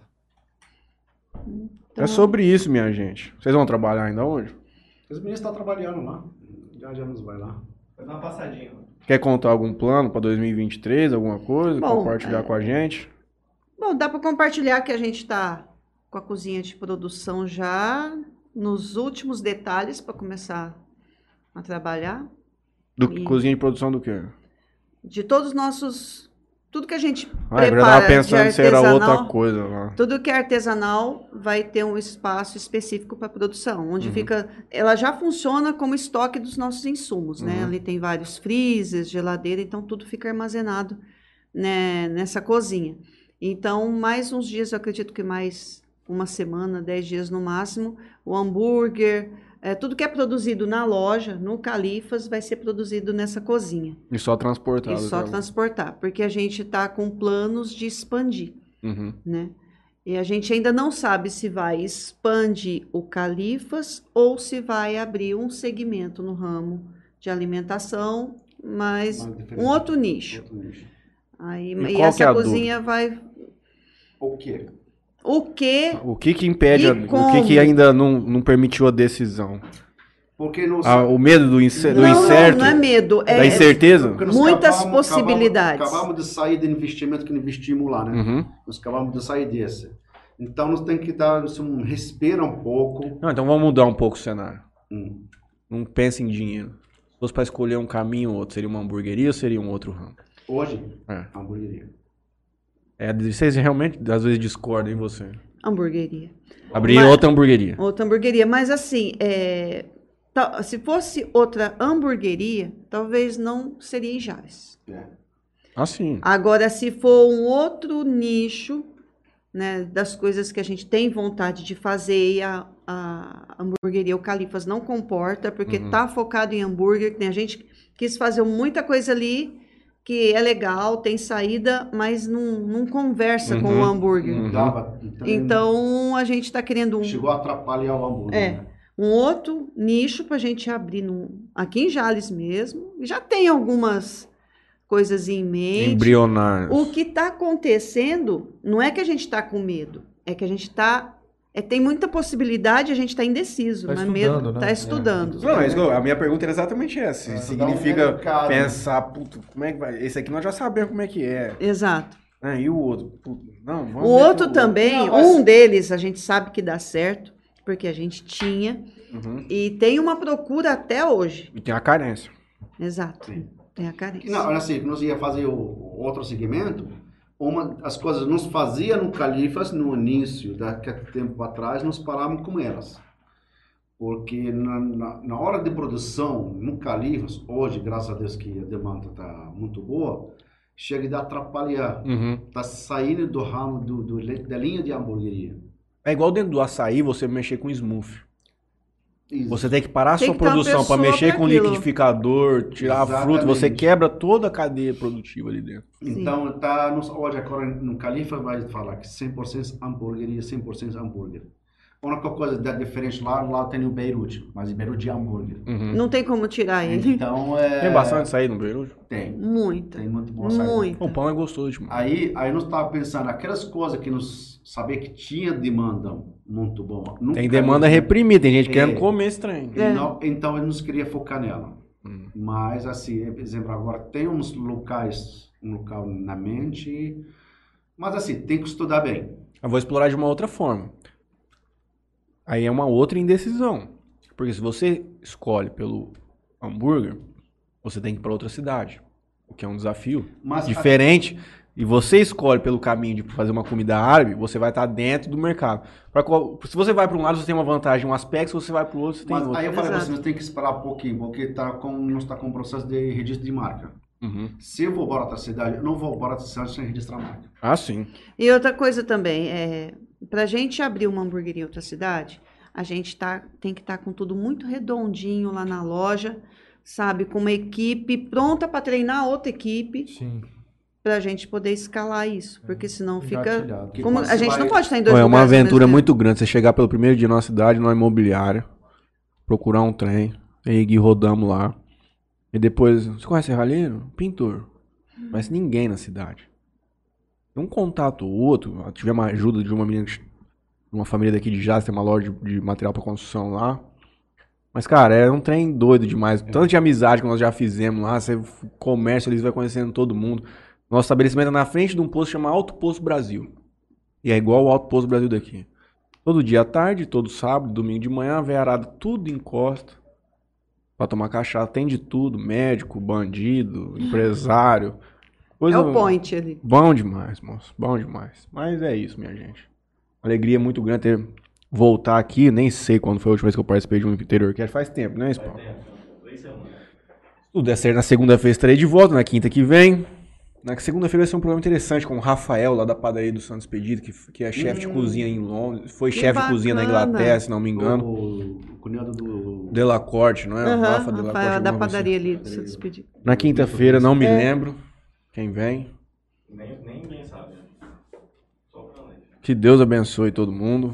É sobre isso, minha gente. Vocês vão trabalhar ainda hoje? Os meninos estão trabalhando lá. Já nos vai lá. Faz uma passadinha. Quer contar algum plano para 2023, alguma coisa? Bom, Compartilhar com a gente? Bom, dá para compartilhar que a gente está com a cozinha de produção já nos últimos detalhes para começar a trabalhar. E- Cozinha de produção do quê? De todos os nossos... Tudo que a gente Ah, eu já prepara tava pensando de se era outra artesanal, coisa lá. tudo que é artesanal vai ter um espaço específico para produção, onde Uhum. fica... Ela já funciona como estoque dos nossos insumos, né? Uhum. Ali tem vários freezers, geladeira, então tudo fica armazenado, né, nessa cozinha. Então, mais uns dias, eu acredito que mais uma semana, 10 dias no máximo, o hambúrguer, tudo que é produzido na loja, no Califas, vai ser produzido nessa cozinha. E só transportado. E só até lá. transportar, porque a gente está com planos de expandir, Uhum. né? E a gente ainda não sabe se vai expandir o Califas ou se vai abrir um segmento no ramo de alimentação, mas um outro nicho. Aí, E e qual que é essa a cozinha vai... O quê? O quê? O que que impede, E o que como? que ainda não permitiu a decisão? Porque nos... O medo do Não, incerto? não é medo, Da incerteza? porque nós muitas possibilidades. Acabamos de sair do investimento que investimos lá, né? Uhum. Nós acabamos de sair desse. Então, nós temos que dar assim, respira um pouco. Não, então vamos mudar um pouco o cenário. Hum. Não pense em dinheiro. Se fosse para escolher um caminho ou outro, seria uma hamburgueria ou seria um outro ramo? Hoje, É. hamburgueria. Vocês realmente, às vezes, discordam em você. Hamburgueria. Abrir Mas- outra hamburgueria. Outra hamburgueria. Mas assim, se fosse outra hamburgueria, talvez não seria em Jales. Assim. Agora, se for um outro nicho, né, das coisas que a gente tem vontade de fazer e a hamburgueria, o Califas não comporta, porque tá focado em hambúrguer, né? A gente quis fazer muita coisa ali que é legal, tem saída, mas não conversa com o hambúrguer. Uhum. Dava, Então, a gente está querendo chegou a atrapalhar o hambúrguer. né? um outro nicho para a gente abrir aqui em Jales mesmo. Já tem algumas coisas em mente. Embrionar. O que está acontecendo não é que a gente está com medo, é que a gente está... tem muita possibilidade, a gente está indeciso, Tá não é estudando, medo, né? está estudando. Não, é isso que a minha pergunta era exatamente essa. Estudar um Significa mercado. pensar, puto, como é que vai? Esse aqui nós já sabemos como é que é. Exato. E o outro? Puto, não, vamos O meter outro também, Não, mas- um deles, a gente sabe que dá certo, porque a gente tinha, Uhum. e tem uma procura até hoje. E tem a carência. Exato. Sim. Tem a carência. Não, assim, nós ia fazer o outro segmento, as coisas nos fazia no Califas no início, daquele tempo atrás, nós paramos com elas. Porque na hora de produção, no Califas, hoje, graças a Deus que a demanda está muito boa, chega a atrapalhar. Está saindo do ramo da linha de hamburgueria. É igual dentro do açaí você mexer com smoothie. Isso. Você tem que parar a Tem sua que ter uma produção para pessoa mexer pra com aquilo. liquidificador, tirar a fruta, Exatamente. você quebra toda a cadeia produtiva ali dentro. Então, hoje agora no Califa vai falar que 100% hamburgueria, 100% hambúrguer. A única coisa da diferente lá tem o Beirute, mas o Beirute é hambúrguer. Não tem como tirar ele. Então, Tem bastante açaí no Beirute? Tem Muito. Tem muito bom açaí. Muito. O pão é gostoso demais. Aí nós estávamos pensando, aquelas coisas que nós sabia que tinha demanda muito boa. no Tem Califa, demanda reprimida, tem gente É. querendo comer esse trem. Então, eu não queria focar nela. Mas, assim, por exemplo, agora tem um local na mente, mas, assim, tem que estudar bem. Eu vou explorar de uma outra forma. Aí é uma outra indecisão. Porque se você escolhe pelo hambúrguer, você tem que ir para outra cidade. O que é um desafio Mas diferente. E você escolhe pelo caminho de fazer uma comida árabe, você vai estar dentro do mercado. Se você vai para um lado, você tem uma vantagem, um aspecto. Se você vai para o outro, você tem Mas outro. aí eu falei pra Exato. você, nós tem que esperar um pouquinho, porque nós está com um processo de registro de marca. Uhum. Se eu vou para outra cidade, eu não vou para outra cidade sem registrar a marca. Ah, sim. E outra coisa também, para a gente abrir uma hamburgueria em outra cidade, a gente tem que estar com tudo muito redondinho lá na loja, sabe? Com uma equipe pronta para treinar outra equipe, Sim. para a gente poder escalar isso, porque senão fica... Engatilhado. Porque Como, quando a você gente vai- não pode estar em dois É uma lugares ao mesmo aventura tempo. muito grande. Você chegar pelo primeiro dia na cidade, numa imobiliária, procurar um trem, aí Gui rodamos lá. E depois, você conhece Ralheiro? Pintor. Não conhece ninguém na cidade. Tem um contato ou outro. Tivemos uma ajuda de uma menina, uma família daqui de Jazz, tem uma loja de material para construção lá. Mas, cara, é um trem doido demais. Tanto de amizade que nós já fizemos lá, você comércio ali, você vai conhecendo todo mundo. Nosso estabelecimento é na frente de um posto que chama Alto Posto Brasil. E é igual o Alto Posto Brasil daqui. Todo dia à tarde, todo sábado, domingo de manhã, a veiarada tudo encosta. Pra tomar cachaça, tem de tudo. Médico, bandido, empresário. Coisa... É o point ali. Bom demais, moço. Bom demais. Mas é isso, minha gente. Alegria muito grande ter voltar aqui. Nem sei quando foi a última vez que eu participei de um interior cast. Faz tempo, né, Spawn? 3 semanas. Se tudo der certo, na segunda-feira estarei de volta, na quinta que vem. Na segunda-feira vai ser um programa interessante com o Rafael, lá da padaria do Santos Expedito, que é chefe de cozinha em Londres. Foi Que chefe de cozinha na bacana. Inglaterra, se não me engano. O cunhado do... Delacorte, não é? Aham, Rafa Delacorte, Rafael, da alguma coisa padaria assim. ali, se despedir. Na quinta-feira, não me lembro quem vem. Nem ninguém sabe, né? Só pra ler. Que Deus abençoe todo mundo.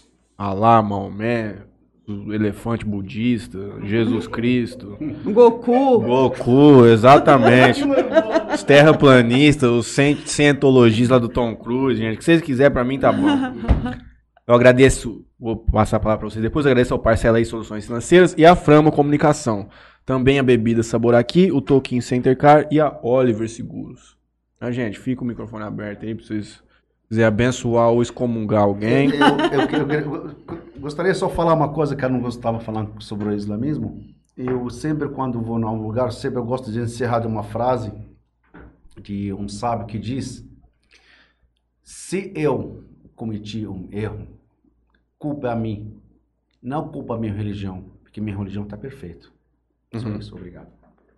Alá, Maomé, o elefante budista, Jesus Cristo, Goku. Goku, exatamente. Os terraplanistas, os cientologistas lá do Tom Cruise, gente. O que vocês quiserem pra mim tá bom. Eu agradeço, vou passar a palavra pra vocês depois, eu agradeço ao Parcela aí Soluções Financeiras e a Frama Comunicação. Também a Bebida Sabor Aqui, o Toquinho Center Car e a Oliver Seguros. Ah, gente, fica o microfone aberto aí pra vocês quiserem abençoar ou excomungar alguém. Eu gostaria só de falar uma coisa que eu não gostava falando sobre o islamismo. Eu sempre, quando vou num lugar, sempre eu gosto de encerrar de uma frase de um sábio que diz: se eu cometi um erro, culpa a mim, não culpa a minha religião, porque minha religião está perfeita. Só isso, obrigado.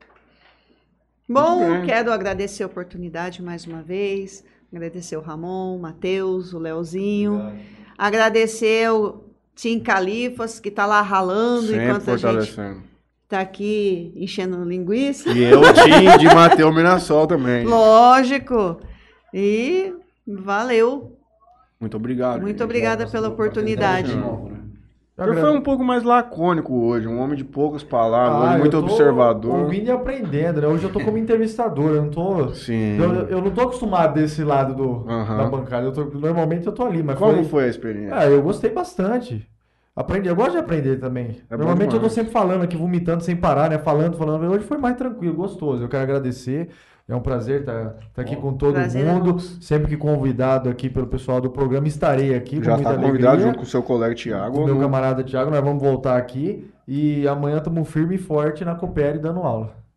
Bom, quero agradecer a oportunidade mais uma vez. Agradecer o Ramon, o Matheus, o Leozinho. Agradecer o Tim Califas, que está lá ralando Sempre enquanto a gente fortalecendo. está aqui enchendo linguiça. E eu, Tim, de Matheus Mirassol também. Lógico. E valeu. Muito obrigado. Muito obrigada pela oportunidade. O senhor foi um pouco mais lacônico hoje, um homem de poucas palavras, hoje eu muito tô observador. ouvindo e aprendendo, né? Hoje eu tô como entrevistador, eu não tô... Sim. Eu não tô acostumado desse lado da bancada. Normalmente eu tô ali, mas Como foi a experiência? Eu gostei bastante. Aprendi, eu gosto de aprender também. É bom Normalmente eu tô demais. sempre falando aqui, vomitando sem parar, né? Falando. Hoje foi mais tranquilo, gostoso. Eu quero agradecer. É um prazer estar aqui com todo Prazer é mundo. nosso. Sempre que convidado aqui pelo pessoal do programa, estarei aqui Já com muita está convidado alegria. junto com o seu colega Thiago. Com o meu camarada Thiago, nós vamos voltar aqui. E amanhã estamos firme e forte na Coopere dando aula.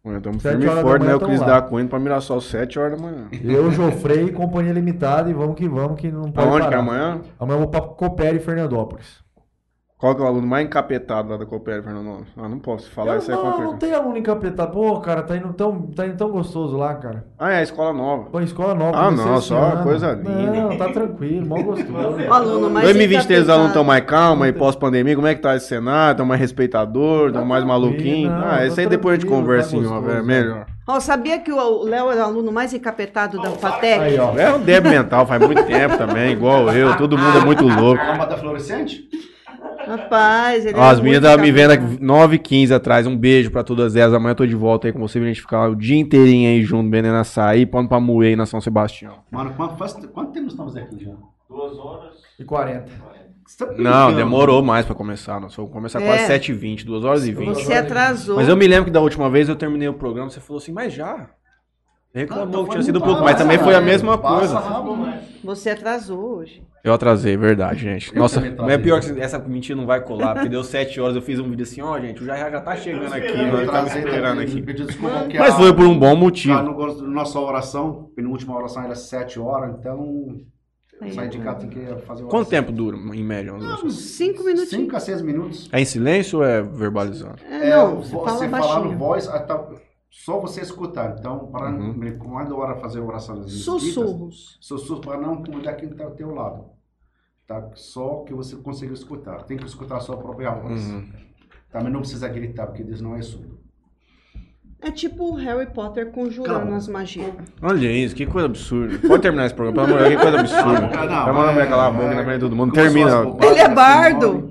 Estamos 7 firme e horas da forte, manhã né? O tamo Cris lá. da Cunha pra Mirassol 7 horas da manhã. Eu, Jofrei e Companhia Limitada e vamos, que não pode Aonde que é parar. amanhã? Amanhã eu vou pra Coopera e Fernandópolis. Qual que é o aluno mais encapetado lá da Coopera, Fernando? Ah, não posso falar, isso é não complicado. tem aluno encapetado. Pô, cara, tá indo tão gostoso lá, cara. Ah, é a escola nova. Pô, escola nova. Ah, comecei não, esse só ano. coisa linda. Não, tá tranquilo, mó gostoso. O aluno mais 2023 os alunos estão encapetado. mais calmos, aí pós-pandemia, como é que tá esse cenário? Estão mais respeitadores, estão mais maluquinhos? não, Ah, isso tá aí depois a gente tranquilo, conversa tá em uma, gostoso, é melhor. Ó, sabia que o Léo era o aluno mais encapetado da FATEC? Aí, ó. É um débil mental, faz muito tempo também, igual eu, todo mundo é muito louco. Lâmpada fluorescente? Rapaz, ele Ó, as era meninas muito estavam me vendo encapetado. aqui 9h15 atrás, um beijo pra todas elas, amanhã eu tô de volta aí com você, pra gente ficar o dia inteirinho aí junto, vendendo açaí, pondo pra moer aí na São Sebastião. Mano, quanto tempo estamos aqui já? 2 horas. E 40. Você tá Não, brincando? demorou mais pra começar, nós vamos começar quase É. 7h20, 2h20. Você atrasou. Mas eu me lembro que da última vez eu terminei o programa, você falou assim, mas já? Reclamou que tinha sido pouco, mas também foi a mesma coisa. Você atrasou hoje. Eu atrasei, verdade, gente. Nossa, também atrasei. mas é pior que essa mentira não vai colar, porque deu 7 horas, eu fiz um vídeo assim, ó, gente, o já tá chegando aqui, nós estamos esperando aqui. Mas foi por um bom motivo. Nossa oração, penúltima oração era 7 horas, então sair de cá tem que fazer oração. Quanto tempo dura, em média? uma oração? 5 minutinhos. 5 a 6 minutos. É em silêncio ou é verbalizado? Não, você você fala falar no baixinho. voz, só você escutar. Então, para quando a hora fazer oração das Sussurros. sussurros para não incomodar quem está ao teu lado. Tá? Só que você consiga escutar. Tem que escutar a sua própria voz. Também não precisa gritar, porque Deus não é surdo. É tipo o Harry Potter conjurando Calma. as magias. Olha isso, que coisa absurda. Pode terminar esse programa, pelo amor de Deus, que coisa absurda. Não, Vai mandar me calar a boca na frente de todo mundo. Começou Termina. as bobagens, Ele é assim, bardo.